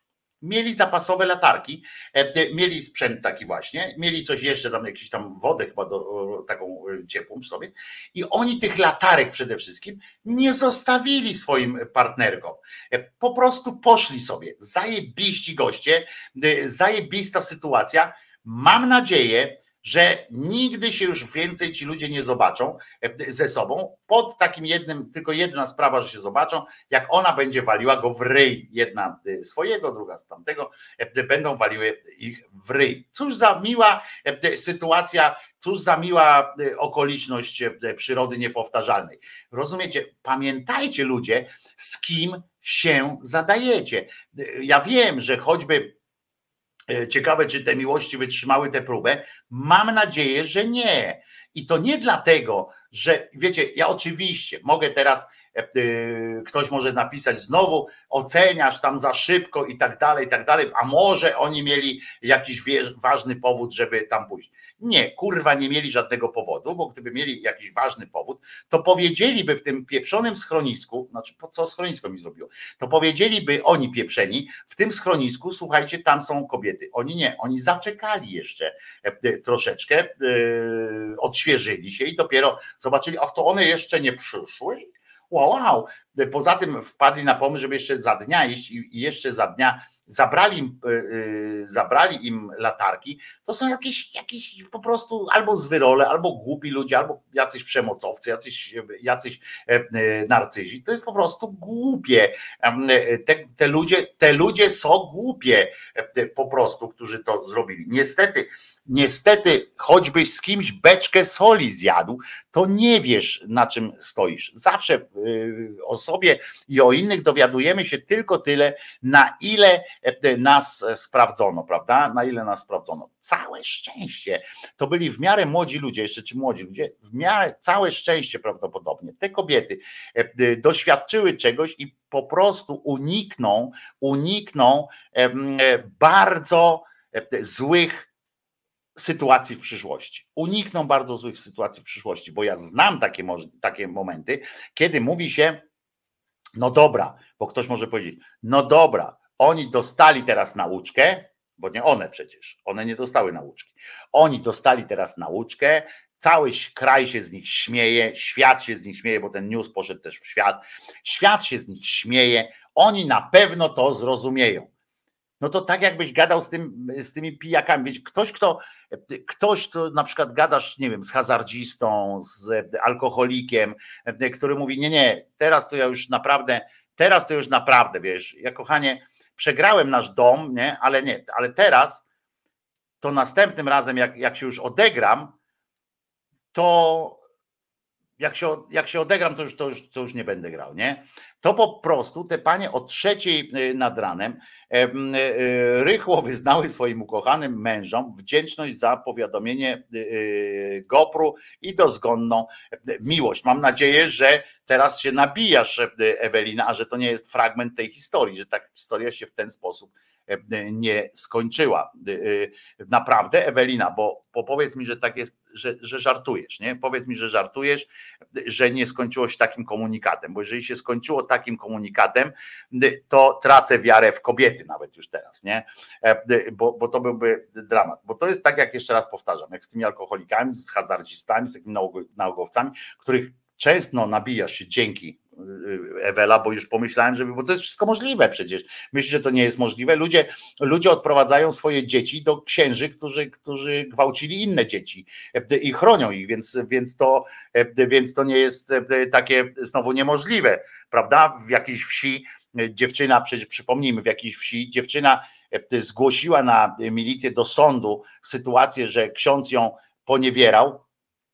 [SPEAKER 2] Mieli sprzęt taki właśnie, mieli coś jeszcze tam, jakąś tam wodę chyba taką ciepłą w sobie i oni tych latarek przede wszystkim nie zostawili swoim partnerkom. Po prostu poszli sobie. Zajebiści goście, zajebista sytuacja. Mam nadzieję, że nigdy się już więcej ci ludzie nie zobaczą ze sobą. Pod takim tylko jedna sprawa, że się zobaczą, jak ona będzie waliła go w ryj. Jedna swojego, druga z tamtego, będą waliły ich w ryj. Cóż za miła sytuacja, cóż za miła okoliczność przyrody niepowtarzalnej. Rozumiecie? Pamiętajcie ludzie, z kim się zadajecie. Ja wiem, że choćby ciekawe, czy te miłości wytrzymały tę próbę. Mam nadzieję, że nie. I to nie dlatego, że wiecie, ja oczywiście mogę teraz, ktoś może napisać znowu, oceniasz tam za szybko i tak dalej, a może oni mieli jakiś ważny powód, żeby tam pójść. Nie, kurwa, nie mieli żadnego powodu, bo gdyby mieli jakiś ważny powód, to powiedzieliby w tym pieprzonym schronisku, znaczy po co schronisko mi zrobiło, to powiedzieliby oni pieprzeni, w tym schronisku, słuchajcie, tam są kobiety. Oni nie, oni zaczekali jeszcze troszeczkę, odświeżyli się i dopiero zobaczyli, ach, to one jeszcze nie przyszły? Wow. Poza tym wpadli na pomysł, żeby jeszcze za dnia iść i jeszcze za dnia zabrali im latarki. To są jakieś po prostu albo zwyrole, albo głupi ludzie, albo jacyś przemocowcy, jacyś narcyzi. To jest po prostu głupie. Te ludzie są głupie po prostu, którzy to zrobili. Niestety, choćbyś z kimś beczkę soli zjadł, to nie wiesz, na czym stoisz. Zawsze o sobie i o innych dowiadujemy się tylko tyle, na ile nas sprawdzono, prawda? Na ile nas sprawdzono. Całe szczęście. To byli w miarę młodzi ludzie, jeszcze ci młodzi ludzie, w miarę całe szczęście prawdopodobnie. Te kobiety doświadczyły czegoś i po prostu unikną bardzo złych sytuacji w przyszłości. Unikną bardzo złych sytuacji w przyszłości, bo ja znam takie momenty, kiedy mówi się, no dobra, bo ktoś może powiedzieć, no dobra, oni dostali teraz nauczkę, bo nie one przecież, one nie dostały nauczki. Oni dostali teraz nauczkę, cały kraj się z nich śmieje, świat się z nich śmieje, bo ten news poszedł też w świat. Świat się z nich śmieje, oni na pewno to zrozumieją. No to tak jakbyś gadał z tymi pijakami. Wiecie, ktoś, kto na przykład gadasz, nie wiem, z hazardzistą, z alkoholikiem, który mówi, nie, teraz to już naprawdę, wiesz, ja kochanie, przegrałem nasz dom, nie, ale teraz, to następnym razem, jak się już odegram, to jak się odegram, to już nie będę grał, nie? To po prostu te panie o 3:00 nad ranem rychło wyznały swoim ukochanym mężom wdzięczność za powiadomienie GoPru i dozgonną miłość. Mam nadzieję, że teraz się nabijasz, Ewelina, a że to nie jest fragment tej historii, że ta historia się w ten sposób nie skończyła. Naprawdę, Ewelina, bo powiedz mi, że tak jest, że żartujesz, nie? Powiedz mi, że żartujesz, że nie skończyło się takim komunikatem, bo jeżeli się skończyło takim komunikatem, to tracę wiarę w kobiety nawet już teraz, nie? Bo to byłby dramat, bo to jest tak, jak jeszcze raz powtarzam, jak z tymi alkoholikami, z hazardzistami, z takimi nałogowcami, których często nabijasz się dzięki Ewela, bo już pomyślałem, bo to jest wszystko możliwe przecież. Myślisz, że to nie jest możliwe? Ludzie odprowadzają swoje dzieci do księży, którzy gwałcili inne dzieci i chronią ich, więc to nie jest takie znowu niemożliwe, prawda? W jakiejś wsi dziewczyna, przecież przypomnijmy, w jakiejś wsi dziewczyna zgłosiła na milicję do sądu sytuację, że ksiądz ją poniewierał,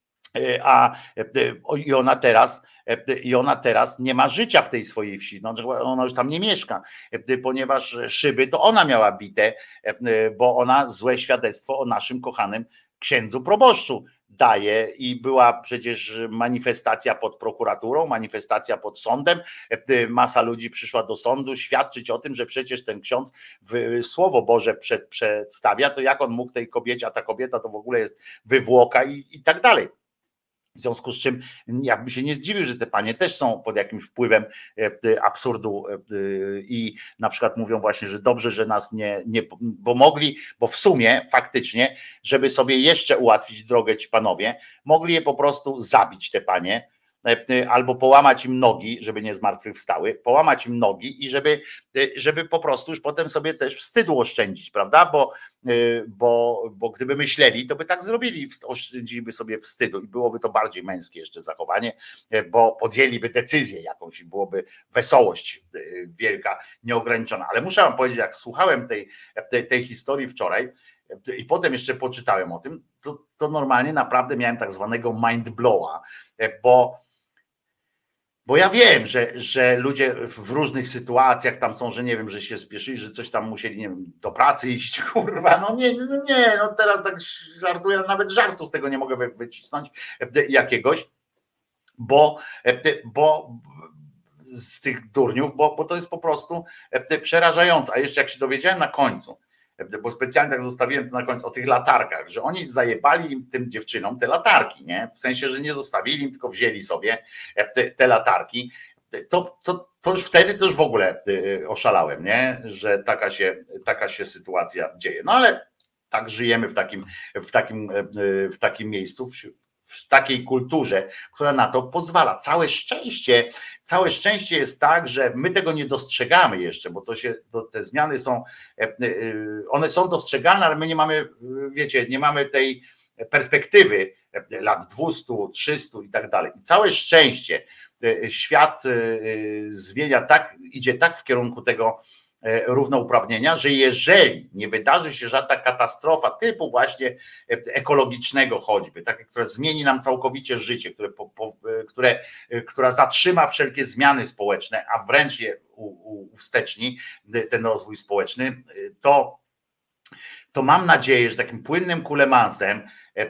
[SPEAKER 2] i ona teraz nie ma życia w tej swojej wsi, ona już tam nie mieszka, ponieważ szyby to ona miała bite, bo ona złe świadectwo o naszym kochanym księdzu proboszczu daje i była przecież manifestacja pod prokuraturą, manifestacja pod sądem, masa ludzi przyszła do sądu świadczyć o tym, że przecież ten ksiądz Słowo Boże przedstawia, to jak on mógł tej kobiecie, a ta kobieta to w ogóle jest wywłoka i tak dalej. W związku z czym ja bym się nie zdziwił, że te panie też są pod jakimś wpływem absurdu i na przykład mówią właśnie, że dobrze, że nas nie bo w sumie faktycznie, żeby sobie jeszcze ułatwić drogę ci panowie, mogli je po prostu zabić te panie, albo połamać im nogi, żeby nie zmartwychwstały, połamać im nogi i żeby po prostu już potem sobie też wstydu oszczędzić, prawda? Bo gdyby myśleli, to by tak zrobili, oszczędziliby sobie wstydu i byłoby to bardziej męskie jeszcze zachowanie, bo podjęliby decyzję jakąś i byłoby wesołość wielka, nieograniczona. Ale muszę wam powiedzieć, jak słuchałem tej historii wczoraj i potem jeszcze poczytałem o tym, to normalnie naprawdę miałem tak zwanego mind blowa, bo ja wiem, że ludzie w różnych sytuacjach tam są, że nie wiem, że się spieszyli, że coś tam musieli, nie wiem, do pracy iść, kurwa, no teraz tak żartuję, nawet żartu z tego nie mogę wycisnąć jakiegoś, bo z tych durniów, bo to jest po prostu przerażające. A jeszcze jak się dowiedziałem na końcu, bo specjalnie tak zostawiłem to na końcu, o tych latarkach, że oni zajebali tym dziewczynom te latarki, nie? W sensie, że nie zostawili im, tylko wzięli sobie te latarki, to już wtedy to już w ogóle oszalałem, nie? Że taka się sytuacja dzieje. No ale tak żyjemy w takim miejscu, w takiej kulturze, która na to pozwala. Całe szczęście jest tak, że my tego nie dostrzegamy jeszcze, bo te zmiany one są dostrzegalne, ale my nie mamy, wiecie, nie mamy tej perspektywy lat 200, 300 i tak dalej. I całe szczęście świat idzie tak w kierunku tego równouprawnienia, że jeżeli nie wydarzy się żadna katastrofa typu właśnie ekologicznego choćby, która zmieni nam całkowicie życie, która zatrzyma wszelkie zmiany społeczne, a wręcz je uwsteczni ten rozwój społeczny, to mam nadzieję, że takim płynnym kulemansem,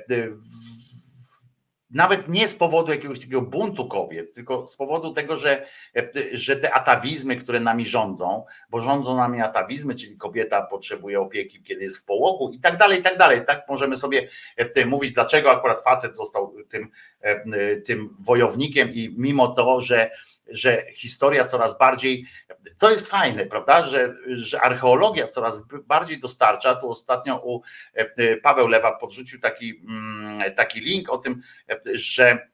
[SPEAKER 2] nawet nie z powodu jakiegoś takiego buntu kobiet, tylko z powodu tego, że te atawizmy, które nami rządzą, bo rządzą nami atawizmy, czyli kobieta potrzebuje opieki, kiedy jest w połogu i tak dalej, tak możemy sobie mówić, dlaczego akurat facet został tym wojownikiem i mimo to, że historia coraz bardziej, to jest fajne, prawda, że archeologia coraz bardziej dostarcza. Tu ostatnio Paweł Lewa podrzucił taki link o tym, że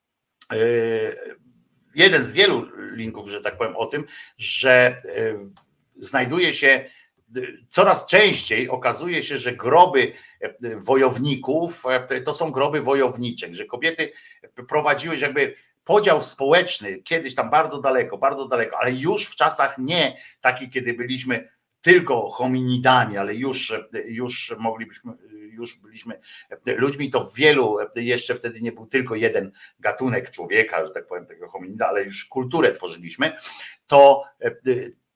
[SPEAKER 2] jeden z wielu linków, że tak powiem, o tym, że znajduje się coraz częściej, okazuje się, że groby wojowników to są groby wojowniczek, że kobiety prowadziły jakby podział społeczny kiedyś tam bardzo daleko, ale już w czasach nie takich, kiedy byliśmy tylko hominidami, ale już byliśmy ludźmi, to wielu, jeszcze wtedy nie był tylko jeden gatunek człowieka, że tak powiem, tego hominida, ale już kulturę tworzyliśmy,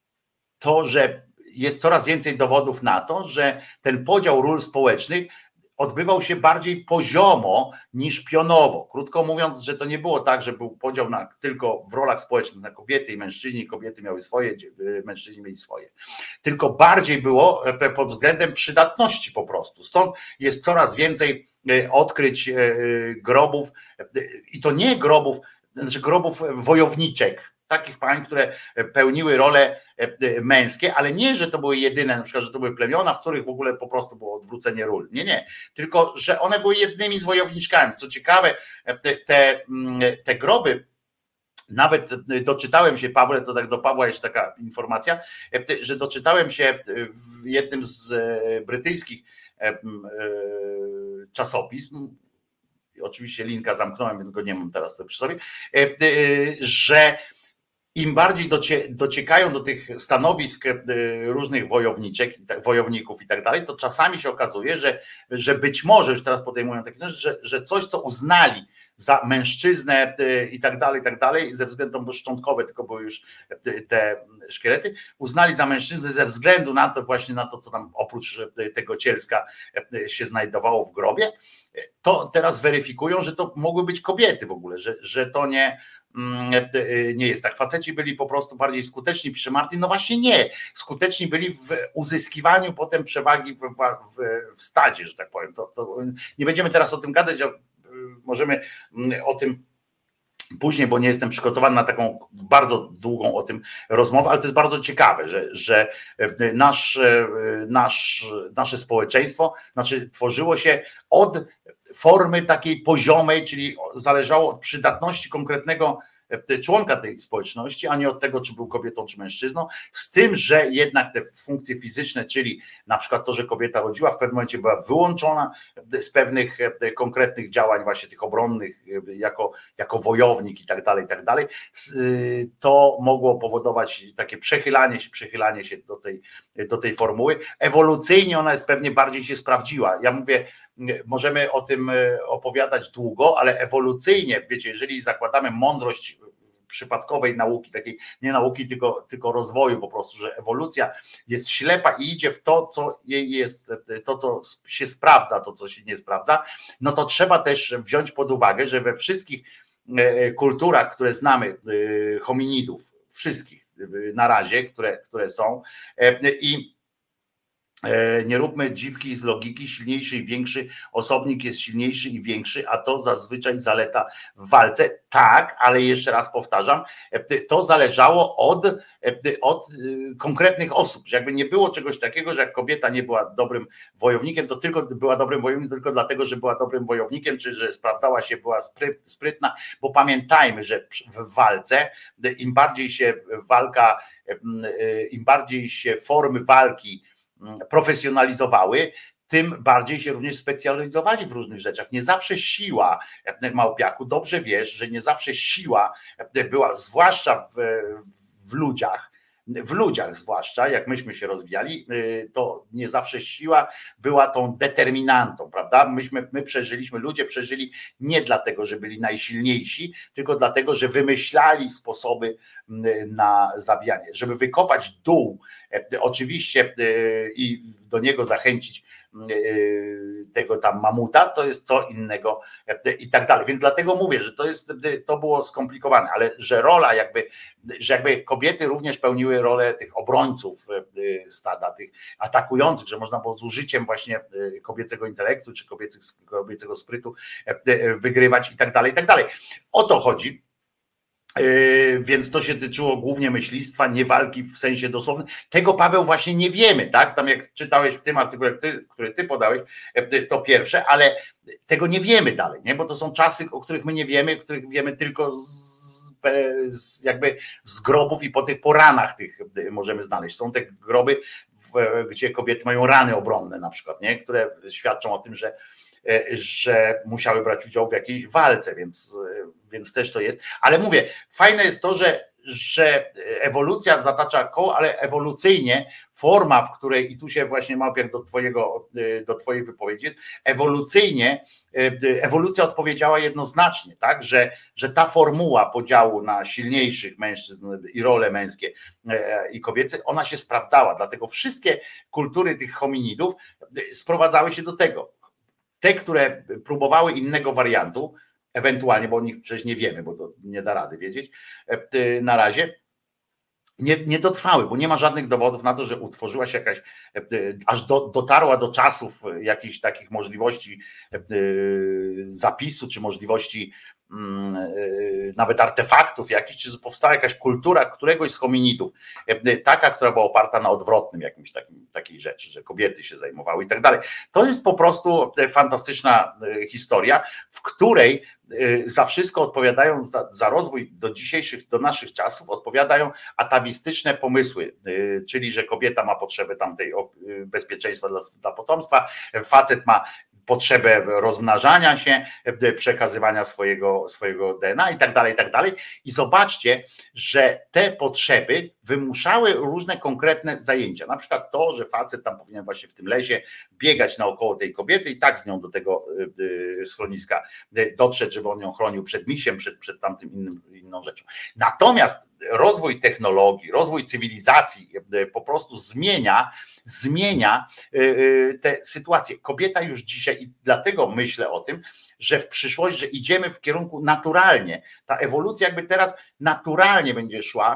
[SPEAKER 2] to, że jest coraz więcej dowodów na to, że ten podział ról społecznych odbywał się bardziej poziomo niż pionowo. Krótko mówiąc, że to nie było tak, że był podział tylko w rolach społecznych na kobiety i mężczyźni, kobiety miały swoje, mężczyźni mieli swoje. Tylko bardziej było pod względem przydatności po prostu. Stąd jest coraz więcej odkryć grobów i to nie grobów, znaczy grobów wojowniczek, takich pań, które pełniły role męskie, ale nie, że to były jedyne, na przykład, że to były plemiona, w których w ogóle po prostu było odwrócenie ról. Nie, tylko, że one były jednymi z wojowniczkami. Co ciekawe, te groby, nawet doczytałem się, Pawle, to tak do Pawła jeszcze taka informacja, że doczytałem się w jednym z brytyjskich czasopism, oczywiście linka zamknąłem, więc go nie mam teraz przy sobie, że im bardziej dociekają do tych stanowisk różnych wojowników i tak dalej, to czasami się okazuje, że być może, już teraz podejmują takie rzeczy, że coś, co uznali za mężczyznę i tak dalej, ze względu, bo szczątkowe tylko były już te szkielety, uznali za mężczyznę ze względu na to, właśnie na to, co tam oprócz tego cielska się znajdowało w grobie, to teraz weryfikują, że to mogły być kobiety w ogóle, że to nie jest tak. Faceci byli po prostu bardziej skuteczni przy Martin. No właśnie nie. Skuteczni byli w uzyskiwaniu potem przewagi w stadzie, że tak powiem. To nie będziemy teraz o tym gadać, możemy o tym później, bo nie jestem przygotowany na taką bardzo długą o tym rozmowę, ale to jest bardzo ciekawe, że nasze społeczeństwo tworzyło się od formy takiej poziomej, czyli zależało od przydatności konkretnego członka tej społeczności, a nie od tego, czy był kobietą, czy mężczyzną, z tym, że jednak te funkcje fizyczne, czyli na przykład to, że kobieta rodziła, w pewnym momencie była wyłączona z pewnych konkretnych działań, właśnie tych obronnych, jako wojownik i tak dalej, to mogło powodować takie przechylanie się do tej formuły. Ewolucyjnie ona jest pewnie bardziej się sprawdziła. Ja mówię, możemy o tym opowiadać długo, ale ewolucyjnie, wiecie, jeżeli zakładamy mądrość przypadkowej nauki, takiej nie nauki, tylko rozwoju po prostu, że ewolucja jest ślepa i idzie w to, co jej jest, to, co się sprawdza, to, co się nie sprawdza, no to trzeba też wziąć pod uwagę, że we wszystkich kulturach, które znamy, hominidów, wszystkich na razie, które są i nie róbmy dziwki z logiki, silniejszy i większy osobnik jest silniejszy i większy, a to zazwyczaj zaleta w walce. Tak, ale jeszcze raz powtarzam, to zależało od konkretnych osób, że jakby nie było czegoś takiego, że jak kobieta nie była dobrym wojownikiem, to tylko była dobrym wojownikiem tylko dlatego, że była dobrym wojownikiem, czy że sprawdzała się, była sprytna, bo pamiętajmy, że w walce im bardziej się formy walki profesjonalizowały, tym bardziej się również specjalizowali w różnych rzeczach. Nie zawsze siła, Małpiaku, dobrze wiesz, że nie zawsze siła była, zwłaszcza w ludziach zwłaszcza, jak myśmy się rozwijali, to nie zawsze siła była tą determinantą, prawda? Ludzie przeżyli nie dlatego, że byli najsilniejsi, tylko dlatego, że wymyślali sposoby na zabijanie. Żeby wykopać dół, oczywiście i do niego zachęcić tego tam mamuta, to jest co innego i tak dalej. Więc dlatego mówię, że to było skomplikowane, ale że jakby kobiety również pełniły rolę tych obrońców stada, tych atakujących, że można było z użyciem właśnie kobiecego intelektu czy kobiecego sprytu wygrywać i tak dalej, i tak dalej. O to chodzi. Więc to się tyczyło głównie myślistwa, nie walki w sensie dosłownym. Tego, Paweł, właśnie nie wiemy, tak? Tam jak czytałeś w tym artykule, który ty podałeś, to pierwsze, ale tego nie wiemy dalej, nie? Bo to są czasy, o których my nie wiemy, których wiemy tylko jakby z grobów i po tych poranach tych możemy znaleźć. Są te groby, gdzie kobiety mają rany obronne na przykład, nie? Które świadczą o tym, że musiały brać udział w jakiejś walce, więc też to jest. Ale mówię, fajne jest to, że ewolucja zatacza koło, ale ewolucyjnie forma, w której, i tu się właśnie Małpiak do twojej wypowiedzi jest, ewolucja odpowiedziała jednoznacznie, tak, że ta formuła podziału na silniejszych mężczyzn i role męskie i kobiece, ona się sprawdzała, dlatego wszystkie kultury tych hominidów sprowadzały się do tego. te, które próbowały innego wariantu, ewentualnie, bo o nich przecież nie wiemy, bo to nie da rady wiedzieć na razie, nie dotrwały, bo nie ma żadnych dowodów na to, że utworzyła się jakaś, aż dotarła do czasów jakichś takich możliwości zapisu, czy możliwości nawet artefaktów jakichś, czy powstała jakaś kultura któregoś z hominidów, taka, która była oparta na odwrotnym jakimś takiej rzeczy, że kobiety się zajmowały i tak dalej. To jest po prostu fantastyczna historia, w której za wszystko odpowiadają, za rozwój do naszych czasów odpowiadają atawistyczne pomysły, czyli że kobieta ma potrzebę tamtej bezpieczeństwa dla potomstwa, facet ma potrzebę rozmnażania się, przekazywania swojego DNA i tak dalej, i tak dalej. I zobaczcie, że te potrzeby wymuszały różne konkretne zajęcia. Na przykład to, że facet tam powinien właśnie w tym lesie biegać naokoło tej kobiety i tak z nią do tego schroniska dotrzeć, żeby on ją chronił przed misiem, przed tamtym inną rzeczą. Natomiast rozwój technologii, rozwój cywilizacji po prostu zmienia tę sytuację. Kobieta już dzisiaj, i dlatego myślę o tym, że w przyszłości, że idziemy w kierunku naturalnie, ta ewolucja jakby teraz naturalnie będzie szła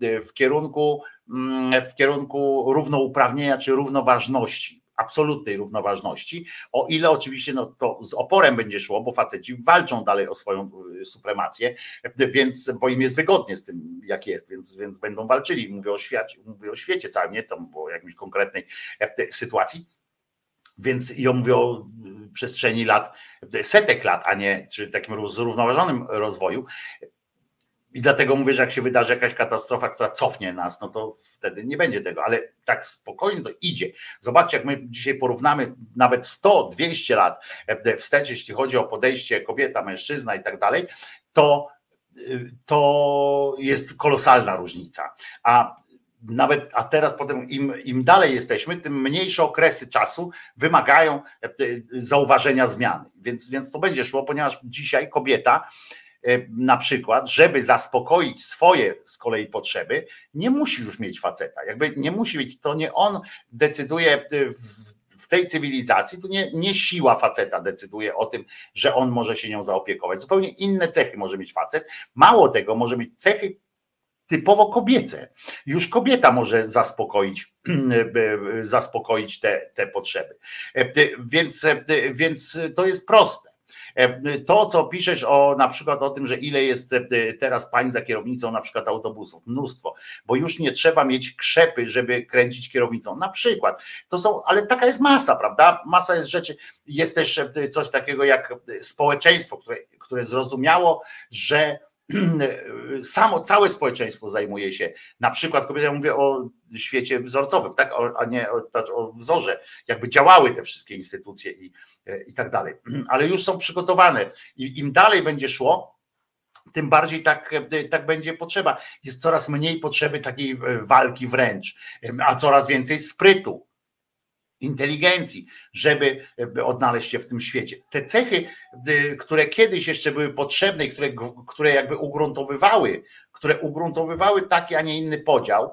[SPEAKER 2] w kierunku równouprawnienia czy równoważności, absolutnej równoważności, o ile oczywiście no to z oporem będzie szło, bo faceci walczą dalej o swoją supremację, bo im jest wygodnie z tym, jak jest, więc będą walczyli. Mówię o świecie całym, nie tam o jakiejś konkretnej sytuacji. Więc ja mówię o przestrzeni lat, setek lat, a nie czy takim zrównoważonym rozwoju. I dlatego mówię, że jak się wydarzy jakaś katastrofa, która cofnie nas, no to wtedy nie będzie tego, ale tak spokojnie to idzie. Zobaczcie, jak my dzisiaj porównamy nawet 100-200 lat wstecz, jeśli chodzi o podejście kobieta, mężczyzna i tak dalej, to jest kolosalna różnica. A teraz potem im dalej jesteśmy, tym mniejsze okresy czasu wymagają zauważenia zmiany. Więc to będzie szło, ponieważ dzisiaj kobieta na przykład, żeby zaspokoić swoje z kolei potrzeby, nie musi już mieć faceta. Jakby nie musi mieć, to nie on decyduje w tej cywilizacji, to nie siła faceta decyduje o tym, że on może się nią zaopiekować. Zupełnie inne cechy może mieć facet. Mało tego, może mieć cechy typowo kobiece. Już kobieta może zaspokoić te potrzeby. Więc to jest proste. To, co piszesz na przykład o tym, że ile jest teraz pań za kierownicą na przykład autobusów, mnóstwo, bo już nie trzeba mieć krzepy, żeby kręcić kierownicą, na przykład. Ale taka jest masa, prawda? Masa jest rzeczy. Jest też coś takiego jak społeczeństwo, które zrozumiało, że całe społeczeństwo zajmuje się, na przykład kobiety, ja mówię o świecie wzorcowym, tak? A nie o wzorze, jakby działały te wszystkie instytucje i tak dalej, ale już są przygotowane i im dalej będzie szło, tym bardziej tak będzie potrzeba. Jest coraz mniej potrzeby takiej walki wręcz, a coraz więcej sprytu, inteligencji, żeby odnaleźć się w tym świecie. Te cechy, które kiedyś jeszcze były potrzebne i które jakby ugruntowywały taki, a nie inny podział,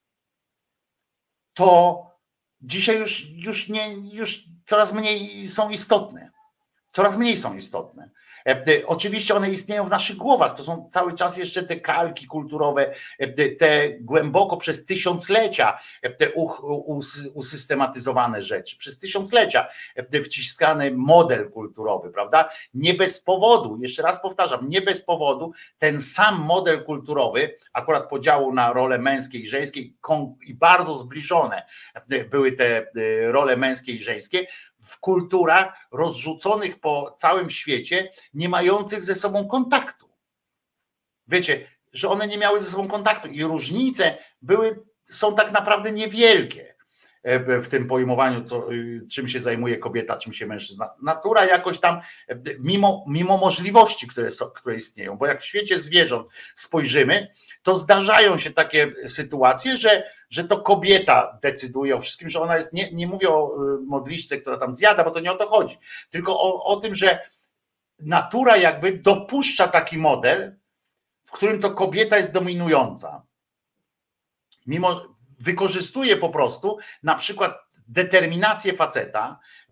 [SPEAKER 2] to dzisiaj już coraz mniej są istotne. Coraz mniej są istotne. Oczywiście one istnieją w naszych głowach, to są cały czas jeszcze te kalki kulturowe, te głęboko przez tysiąclecia te usystematyzowane rzeczy, przez tysiąclecia wciskany model kulturowy, prawda? Nie bez powodu, jeszcze raz powtarzam, nie bez powodu ten sam model kulturowy, akurat podziału na role męskie i żeńskie i bardzo zbliżone były te role męskie i żeńskie, w kulturach rozrzuconych po całym świecie, nie mających ze sobą kontaktu. Wiecie, że one nie miały ze sobą kontaktu i różnice są tak naprawdę niewielkie w tym pojmowaniu, czym się zajmuje kobieta, czym się mężczyzna. Natura jakoś tam, mimo możliwości, które istnieją, bo jak w świecie zwierząt spojrzymy, to zdarzają się takie sytuacje, że to kobieta decyduje o wszystkim, że ona jest, nie mówię o modliszce, która tam zjada, bo to nie o to chodzi, tylko o tym, że natura jakby dopuszcza taki model, w którym to kobieta jest dominująca. Wykorzystuje po prostu na przykład determinację faceta,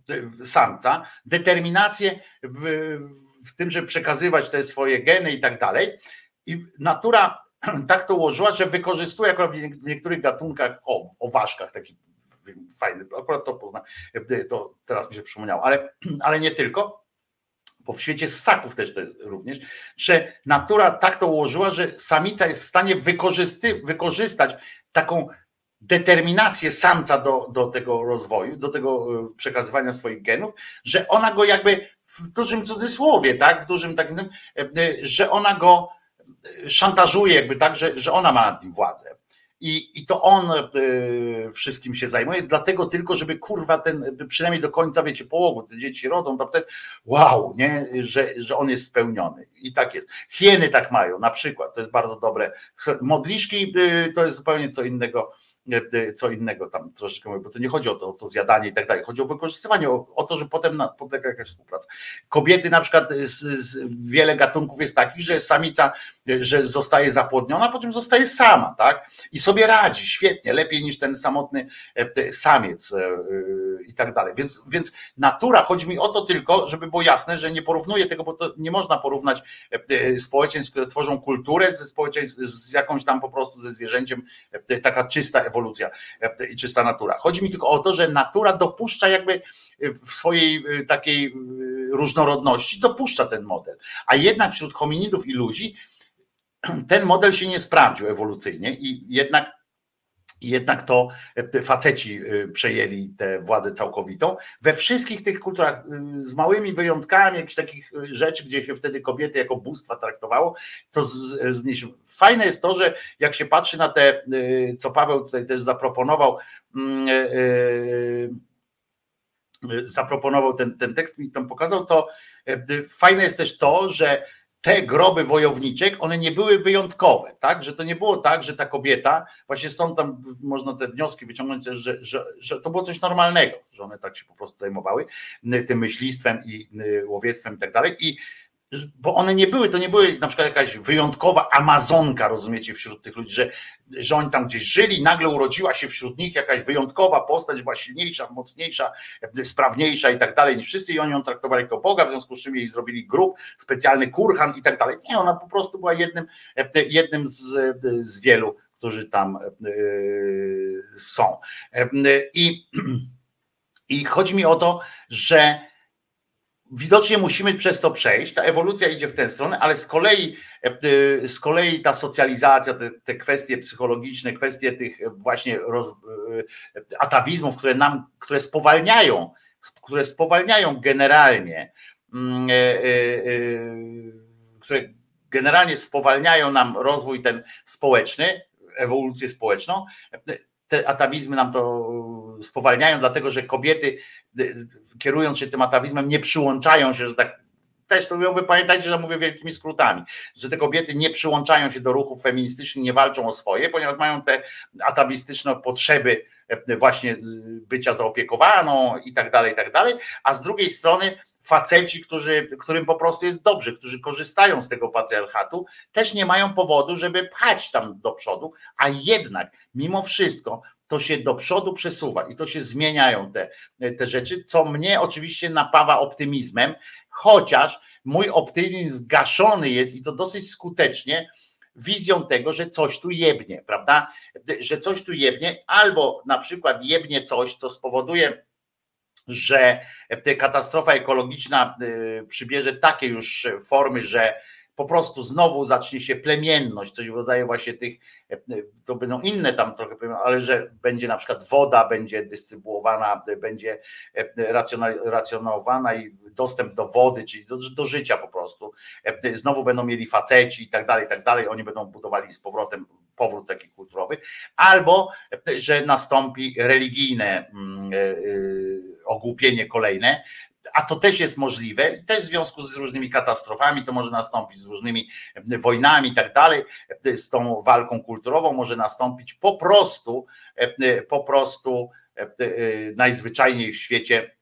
[SPEAKER 2] samca, determinację w tym, żeby przekazywać te swoje geny i tak dalej. I natura tak to ułożyła, że wykorzystuje akurat w niektórych gatunkach, o ważkach, taki fajny, akurat to poznam, to teraz mi się przypomniało, ale nie tylko, bo w świecie ssaków też to jest również, że natura tak to ułożyła, że samica jest w stanie wykorzystać taką determinację samca do tego rozwoju, do tego przekazywania swoich genów, że ona go jakby w dużym cudzysłowie, tak, w dużym takim, że ona go szantażuje jakby tak, że ona ma nad nim władzę. I to on wszystkim się zajmuje, dlatego tylko, żeby kurwa przynajmniej do końca, wiecie, połogu, te dzieci rodzą, to wtedy wow, nie? Że on jest spełniony. I tak jest. Hieny tak mają, na przykład, to jest bardzo dobre. Modliszki to jest zupełnie co innego tam troszeczkę, bo to nie chodzi o to zjadanie i tak dalej, chodzi o wykorzystywanie, o to, że potem podlega jakaś współpraca. Kobiety na przykład, wiele gatunków jest takich, że samica, że zostaje zapłodniona, po czym zostaje sama, tak? I sobie radzi świetnie, lepiej niż ten samotny samiec i tak dalej. Więc natura, chodzi mi o to tylko, żeby było jasne, że nie porównuję tego, bo to nie można porównać społeczeństw, które tworzą kulturę ze społeczeństw, z jakąś tam po prostu ze zwierzęciem, taka czysta ewolucja i czysta natura. Chodzi mi tylko o to, że natura dopuszcza jakby w swojej takiej różnorodności, dopuszcza ten model. A jednak wśród hominidów i ludzi ten model się nie sprawdził ewolucyjnie i jednak to faceci przejęli tę władzę całkowitą. We wszystkich tych kulturach, z małymi wyjątkami, jakichś takich rzeczy, gdzie się wtedy kobiety jako bóstwa traktowało, to zmniejszyło. Fajne jest to, że jak się patrzy na te, co Paweł tutaj też zaproponował ten tekst, mi tam pokazał, to fajne jest też to, że te groby wojowniczek, one nie były wyjątkowe, tak? Że to nie było tak, że ta kobieta, właśnie stąd tam można te wnioski wyciągnąć, że to było coś normalnego, że one tak się po prostu zajmowały tym myślistwem i łowiectwem i tak dalej. Bo one to nie były na przykład jakaś wyjątkowa amazonka, rozumiecie, wśród tych ludzi, że oni tam gdzieś żyli, nagle urodziła się wśród nich jakaś wyjątkowa postać, była silniejsza, mocniejsza, sprawniejsza i tak dalej niż wszyscy i oni ją traktowali jako Boga, w związku z czym jej zrobili grób, specjalny kurhan i tak dalej. Nie, ona po prostu była jednym z wielu, którzy tam są. I chodzi mi o to, że widocznie musimy przez to przejść, ta ewolucja idzie w tę stronę, ale z kolei ta socjalizacja, te kwestie psychologiczne, kwestie tych właśnie atawizmów, które spowalniają generalnie, które generalnie spowalniają nam rozwój ten społeczny, ewolucję społeczną, te atawizmy nam to spowalniają, dlatego że kobiety, kierując się tym atawizmem, nie przyłączają się, że tak też to mówią, wy pamiętajcie, że mówię wielkimi skrótami, że te kobiety nie przyłączają się do ruchów feministycznych, nie walczą o swoje, ponieważ mają te atawistyczne potrzeby właśnie bycia zaopiekowaną i tak dalej, a z drugiej strony faceci, którym po prostu jest dobrze, którzy korzystają z tego patriarchatu, też nie mają powodu, żeby pchać tam do przodu, a jednak mimo wszystko to się do przodu przesuwa i to się zmieniają te rzeczy, co mnie oczywiście napawa optymizmem, chociaż mój optymizm gaszony jest i to dosyć skutecznie wizją tego, że coś tu jebnie, prawda? Że coś tu jebnie, albo na przykład jebnie coś, co spowoduje, że katastrofa ekologiczna przybierze takie już formy, że po prostu znowu zacznie się plemienność, coś w rodzaju właśnie tych, to będą inne tam trochę, ale że będzie na przykład woda, będzie dystrybuowana, będzie racjonowana i dostęp do wody, czyli do życia po prostu. Znowu będą mieli faceci i tak dalej, oni będą budowali z powrotem powrót taki kulturowy, albo że nastąpi religijne ogłupienie kolejne, a to też jest możliwe, też w związku z różnymi katastrofami, to może nastąpić z różnymi wojnami i tak dalej, z tą walką kulturową może nastąpić po prostu najzwyczajniej w świecie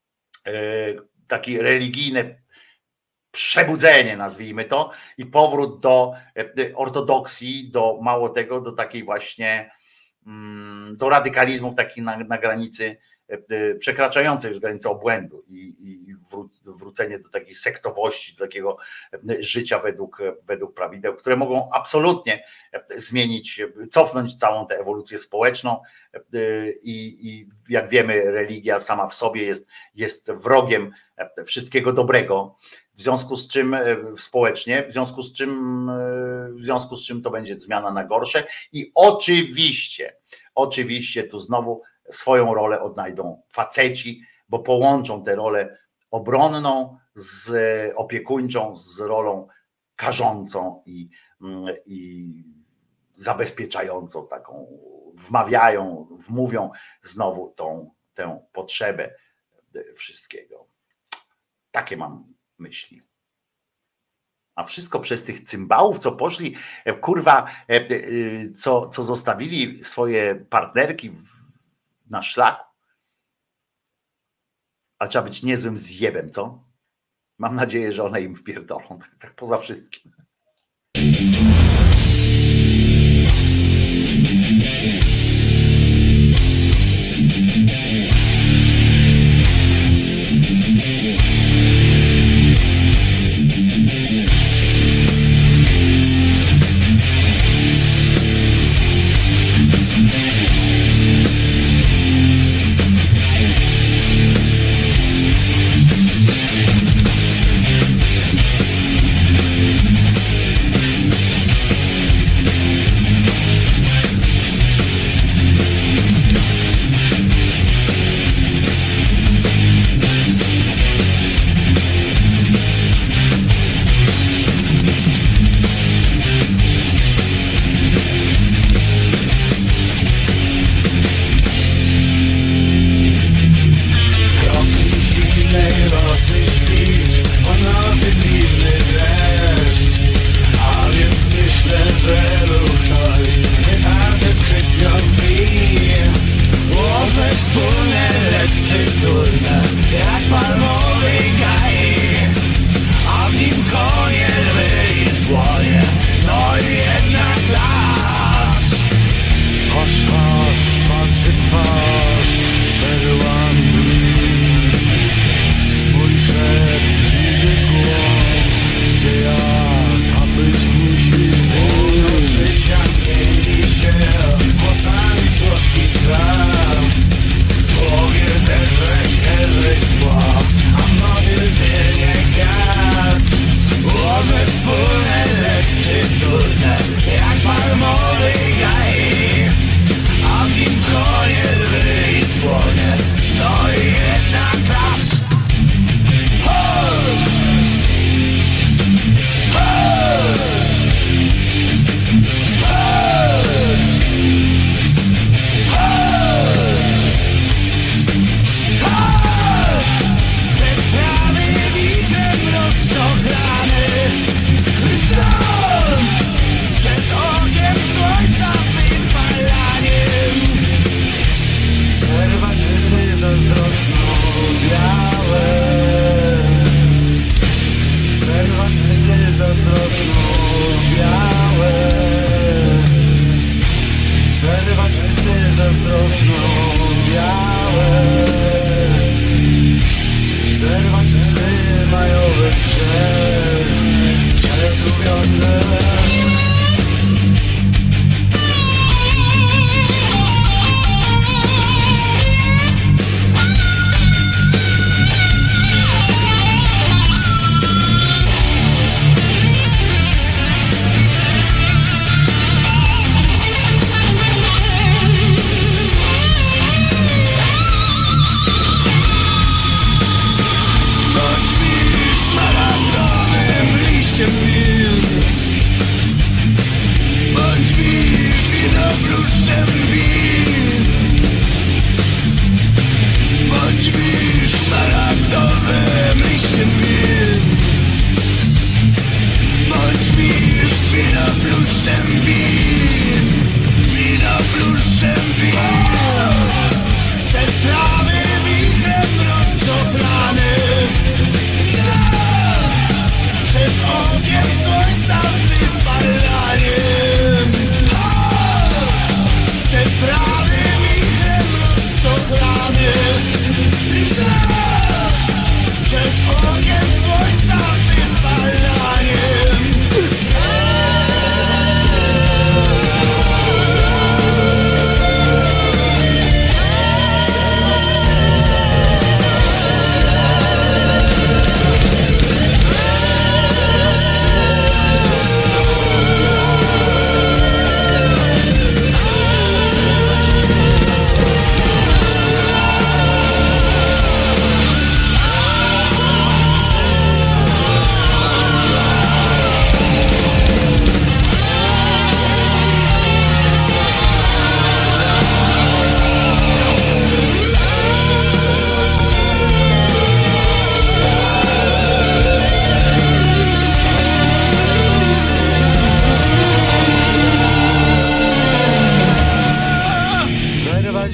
[SPEAKER 2] takie religijne przebudzenie, nazwijmy to, i powrót do ortodoksji, do mało tego, do takiej właśnie, do radykalizmów takich na granicy przekraczające już granicę obłędu i wrócenie do takiej sektowości, do takiego życia według prawideł, które mogą absolutnie zmienić, cofnąć całą tę ewolucję społeczną i jak wiemy, religia sama w sobie jest wrogiem wszystkiego dobrego, w związku z czym społecznie, w związku z czym to będzie zmiana na gorsze i oczywiście tu znowu swoją rolę odnajdą faceci, bo połączą tę rolę obronną z opiekuńczą, z rolą karzącą i zabezpieczającą taką, wmówią znowu tę potrzebę wszystkiego. Takie mam myśli. A wszystko przez tych cymbałów, co poszli, kurwa, co zostawili swoje partnerki na szlaku. A trzeba być niezłym zjebem, co? Mam nadzieję, że one im wpierdolą, tak poza wszystkim.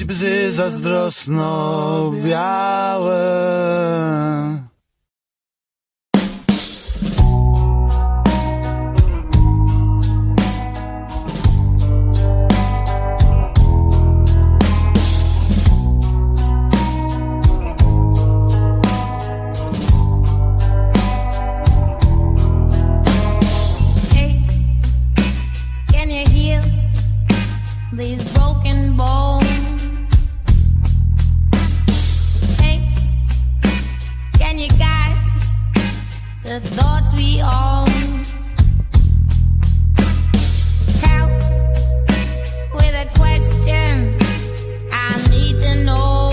[SPEAKER 10] bzy zazdrosno białe.
[SPEAKER 11] These broken bones. Hey, can you guide the thoughts we own? Help with a question I need to know.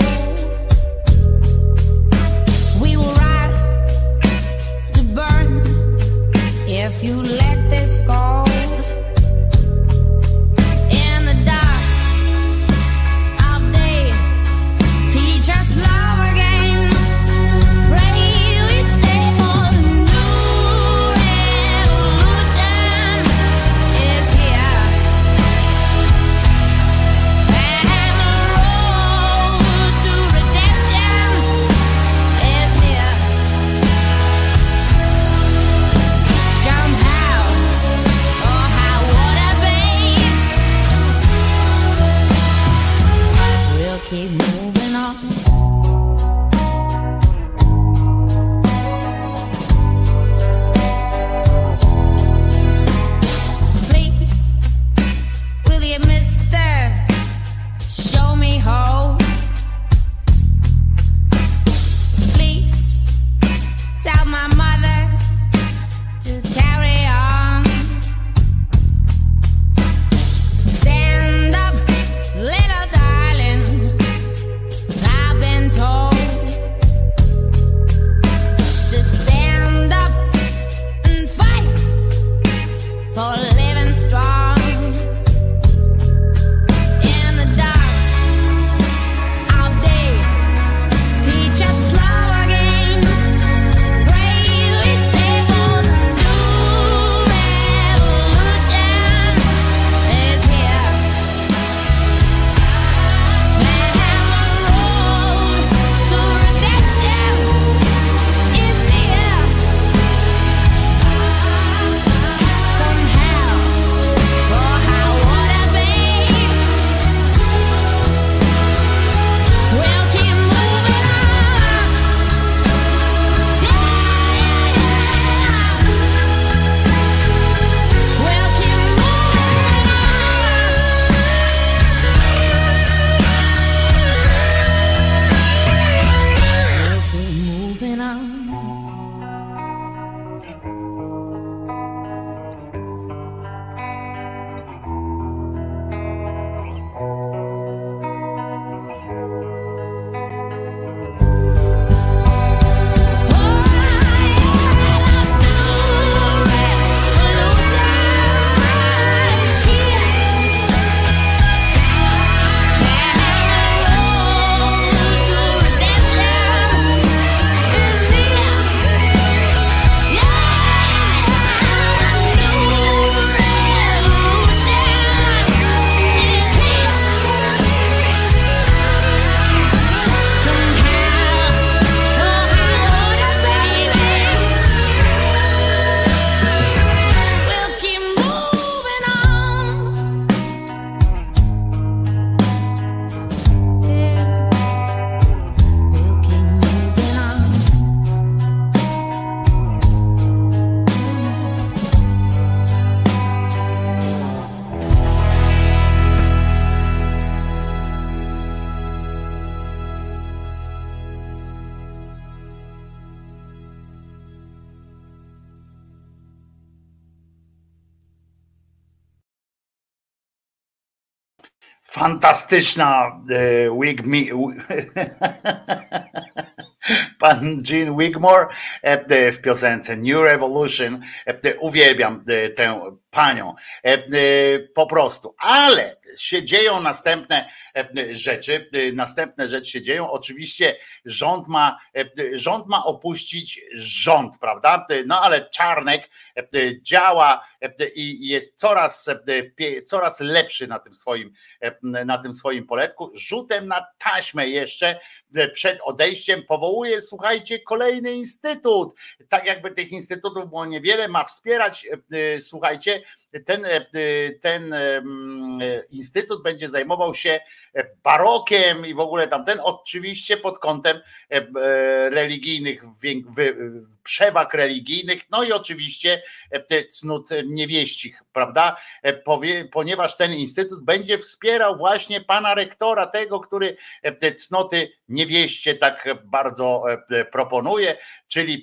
[SPEAKER 11] We will rise to burn if you let this go. Keep moving on. Please, will you, mister, show me hope? Please, tell my mother to carry on. Stand up, little darling. I've been told to stand up and fight for living strong. In the dark all day, teach us slow again. Bravely stay for the new revolution is here.
[SPEAKER 2] Fantastyczna pan Gene Wigmore w piosence New Revolution. Uwielbiam tę panią po prostu. Ale się dzieją następne rzeczy. Następne rzeczy się dzieją. Oczywiście rząd ma opuścić rząd, prawda? No ale Czarnek działa i jest coraz lepszy na tym swoim poletku. Rzutem na taśmę jeszcze przed odejściem powołuje, słuchajcie, kolejny instytut. Tak jakby tych instytutów było niewiele, ma wspierać, słuchajcie, ten instytut będzie zajmował się barokiem i w ogóle tamten, oczywiście pod kątem religijnych, przewag religijnych, no i oczywiście cnót niewieścich, prawda? Ponieważ ten instytut będzie wspierał właśnie pana rektora, tego, który te cnoty niewieście tak bardzo proponuje, czyli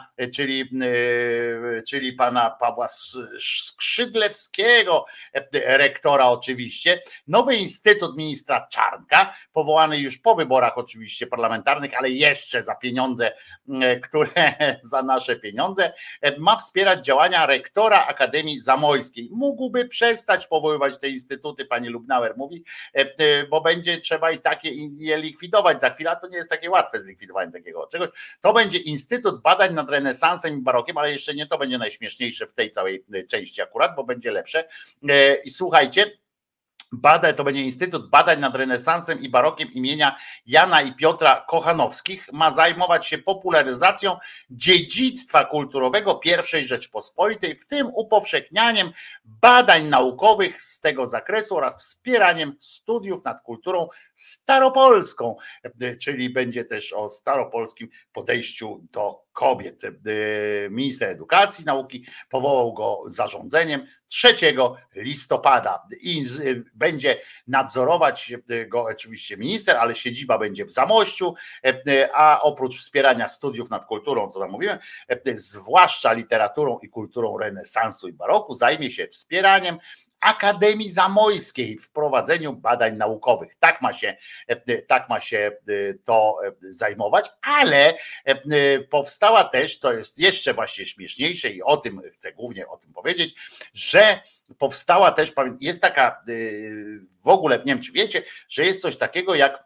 [SPEAKER 2] pana Pawła Skrzydlewskiego, rektora oczywiście. Nowy instytut ministra Czarnka, powołany już po wyborach oczywiście parlamentarnych, ale jeszcze za pieniądze, za nasze pieniądze, ma wspierać działania rektora Akademii Zamojskiej. Mógłby przestać powoływać te instytuty, pani Lubnauer mówi, bo będzie trzeba i takie je likwidować za chwilę, a to nie jest takie łatwe zlikwidowanie takiego czegoś. To będzie Instytut Badań nad Renesansem i Barokiem, ale jeszcze nie to będzie najśmieszniejsze w tej całej części akurat, bo będzie lepsze. I słuchajcie, to będzie Instytut Badań nad Renesansem i Barokiem imienia Jana i Piotra Kochanowskich. Ma zajmować się popularyzacją dziedzictwa kulturowego I Rzeczpospolitej, w tym upowszechnianiem badań naukowych z tego zakresu oraz wspieraniem studiów nad kulturą staropolską, czyli będzie też o staropolskim podejściu do kobiet. Minister Edukacji i Nauki powołał go zarządzeniem 3 listopada i będzie nadzorować go oczywiście minister, ale siedziba będzie w Zamościu, a oprócz wspierania studiów nad kulturą, co tam mówiłem, zwłaszcza literaturą i kulturą renesansu i baroku, zajmie się wspieraniem Akademii Zamojskiej w prowadzeniu badań naukowych. Tak ma się to zajmować, ale powstała też, to jest jeszcze właśnie śmieszniejsze i o tym chcę głównie o tym powiedzieć, że powstała też, jest taka w ogóle, nie wiem czy wiecie, że jest coś takiego jak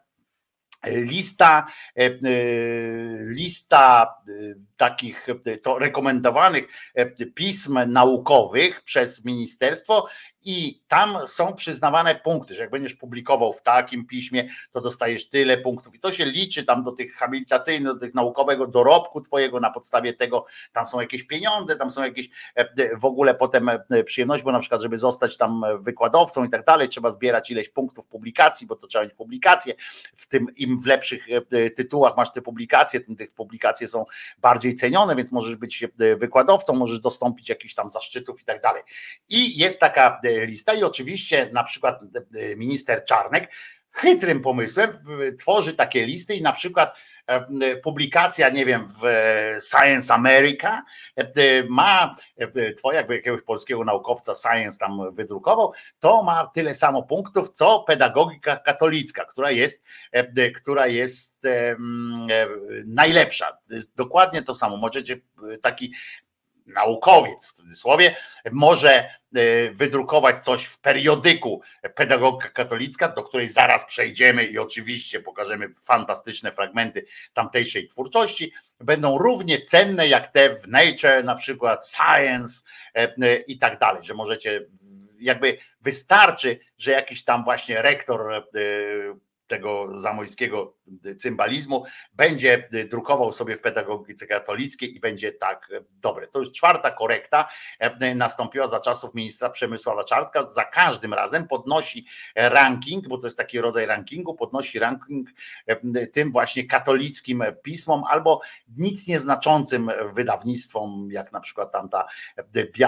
[SPEAKER 2] lista takich to rekomendowanych pism naukowych przez ministerstwo i tam są przyznawane punkty, że jak będziesz publikował w takim piśmie, to dostajesz tyle punktów i to się liczy tam do tych habilitacyjnych, do tych naukowego dorobku twojego, na podstawie tego tam są jakieś pieniądze, tam są jakieś w ogóle potem przyjemność, bo na przykład żeby zostać tam wykładowcą i tak dalej, trzeba zbierać ileś punktów publikacji, bo to trzeba mieć publikacje, w tym im w lepszych tytułach masz te publikacje, tym tych publikacje są bardziej cenione, więc możesz być wykładowcą, możesz dostąpić jakichś tam zaszczytów i tak dalej. I jest taka lista i oczywiście na przykład minister Czarnek chytrym pomysłem tworzy takie listy i na przykład publikacja, nie wiem, w Science America ma, jakby jakiegoś polskiego naukowca Science tam wydrukował, to ma tyle samo punktów, co pedagogika katolicka, która jest najlepsza. To jest dokładnie to samo. Możecie taki naukowiec w cudzysłowie może wydrukować coś w periodyku Pedagogika Katolicka, do której zaraz przejdziemy i oczywiście pokażemy fantastyczne fragmenty tamtejszej twórczości, będą równie cenne jak te w Nature, na przykład Science i tak dalej, że możecie, jakby wystarczy, że jakiś tam właśnie rektor tego zamojskiego cymbalizmu będzie drukował sobie w pedagogice katolickiej i będzie tak dobre. To już 4. korekta nastąpiła za czasów ministra Przemysława Czarnka. Za każdym razem podnosi ranking, bo to jest taki rodzaj rankingu, podnosi ranking tym właśnie katolickim pismom albo nic nieznaczącym wydawnictwom, jak na przykład tamta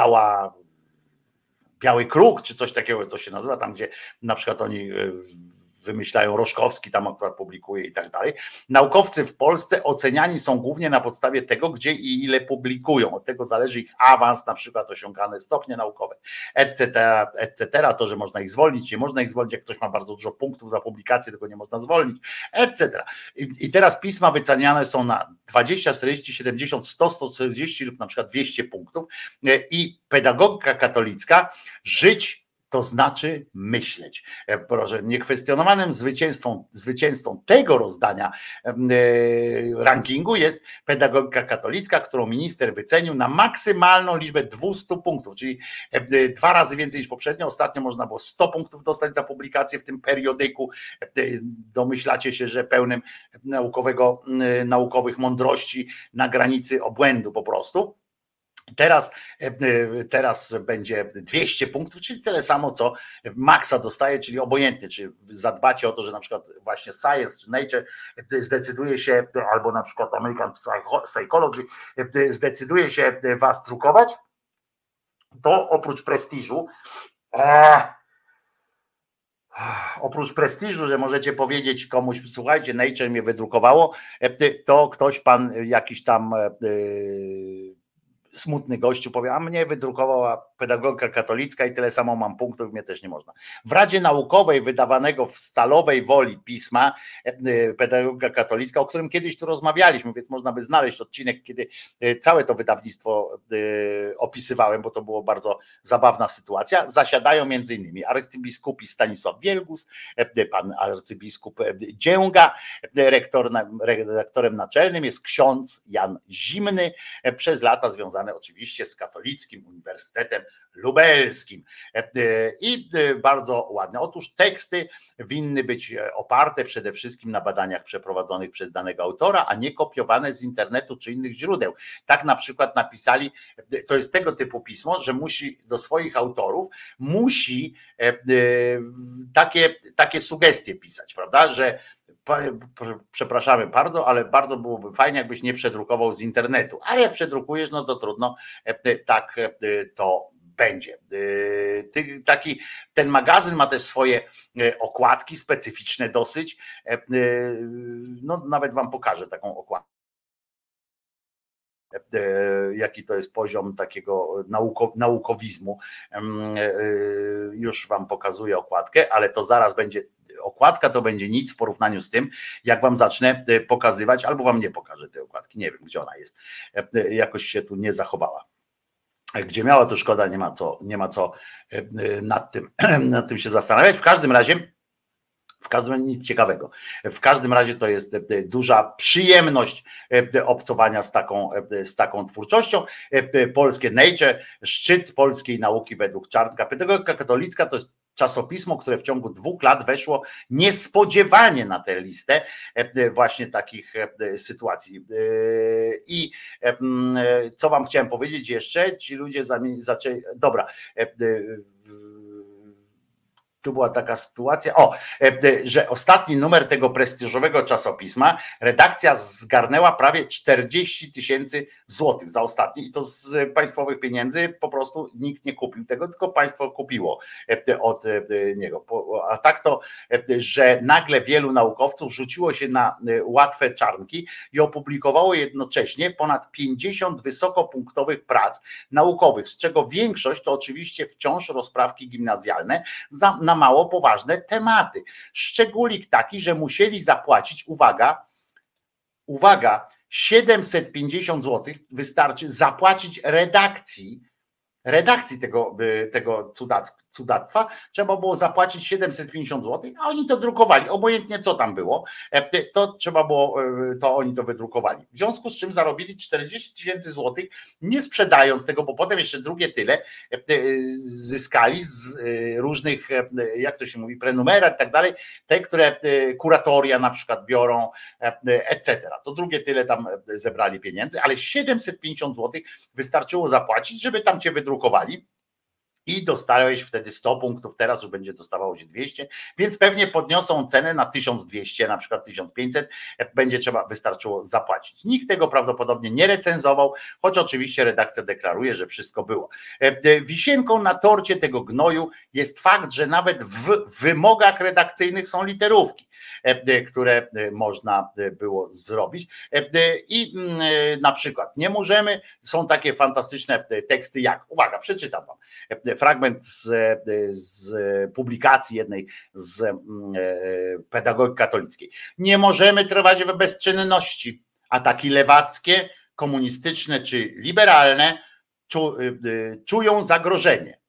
[SPEAKER 2] Biały Kruk, czy coś takiego to się nazywa, tam gdzie na przykład oni wymyślają, Roszkowski tam akurat publikuje i tak dalej. Naukowcy w Polsce oceniani są głównie na podstawie tego, gdzie i ile publikują. Od tego zależy ich awans, na przykład osiągane stopnie naukowe, etc. To, że można ich zwolnić, nie można ich zwolnić, jak ktoś ma bardzo dużo punktów za publikację, tego nie można zwolnić, etc. I teraz pisma wyceniane są na 20, 40, 70, 100, 140 lub na przykład 200 punktów i pedagogika katolicka, żyć to znaczy myśleć. Proszę, niekwestionowanym zwycięzcą tego rozdania rankingu jest pedagogika katolicka, którą minister wycenił na maksymalną liczbę 200 punktów, czyli 2 razy więcej niż poprzednio. Ostatnio można było 100 punktów dostać za publikację w tym periodyku. Domyślacie się, że pełnym naukowych mądrości na granicy obłędu po prostu. Teraz będzie 200 punktów, czyli tyle samo, co Maxa dostaje, czyli obojętnie, czy zadbacie o to, że na przykład właśnie Science czy Nature zdecyduje się, albo na przykład American Psychology zdecyduje się was drukować, to oprócz prestiżu, że możecie powiedzieć komuś, słuchajcie, Nature mnie wydrukowało, to ktoś pan jakiś tam smutny gościu powie, a mnie wydrukowała pedagogika katolicka i tyle samo mam punktów, mnie też nie można. W Radzie Naukowej wydawanego w stalowej woli pisma pedagogika katolicka, o którym kiedyś tu rozmawialiśmy, więc można by znaleźć odcinek, kiedy całe to wydawnictwo opisywałem, bo to było bardzo zabawna sytuacja. Zasiadają między innymi arcybiskupi Stanisław Wielgus, pan arcybiskup Dzięga, redaktorem naczelnym jest ksiądz Jan Zimny, przez lata związany oczywiście z Katolickim Uniwersytetem Lubelskim. I bardzo ładne. Otóż teksty winny być oparte przede wszystkim na badaniach przeprowadzonych przez danego autora, a nie kopiowane z internetu czy innych źródeł. Tak na przykład napisali, to jest tego typu pismo, że musi do swoich autorów takie sugestie pisać, prawda, że przepraszamy bardzo, ale bardzo byłoby fajnie, jakbyś nie przedrukował z internetu, ale jak przedrukujesz, no to trudno, tak to będzie. Ten magazyn ma też swoje okładki specyficzne dosyć, no nawet wam pokażę taką okładkę, jaki to jest poziom takiego naukowizmu. Już wam pokazuję okładkę, ale to zaraz będzie okładka, to będzie nic w porównaniu z tym, jak wam zacznę pokazywać, albo wam nie pokażę tej okładki, nie wiem, gdzie ona jest, jakoś się tu nie zachowała. Gdzie miała, to szkoda, nie ma co nad tym się zastanawiać. W każdym razie nic ciekawego. W każdym razie to jest duża przyjemność obcowania z taką twórczością. Polskie Nature, szczyt polskiej nauki według Czarnka. Pedagogika katolicka to jest czasopismo, które w ciągu 2 lat weszło niespodziewanie na tę listę właśnie takich sytuacji. I co wam chciałem powiedzieć jeszcze? Ci ludzie zaczęli... Dobra. Tu była taka sytuacja, że ostatni numer tego prestiżowego czasopisma redakcja zgarnęła prawie 40 000 złotych za ostatni i to z państwowych pieniędzy, po prostu nikt nie kupił tego, tylko państwo kupiło od niego. A tak to, że nagle wielu naukowców rzuciło się na łatwe czarnki i opublikowało jednocześnie ponad 50 wysokopunktowych prac naukowych, z czego większość to oczywiście wciąż rozprawki gimnazjalne na mało poważne tematy. Szczególik taki, że musieli zapłacić, uwaga, 750 zł wystarczy zapłacić redakcji tego cudactwa, trzeba było zapłacić 750 zł, a oni to drukowali, obojętnie co tam było, to oni to wydrukowali. W związku z czym zarobili 40 000 złotych, nie sprzedając tego, bo potem jeszcze drugie tyle zyskali z różnych, jak to się mówi, prenumerat i tak dalej, te, które kuratoria na przykład biorą, etc. To drugie tyle tam zebrali pieniędzy, ale 750 złotych wystarczyło zapłacić, żeby tam cię wydrukowali. i dostałeś wtedy 100 punktów, teraz już będzie dostawało się 200, więc pewnie podniosą cenę na 1200, na przykład 1500, będzie wystarczyło zapłacić. Nikt tego prawdopodobnie nie recenzował, choć oczywiście redakcja deklaruje, że wszystko było. Wisienką na torcie tego gnoju jest fakt, że nawet w wymogach redakcyjnych są literówki, które można było zrobić i na przykład nie możemy, są takie fantastyczne teksty jak, uwaga, przeczytam wam, fragment z publikacji jednej z pedagogiki katolickiej. Nie możemy trwać w bezczynności. Ataki lewackie, komunistyczne czy liberalne czują zagrożenie.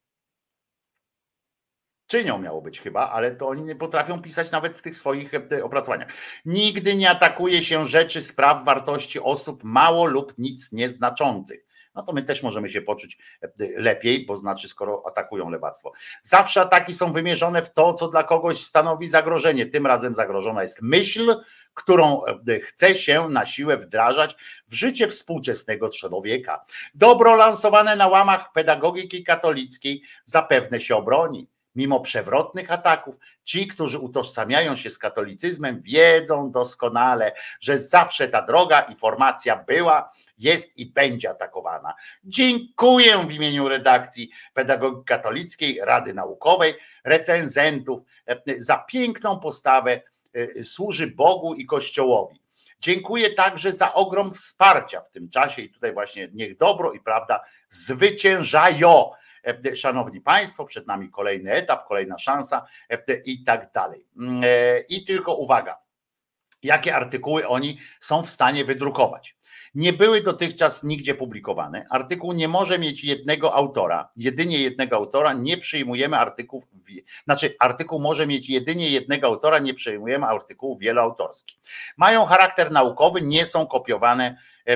[SPEAKER 2] Czynią miało być chyba, ale to oni nie potrafią pisać nawet w tych swoich opracowaniach. Nigdy nie atakuje się rzeczy, spraw, wartości osób mało lub nic nieznaczących. No to my też możemy się poczuć lepiej, bo znaczy skoro atakują lewactwo. Zawsze ataki są wymierzone w to, co dla kogoś stanowi zagrożenie. Tym razem zagrożona jest myśl, którą chce się na siłę wdrażać w życie współczesnego człowieka. Dobro lansowane na łamach pedagogiki katolickiej zapewne się obroni. Mimo przewrotnych ataków, ci, którzy utożsamiają się z katolicyzmem, wiedzą doskonale, że zawsze ta droga i formacja była, jest i będzie atakowana. Dziękuję w imieniu redakcji Pedagogiki Katolickiej, Rady Naukowej, recenzentów za piękną postawę, służy Bogu i Kościołowi. Dziękuję także za ogrom wsparcia w tym czasie i tutaj właśnie niech dobro i prawda zwyciężają. Szanowni Państwo, przed nami kolejny etap, kolejna szansa i tak dalej. I tylko uwaga, jakie artykuły oni są w stanie wydrukować. Nie były dotychczas nigdzie publikowane. Artykuł nie może mieć jednego autora, jedynie jednego autora, nie przyjmujemy artykułów, znaczy artykuł może mieć jedynie jednego autora, nie przyjmujemy artykułów wieloautorskich. Mają charakter naukowy, nie są kopiowane,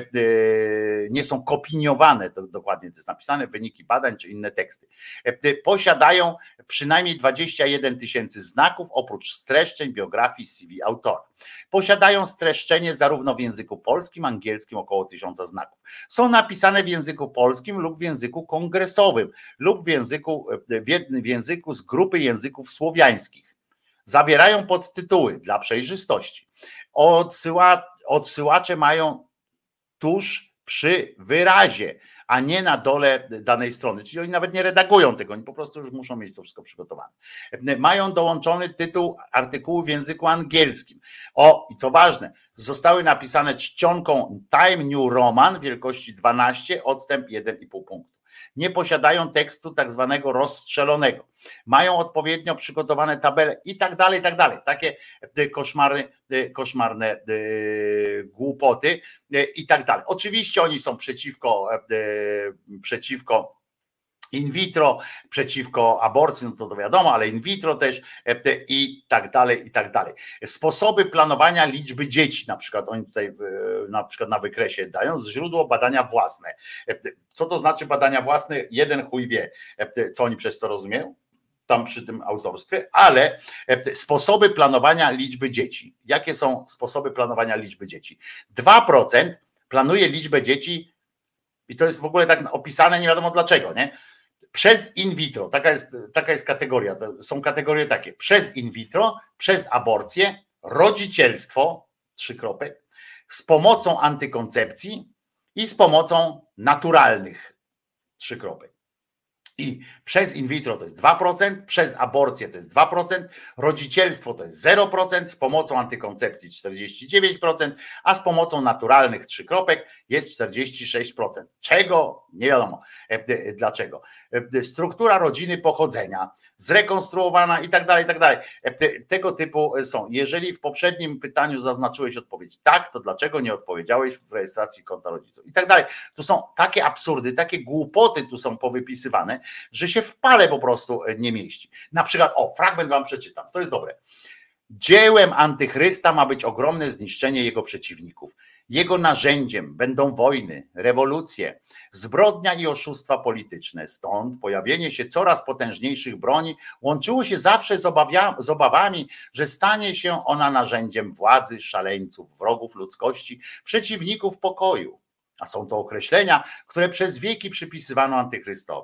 [SPEAKER 2] nie są kopiniowane, to dokładnie to jest napisane, wyniki badań czy inne teksty. Posiadają przynajmniej 21 000 znaków, oprócz streszczeń, biografii, CV autora. Posiadają streszczenie zarówno w języku polskim, angielskim około 1000 znaków. Są napisane w języku polskim lub w języku kongresowym lub w języku z grupy języków słowiańskich. Zawierają podtytuły dla przejrzystości. Odsyłacze mają tuż przy wyrazie, a nie na dole danej strony. Czyli oni nawet nie redagują tego, oni po prostu już muszą mieć to wszystko przygotowane. Mają dołączony tytuł artykułu w języku angielskim. I co ważne, zostały napisane czcionką Time New Roman wielkości 12, odstęp 1,5 punktu. Nie posiadają tekstu tak zwanego rozstrzelonego. Mają odpowiednio przygotowane tabele i tak dalej, i tak dalej. Takie koszmarne głupoty i tak dalej. Oczywiście oni są przeciwko in vitro, przeciwko aborcji, no to wiadomo, ale in vitro też i tak dalej, i tak dalej. Sposoby planowania liczby dzieci, na przykład oni tutaj na przykład na wykresie dają źródło badania własne. Co to znaczy badania własne? Jeden chuj wie, co oni przez to rozumieją tam przy tym autorstwie, ale sposoby planowania liczby dzieci. Jakie są sposoby planowania liczby dzieci? 2% planuje liczbę dzieci i to jest w ogóle tak opisane, nie wiadomo dlaczego, nie? Przez in vitro, taka jest kategoria, są kategorie takie, przez in vitro, przez aborcję, rodzicielstwo, 3 kropek, z pomocą antykoncepcji i z pomocą naturalnych, 3 kropek. I przez in vitro to jest 2%, przez aborcję to jest 2%, rodzicielstwo to jest 0%, z pomocą antykoncepcji 49%, a z pomocą naturalnych 3 kropek jest 46%. Czego? Nie wiadomo dlaczego. Struktura rodziny pochodzenia, zrekonstruowana i tak dalej, i tak dalej. Tego typu są. Jeżeli w poprzednim pytaniu zaznaczyłeś odpowiedź tak, to dlaczego nie odpowiedziałeś w rejestracji konta rodziców? I tak dalej. Tu są takie absurdy, takie głupoty tu są powypisywane, że się w pale po prostu nie mieści. Na przykład, fragment wam przeczytam, to jest dobre. Dziełem antychrysta ma być ogromne zniszczenie jego przeciwników. Jego narzędziem będą wojny, rewolucje, zbrodnia i oszustwa polityczne. Stąd pojawienie się coraz potężniejszych broni łączyło się zawsze z obawami, że stanie się ona narzędziem władzy, szaleńców, wrogów ludzkości, przeciwników pokoju. A są to określenia, które przez wieki przypisywano antychrystowi.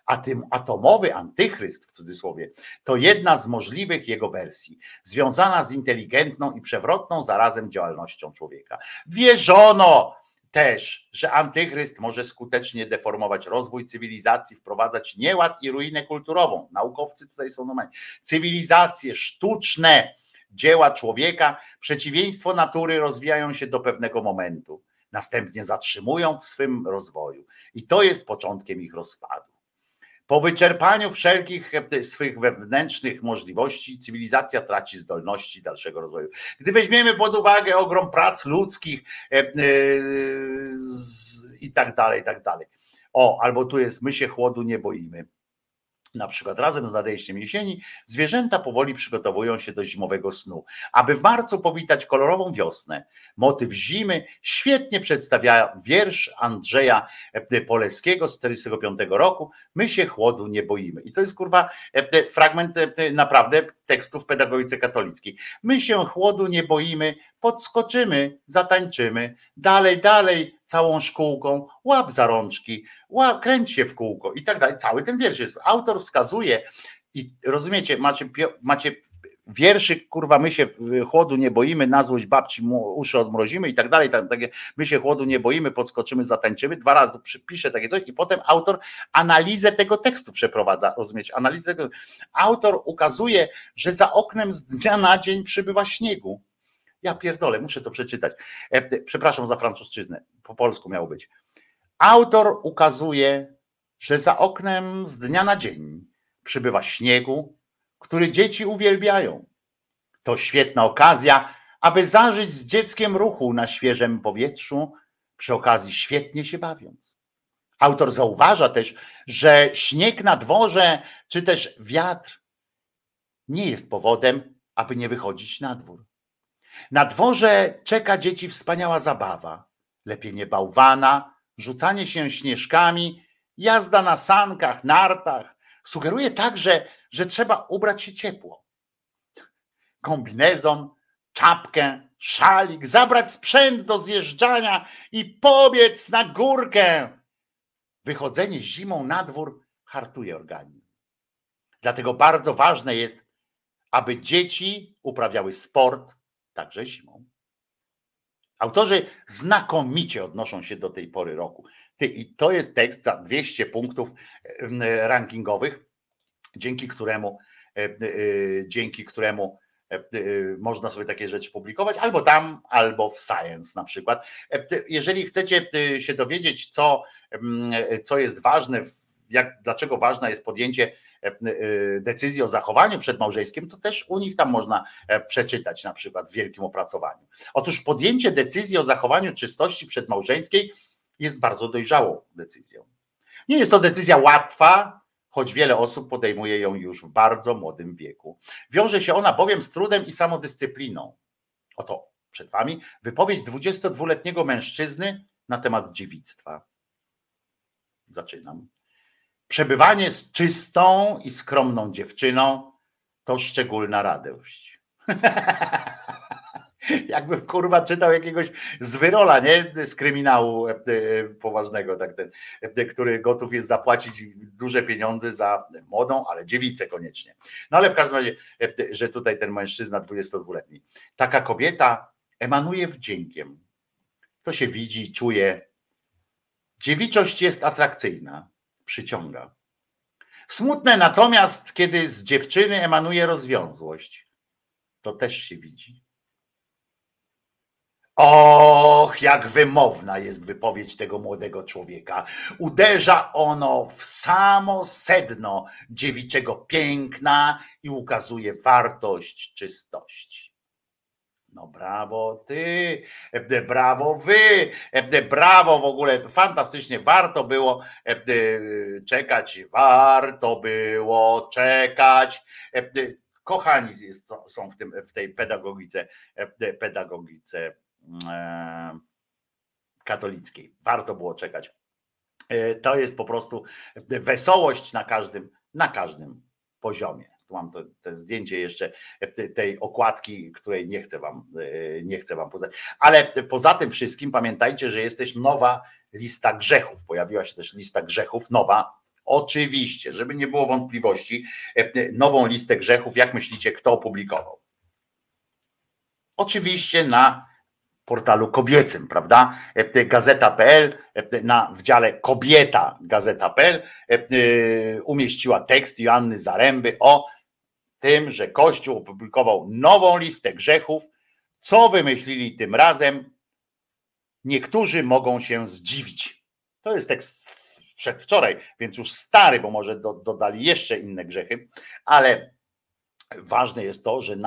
[SPEAKER 2] A tym atomowy antychryst, w cudzysłowie, to jedna z możliwych jego wersji, związana z inteligentną i przewrotną zarazem działalnością człowieka. Wierzono też, że antychryst może skutecznie deformować rozwój cywilizacji, wprowadzać nieład i ruinę kulturową. Naukowcy tutaj są normalni. Cywilizacje sztuczne, dzieła człowieka, przeciwieństwo natury rozwijają się do pewnego momentu. Następnie zatrzymują w swym rozwoju. I to jest początkiem ich rozpadu. Po wyczerpaniu wszelkich swych wewnętrznych możliwości cywilizacja traci zdolności dalszego rozwoju. Gdy weźmiemy pod uwagę ogrom prac ludzkich i tak dalej, i tak dalej. Albo tu jest, my się chłodu nie boimy. Na przykład razem z nadejściem jesieni zwierzęta powoli przygotowują się do zimowego snu, aby w marcu powitać kolorową wiosnę. Motyw zimy świetnie przedstawia wiersz Andrzeja Poleskiego z 1945 roku. My się chłodu nie boimy. I to jest kurwa fragment naprawdę tekstu w pedagogice katolickiej. My się chłodu nie boimy, podskoczymy, zatańczymy, dalej, dalej, całą szkółką, łap za rączki, kręć się w kółko i tak dalej. Cały ten wiersz jest. Autor wskazuje i rozumiecie, macie wierszyk, kurwa, my się chłodu nie boimy, na złość babci uszy odmrozimy i tak dalej, my się chłodu nie boimy, podskoczymy, zatańczymy, 2 razy przypisze takie coś i potem autor analizę tego tekstu przeprowadza, rozumiecie, analizę tego. Autor ukazuje, że za oknem z dnia na dzień przybywa śniegu. Ja pierdolę, muszę to przeczytać. Przepraszam za francuszczyznę, po polsku miało być. Autor ukazuje, że za oknem z dnia na dzień przybywa śniegu, który dzieci uwielbiają. To świetna okazja, aby zażyć z dzieckiem ruchu na świeżym powietrzu, przy okazji świetnie się bawiąc. Autor zauważa też, że śnieg na dworze, czy też wiatr nie jest powodem, aby nie wychodzić na dwór. Na dworze czeka dzieci wspaniała zabawa, lepienie bałwana, rzucanie się śnieżkami, jazda na sankach, nartach. Sugeruje także, że trzeba ubrać się ciepło. Kombinezon, czapkę, szalik, zabrać sprzęt do zjeżdżania i pobiec na górkę. Wychodzenie zimą na dwór hartuje organizm. Dlatego bardzo ważne jest, aby dzieci uprawiały sport także zimą. Autorzy znakomicie odnoszą się do tej pory roku. I to jest tekst za 200 punktów rankingowych, dzięki któremu można sobie takie rzeczy publikować, albo tam, albo w Science na przykład. Jeżeli chcecie się dowiedzieć, co jest ważne, dlaczego ważne jest podjęcie decyzji o zachowaniu przedmałżeńskim, to też u nich tam można przeczytać na przykład w wielkim opracowaniu. Otóż podjęcie decyzji o zachowaniu czystości przedmałżeńskiej jest bardzo dojrzałą decyzją. Nie jest to decyzja łatwa, choć wiele osób podejmuje ją już w bardzo młodym wieku. Wiąże się ona bowiem z trudem i samodyscypliną. Oto przed wami wypowiedź 22-letniego mężczyzny na temat dziewictwa. Zaczynam. Przebywanie z czystą i skromną dziewczyną to szczególna radość. Jakbym kurwa czytał jakiegoś z Wyrola, nie? Z kryminału poważnego, tak, który gotów jest zapłacić duże pieniądze za młodą, ale dziewicę koniecznie. No ale w każdym razie, że tutaj ten mężczyzna 22-letni. Taka kobieta emanuje wdziękiem. To się widzi, czuje. Dziewiczość jest atrakcyjna, przyciąga. Smutne natomiast, kiedy z dziewczyny emanuje rozwiązłość. To też się widzi. Och, jak wymowna jest wypowiedź tego młodego człowieka. Uderza ono w samo sedno dziewiczego piękna i ukazuje wartość czystości. No brawo ty, brawo wy, brawo w ogóle, fantastycznie, warto było czekać, warto było czekać. Kochani są w tej pedagogice katolickiej. Warto było czekać. To jest po prostu wesołość na każdym poziomie. Tu mam to zdjęcie jeszcze tej okładki, której nie chcę wam poznać. Ale poza tym wszystkim pamiętajcie, że jest też nowa lista grzechów. Pojawiła się też lista grzechów, nowa, Oczywiście, żeby nie było wątpliwości, nową listę grzechów, jak myślicie, kto opublikował? Oczywiście na portalu kobiecym, prawda? Gazeta.pl, w dziale Kobieta Gazeta.pl umieściła tekst Joanny Zaręby o tym, że Kościół opublikował nową listę grzechów. Co wymyślili tym razem? Niektórzy mogą się zdziwić. To jest tekst przedwczoraj, więc już stary, bo może dodali jeszcze inne grzechy, ale ważne jest to, że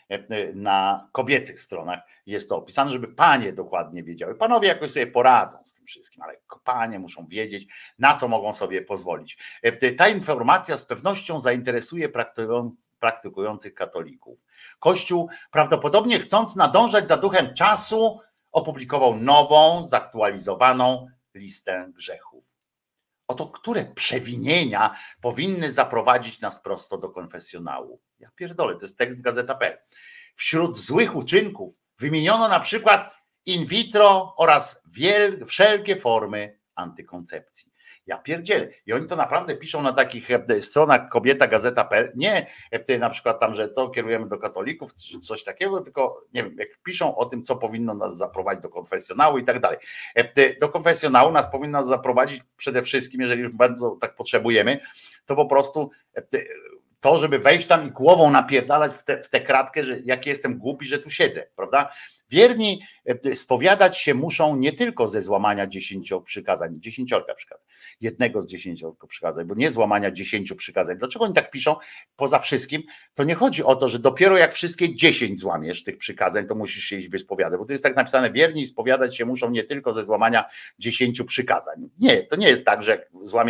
[SPEAKER 2] na kobiecych stronach jest to opisane, żeby panie dokładnie wiedziały. Panowie jakoś sobie poradzą z tym wszystkim, ale panie muszą wiedzieć, na co mogą sobie pozwolić. Ta informacja z pewnością zainteresuje praktykujących katolików. Kościół, prawdopodobnie chcąc nadążać za duchem czasu, opublikował nową, zaktualizowaną listę grzechów. Oto które przewinienia powinny zaprowadzić nas prosto do konfesjonału? Ja pierdolę, to jest tekst Gazeta.pl. Wśród złych uczynków wymieniono na przykład in vitro oraz wszelkie formy antykoncepcji. Ja pierdzielę. I oni to naprawdę piszą na takich stronach Kobieta Gazeta.pl. Nie na przykład tam, że to kierujemy do katolików, czy coś takiego, tylko nie wiem, jak piszą o tym, co powinno nas zaprowadzić do konfesjonału i tak dalej. Do konfesjonału nas powinno zaprowadzić przede wszystkim, jeżeli już bardzo tak potrzebujemy, to po prostu to, żeby wejść tam i głową napierdalać w tę kratkę, że jak jestem głupi, że tu siedzę, prawda? Wierni spowiadać się muszą nie tylko ze złamania 10 przykazań, 10 przykazów, jednego z 10 przykazań, bo nie złamania 10 przykazań. Dlaczego oni tak piszą? Poza wszystkim, to nie chodzi o to, że dopiero jak wszystkie 10 złamiesz tych przykazań, to musisz się iść wyspowiadać, bo to jest tak napisane, wierni spowiadać się muszą nie tylko ze złamania 10 przykazań. Nie, to nie jest tak, że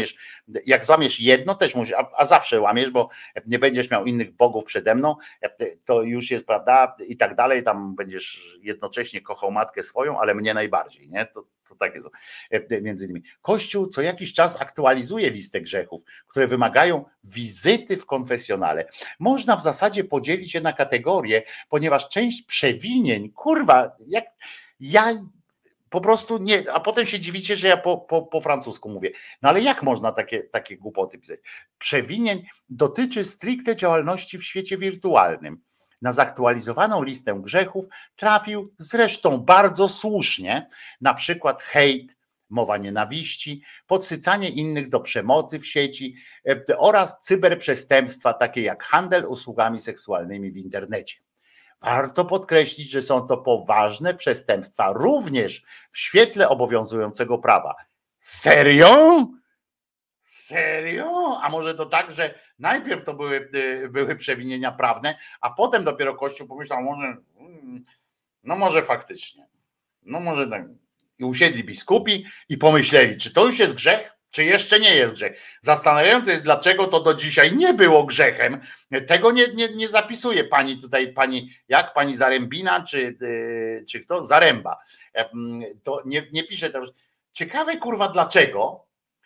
[SPEAKER 2] jak złamiesz jedno, też musisz, a zawsze łamiesz, bo nie będziesz miał innych bogów przede mną, to już jest, prawda, i tak dalej, tam będziesz jednocześnie kochał matkę swoją, ale mnie najbardziej, nie? To tak jest między innymi. Kościół co jakiś czas aktualizuje listę grzechów, które wymagają wizyty w konfesjonale. Można w zasadzie podzielić je na kategorie, ponieważ część przewinień, kurwa, ja po prostu nie, a potem się dziwicie, że ja po francusku mówię. No ale jak można takie głupoty pisać? Przewinień dotyczy stricte działalności w świecie wirtualnym. Na zaktualizowaną listę grzechów trafił zresztą bardzo słusznie na przykład hejt, mowa nienawiści, podsycanie innych do przemocy w sieci oraz cyberprzestępstwa takie jak handel usługami seksualnymi w internecie. Warto podkreślić, że są to poważne przestępstwa również w świetle obowiązującego prawa. Serio? Serio? A może to tak, że najpierw to były przewinienia prawne, a potem dopiero Kościół pomyślał, może faktycznie, no może tak. I usiedli biskupi i pomyśleli, czy to już jest grzech, czy jeszcze nie jest grzech. Zastanawiające jest, dlaczego to do dzisiaj nie było grzechem. Tego nie zapisuje pani tutaj, pani Zarębina, czy kto? Zaręba. To nie pisze tam. Ciekawe, kurwa, dlaczego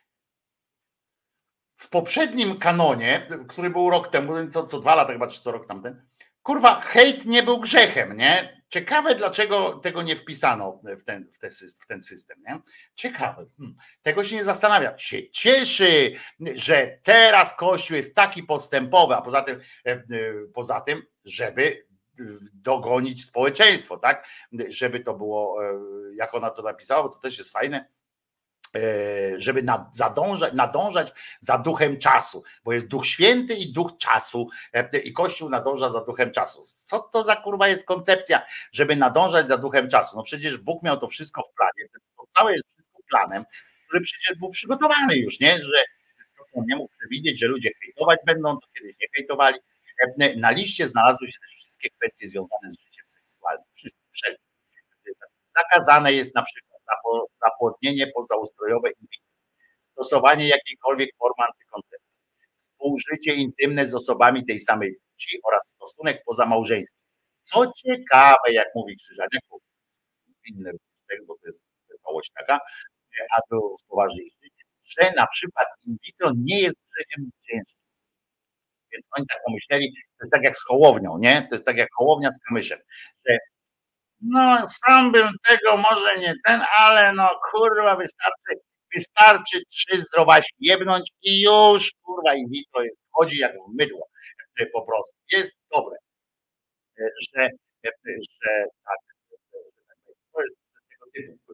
[SPEAKER 2] w poprzednim kanonie, który był rok temu, co 2 lata chyba, czy co rok tamten, kurwa, hejt nie był grzechem, nie? Ciekawe, dlaczego tego nie wpisano w ten system, nie? Ciekawe. Tego się nie zastanawia. Się cieszy, że teraz Kościół jest taki postępowy, a poza tym, żeby dogonić społeczeństwo, tak? Żeby to było, jak ona to napisała, bo to też jest fajne, żeby nadążać za duchem czasu, bo jest Duch Święty i Duch czasu i Kościół nadąża za duchem czasu. Co to za kurwa jest koncepcja, żeby nadążać za duchem czasu? No przecież Bóg miał to wszystko w planie, to całe jest wszystko planem, który przecież był przygotowany już, nie? Że to, co nie mógł przewidzieć, że ludzie hejtować będą, to kiedyś nie hejtowali. Na liście znalazły się też wszystkie kwestie związane z życiem seksualnym. Wszelkie. Zakazane jest na przykład zapłodnienie pozaustrojowe in vitro, stosowanie jakiejkolwiek formy antykoncepcji, współżycie intymne z osobami tej samej płci oraz stosunek pozamałżeński. Co ciekawe, jak mówi Krzyżaniak, inny, bo to jest wesołość taka, a to poważniejsze, że na przykład in vitro nie jest grzechem ciężkim. Więc oni tak pomyśleli, to jest tak jak z Hołownią, nie? To jest tak jak Hołownia z Kamyszem, że no sam bym tego może nie ale no kurwa Wystarczy 3 zdrowaśki jebnąć i już, kurwa, in vitro jest, wchodzi jak w mydło, po prostu. Jest dobre, że tak, to jest tego typu.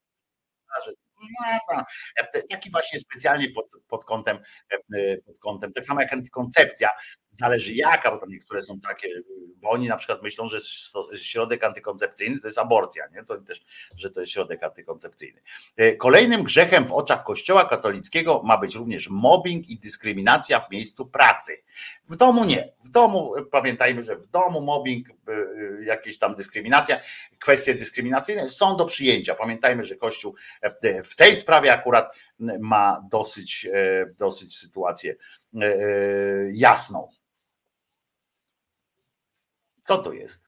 [SPEAKER 2] Taki właśnie specjalnie pod kątem, tak samo jak antykoncepcja, zależy jaka, bo tam niektóre są takie, bo oni na przykład myślą, że środek antykoncepcyjny to jest aborcja, nie? To też, że to jest środek antykoncepcyjny. Kolejnym grzechem w oczach Kościoła katolickiego ma być również mobbing i dyskryminacja w miejscu pracy. W domu nie. W domu, pamiętajmy, że w domu mobbing, jakieś tam dyskryminacja, kwestie dyskryminacyjne są do przyjęcia. Pamiętajmy, że Kościół w tej sprawie akurat ma dosyć sytuację jasną. Co to jest?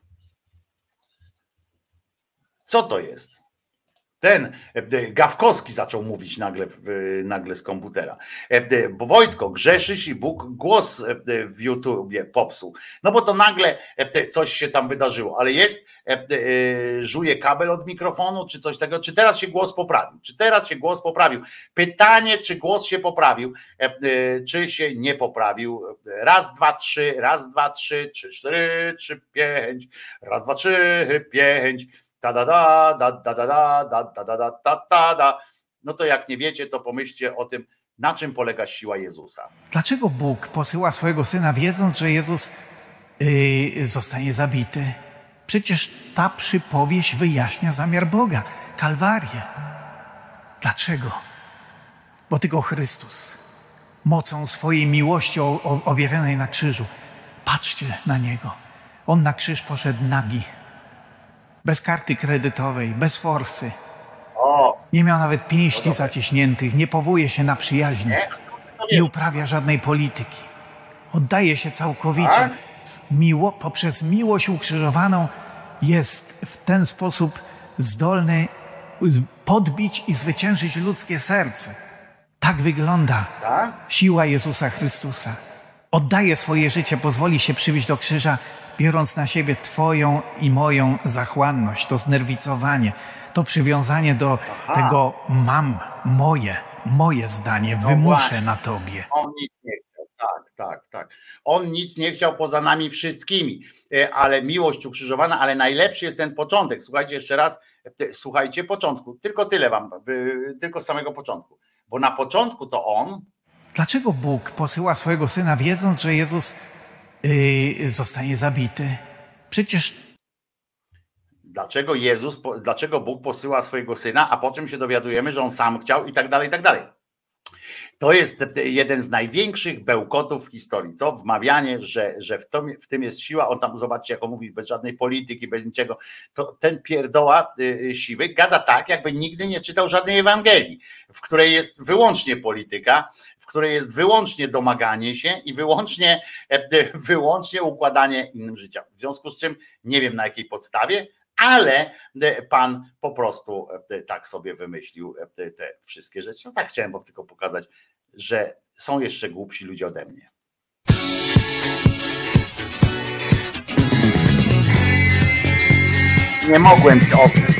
[SPEAKER 2] Co to jest? Ten Gawkowski zaczął mówić nagle z komputera. Bo Wojtko, grzeszysz i Bóg głos w YouTubie popsuł. No bo to nagle coś się tam wydarzyło, ale jest, żuje kabel od mikrofonu, czy coś takiego. Czy teraz się głos poprawił? Pytanie, czy głos się poprawił, czy się nie poprawił. Raz, dwa, trzy, raz, dwa, trzy, 3, 4, 3, 5, raz, dwa, 3, 5. No to jak nie wiecie, to pomyślcie o tym, na czym polega siła Jezusa.
[SPEAKER 12] Dlaczego Bóg posyła swojego Syna, wiedząc, że Jezus zostanie zabity? Przecież ta przypowieść wyjaśnia zamiar Boga, Kalwarię. Dlaczego? Bo tylko Chrystus, mocą swojej miłości objawionej na krzyżu. Patrzcie na Niego. On na krzyż poszedł nagi. Bez karty kredytowej, bez forsy. Nie miał nawet pięści zaciśniętych, nie powołuje się na przyjaźń, nie uprawia żadnej polityki. Oddaje się całkowicie. Poprzez miłość ukrzyżowaną jest w ten sposób zdolny podbić i zwyciężyć ludzkie serce. Tak wygląda siła Jezusa Chrystusa. Oddaje swoje życie, pozwoli się przybić do krzyża, biorąc na siebie Twoją i moją zachłanność, to znerwicowanie, to przywiązanie do tego mam, moje zdanie, wymuszę na Tobie.
[SPEAKER 2] On nic nie chciał, tak. On nic nie chciał poza nami wszystkimi, ale miłość ukrzyżowana, ale najlepszy jest ten początek. Słuchajcie jeszcze raz, słuchajcie początku, tylko tyle wam, tylko z samego początku, bo na początku to On. Dlaczego
[SPEAKER 12] Bóg posyła swojego Syna, wiedząc, że Jezus zostanie zabity? Przecież
[SPEAKER 2] dlaczego Bóg posyła swojego Syna, a po czym się dowiadujemy, że On sam chciał i tak dalej, i tak dalej. To jest jeden z największych bełkotów w historii, co? Wmawianie, że w tym jest siła. On tam, zobaczcie, jak on mówi, bez żadnej polityki, bez niczego. To ten pierdoła siwy gada tak, jakby nigdy nie czytał żadnej Ewangelii, w której jest wyłącznie polityka, w której jest wyłącznie domaganie się i wyłącznie układanie innym życia. W związku z czym nie wiem, na jakiej podstawie, ale Pan po prostu tak sobie wymyślił te wszystkie rzeczy. No tak chciałem wam tylko pokazać, że są jeszcze głupsi ludzie ode mnie. Nie mogłem się oprzeć.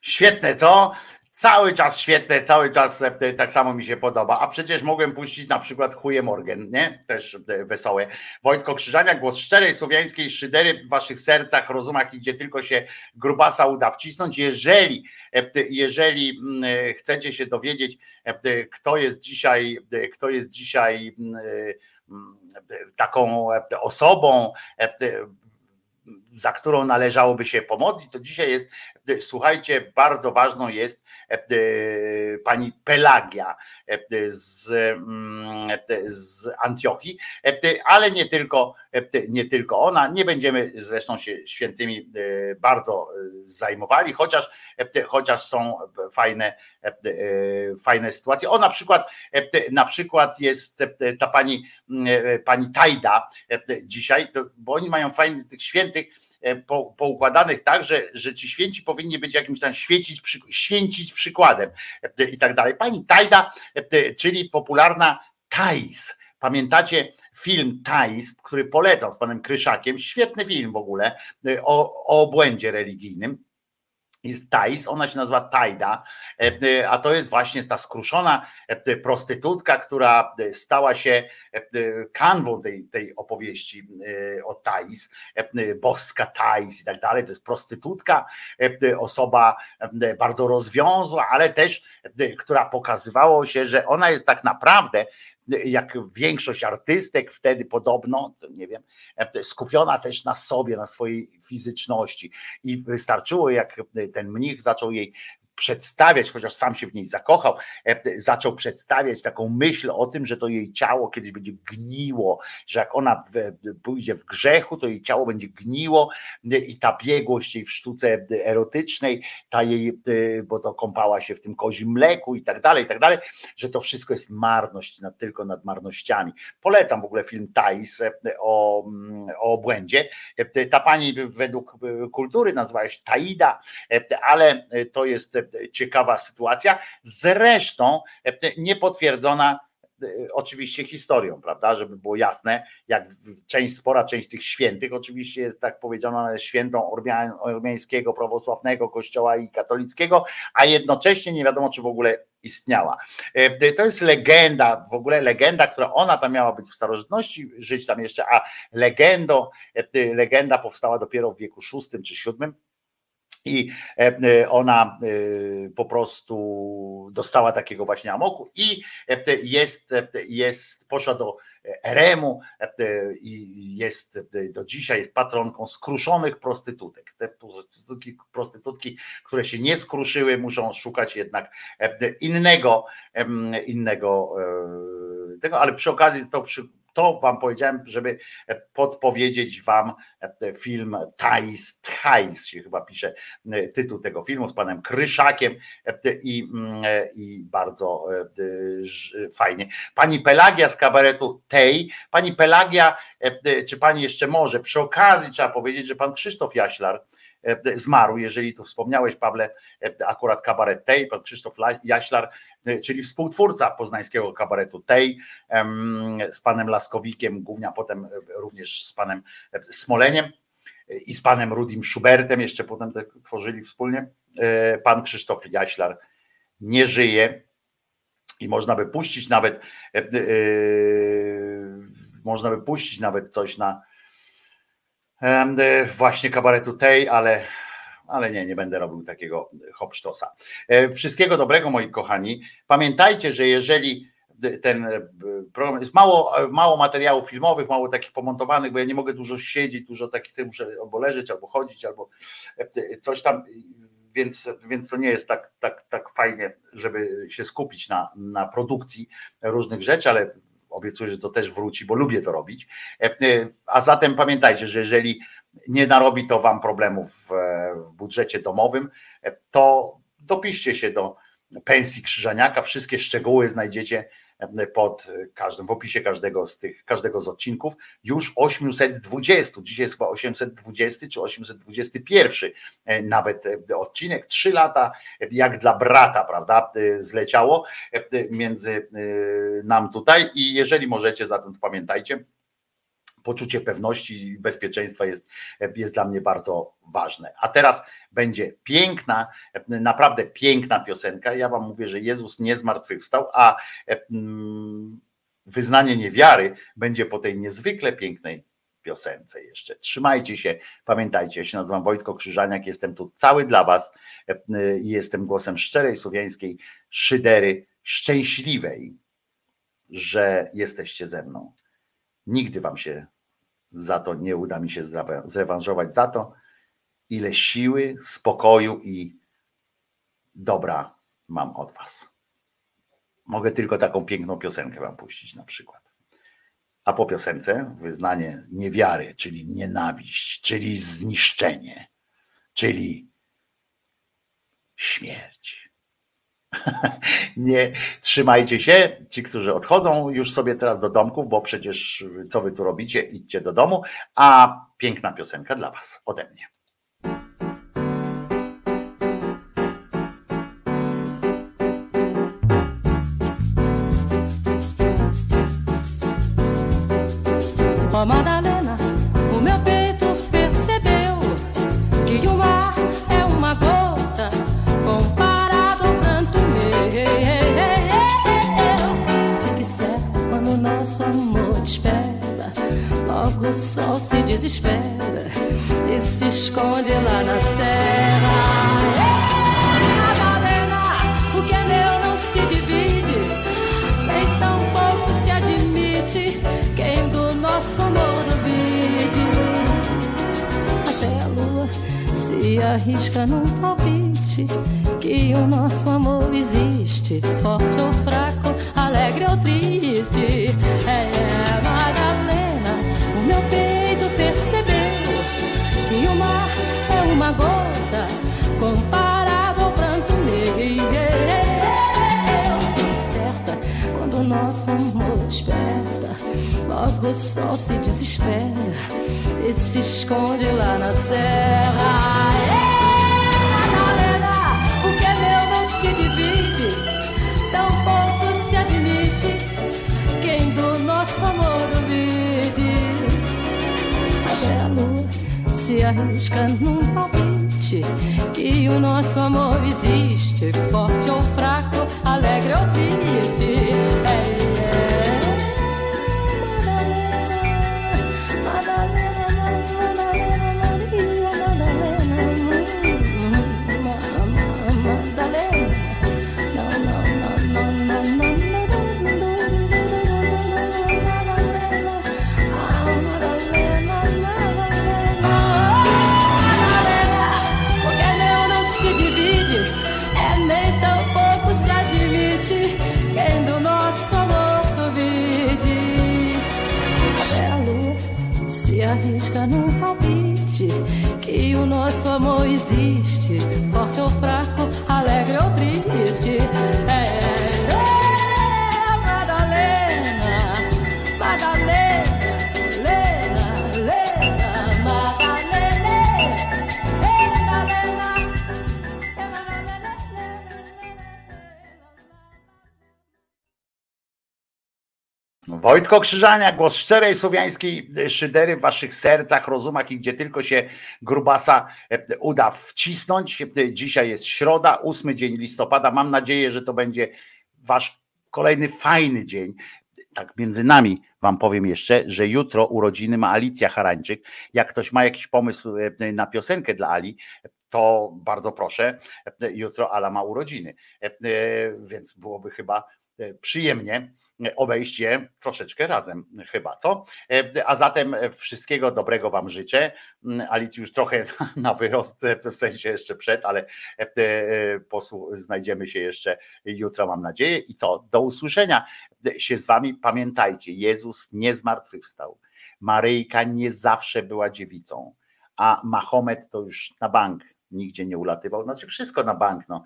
[SPEAKER 2] Świetne, co? Cały czas świetne, cały czas tak samo mi się podoba. A przecież mogłem puścić na przykład Chuje Morgen, nie? Też wesołe. Wojtko Krzyżania, głos szczerej słowiańskiej szydery w waszych sercach, rozumach i gdzie tylko się grubasa uda wcisnąć. Jeżeli chcecie się dowiedzieć, kto jest dzisiaj taką osobą, za którą należałoby się pomodlić, to dzisiaj jest, słuchajcie, bardzo ważną jest pani Pelagia z Antiochii, ale nie tylko ona. Nie będziemy zresztą się świętymi bardzo zajmowali, chociaż są fajne sytuacje. O, na przykład jest ta pani Tajda dzisiaj, bo oni mają fajnych tych świętych poukładanych tak, że ci święci powinni być jakimś tam święcić przykładem i tak dalej. Pani Tajda, czyli popularna Thais. Pamiętacie film Thais, który polecam z panem Kryszakiem, świetny film w ogóle o obłędzie religijnym. Jest Thais, ona się nazywa Tajda, a to jest właśnie ta skruszona prostytutka, która stała się kanwą tej opowieści o Thais, boska Thais i tak dalej. To jest prostytutka, osoba bardzo rozwiązła, ale też, która pokazywało się, że ona jest tak naprawdę, jak większość artystek wtedy podobno, nie wiem, skupiona też na sobie, na swojej fizyczności i wystarczyło, jak ten mnich zaczął jej przedstawiać, chociaż sam się w niej zakochał, zaczął przedstawiać taką myśl o tym, że to jej ciało kiedyś będzie gniło, że jak ona pójdzie w grzechu, to jej ciało będzie gniło i ta biegłość jej w sztuce erotycznej, ta jej, bo to kąpała się w tym kozim mleku i tak dalej, że to wszystko jest marność, tylko nad marnościami. Polecam w ogóle film Thais o obłędzie. Ta pani według kultury nazywa się Taida, ale to jest ciekawa sytuacja, zresztą niepotwierdzona oczywiście historią, prawda, żeby było jasne, jak spora część tych świętych oczywiście jest tak powiedziana świętą ormiańskiego, prawosławnego kościoła i katolickiego, a jednocześnie nie wiadomo, czy w ogóle istniała. To jest legenda, w ogóle legenda, która ona tam miała być w starożytności, żyć tam jeszcze, a legenda powstała dopiero w wieku VI czy VII. I ona po prostu dostała takiego właśnie amoku i poszła do Eremu i jest do dzisiaj jest patronką skruszonych prostytutek. Te prostytutki, które się nie skruszyły, muszą szukać jednak innego tego, ale przy okazji to wam powiedziałem, żeby podpowiedzieć wam film Thais się chyba pisze tytuł tego filmu z panem Kryszakiem i bardzo fajnie. Pani Pelagia z kabaretu Tej. Pani Pelagia, czy pani jeszcze może? Przy okazji trzeba powiedzieć, że pan Krzysztof Jaślar zmarł, jeżeli tu wspomniałeś, Pawle, akurat kabaret Tej, pan Krzysztof Jaślar, czyli współtwórca poznańskiego kabaretu Tej, z panem Laskowikiem, głównie, a potem również z panem Smoleniem i z panem Rudim Schubertem, jeszcze potem tworzyli wspólnie. Pan Krzysztof Jaślar nie żyje i można by puścić nawet coś na właśnie kabaretu Tej, ale nie będę robił takiego hopsztosa. Wszystkiego dobrego, moi kochani. Pamiętajcie, że jeżeli ten program jest mało materiałów filmowych, mało takich pomontowanych, bo ja nie mogę dużo siedzieć, dużo takich, muszę albo leżeć, albo chodzić, albo coś tam, więc to nie jest tak fajnie, żeby się skupić na produkcji różnych rzeczy, ale obiecuję, że to też wróci, bo lubię to robić. A zatem pamiętajcie, że jeżeli nie narobi to wam problemów w budżecie domowym, to dopiszcie się do pensji Krzyżaniaka. Wszystkie szczegóły znajdziecie w opisie każdego z odcinków. Już 820, dzisiaj jest chyba 820 czy 821 nawet odcinek, 3 lata jak dla brata, prawda, zleciało między nam tutaj i jeżeli możecie, zatem to pamiętajcie, poczucie pewności i bezpieczeństwa jest dla mnie bardzo ważne. A teraz będzie piękna, naprawdę piękna piosenka. Ja wam mówię, że Jezus nie zmartwychwstał, a wyznanie niewiary będzie po tej niezwykle pięknej piosence jeszcze. Trzymajcie się, pamiętajcie, ja się nazywam Wojtko Krzyżaniak, jestem tu cały dla was i jestem głosem szczerej słowiańskiej szydery, szczęśliwej, że jesteście ze mną. Nigdy wam się za to nie uda mi się zrewanżować za to, ile siły, spokoju i dobra mam od was. Mogę tylko taką piękną piosenkę wam puścić na przykład. A po piosence wyznanie niewiary, czyli nienawiść, czyli zniszczenie, czyli śmierć. Nie, trzymajcie się, ci, którzy odchodzą już sobie teraz do domków, bo przecież co wy tu robicie, idźcie do domu, a piękna piosenka dla was ode mnie.
[SPEAKER 13] Ó Madalena, o meu peito percebeu que o mar é uma gota comparado ao pranto meu. Fique certo quando o nosso amor desperta, logo o sol se desespera e se esconde lá na serra. Madalena, o que é meu não se divide, nem tão pouco se admite. Quem do nosso amor duvide, até a lua se arrisca num palpite que o nosso amor existe, forte ou fraco, alegre ou triste. Madalena, o meu peito percebeu que o mar é uma gota comparado ao pranto meu. Incerta quando o nosso amor desperta, logo o sol se desespera e se esconde lá na serra. Madalena, o que é meu não se divide, tão pouco se admite. Quem do nosso amor duvide, até a lua se arrisca num palpite que o nosso amor existe, forte ou fraco, alegre ou triste. Arrisca num palpite que o nosso amor existe, forte ou fraco, alegre ou triste. Madalena, Madalena, Lena, Lena, Madalena,
[SPEAKER 2] Wojtko Krzyżaniak, głos szczerej słowiańskiej szydery w waszych sercach, rozumach i gdzie tylko się grubasa uda wcisnąć. Dzisiaj jest środa, 8 dzień listopada. Mam nadzieję, że to będzie wasz kolejny fajny dzień. Tak między nami wam powiem jeszcze, że jutro urodziny ma Alicja Harańczyk. Jak ktoś ma jakiś pomysł na piosenkę dla Ali, to bardzo proszę. Jutro Ala ma urodziny, więc byłoby chyba przyjemnie obejść je troszeczkę razem chyba, co? A zatem wszystkiego dobrego wam życzę. Alicji już trochę na wyrost, w sensie jeszcze przed, ale znajdziemy się jeszcze jutro, mam nadzieję. I co? Do usłyszenia się z wami. Pamiętajcie, Jezus nie zmartwychwstał. Maryjka nie zawsze była dziewicą, a Mahomet to już na bank nigdzie nie ulatywał, znaczy wszystko na bank, no.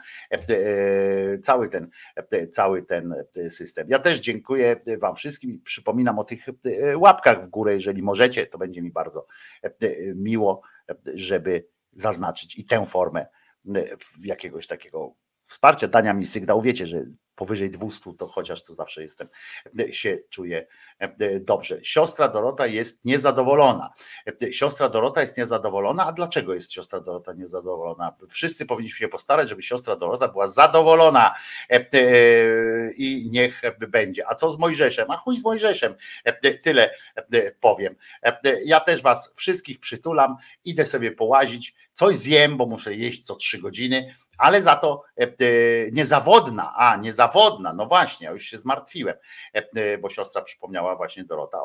[SPEAKER 2] Cały ten system. Ja też dziękuję wam wszystkim i przypominam o tych łapkach w górę, jeżeli możecie, to będzie mi bardzo miło, żeby zaznaczyć i tę formę jakiegoś takiego wsparcia, dania mi sygnału. Wiecie, że powyżej 200 to chociaż to zawsze się czuję dobrze. Siostra Dorota jest niezadowolona. Siostra Dorota jest niezadowolona, a dlaczego jest siostra Dorota niezadowolona? Wszyscy powinniśmy się postarać, żeby siostra Dorota była zadowolona i niech będzie. A co z Mojżeszem? A chuj z Mojżeszem. Tyle powiem. Ja też was wszystkich przytulam, idę sobie połazić, coś zjem, bo muszę jeść co 3 godziny, ale za to niezawodna, no właśnie, ja już się zmartwiłem, bo siostra przypomniała właśnie Dorota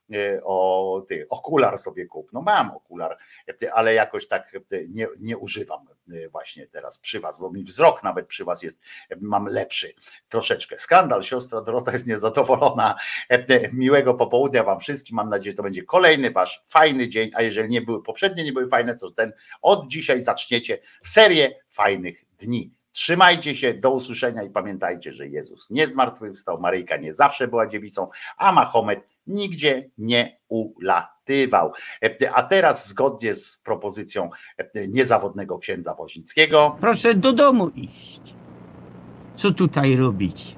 [SPEAKER 2] okular sobie kup. No mam okular, ale jakoś tak nie używam właśnie teraz przy was, bo mi wzrok nawet przy was jest, mam lepszy troszeczkę. Skandal, siostra Dorota jest niezadowolona. Miłego popołudnia wam wszystkim, mam nadzieję, że to będzie kolejny wasz fajny dzień, a jeżeli poprzednie nie były fajne, to od dzisiaj zaczniecie serię fajnych dni. Trzymajcie się, do usłyszenia i pamiętajcie, że Jezus nie zmartwychwstał, Maryjka nie zawsze była dziewicą, a Mahomet nigdzie nie ulatywał. A teraz zgodnie z propozycją niezawodnego księdza Woźnickiego.
[SPEAKER 14] Proszę do domu iść. Co tutaj robić?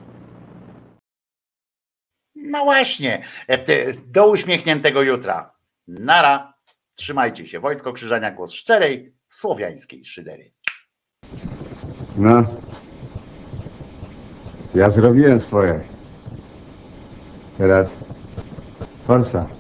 [SPEAKER 2] No właśnie, do uśmiechniętego jutra. Nara, trzymajcie się. Wojtko Krzyżania, głos szczerej, słowiańskiej szydery.
[SPEAKER 15] No, ja zrobiłem swoje. Teraz forsa.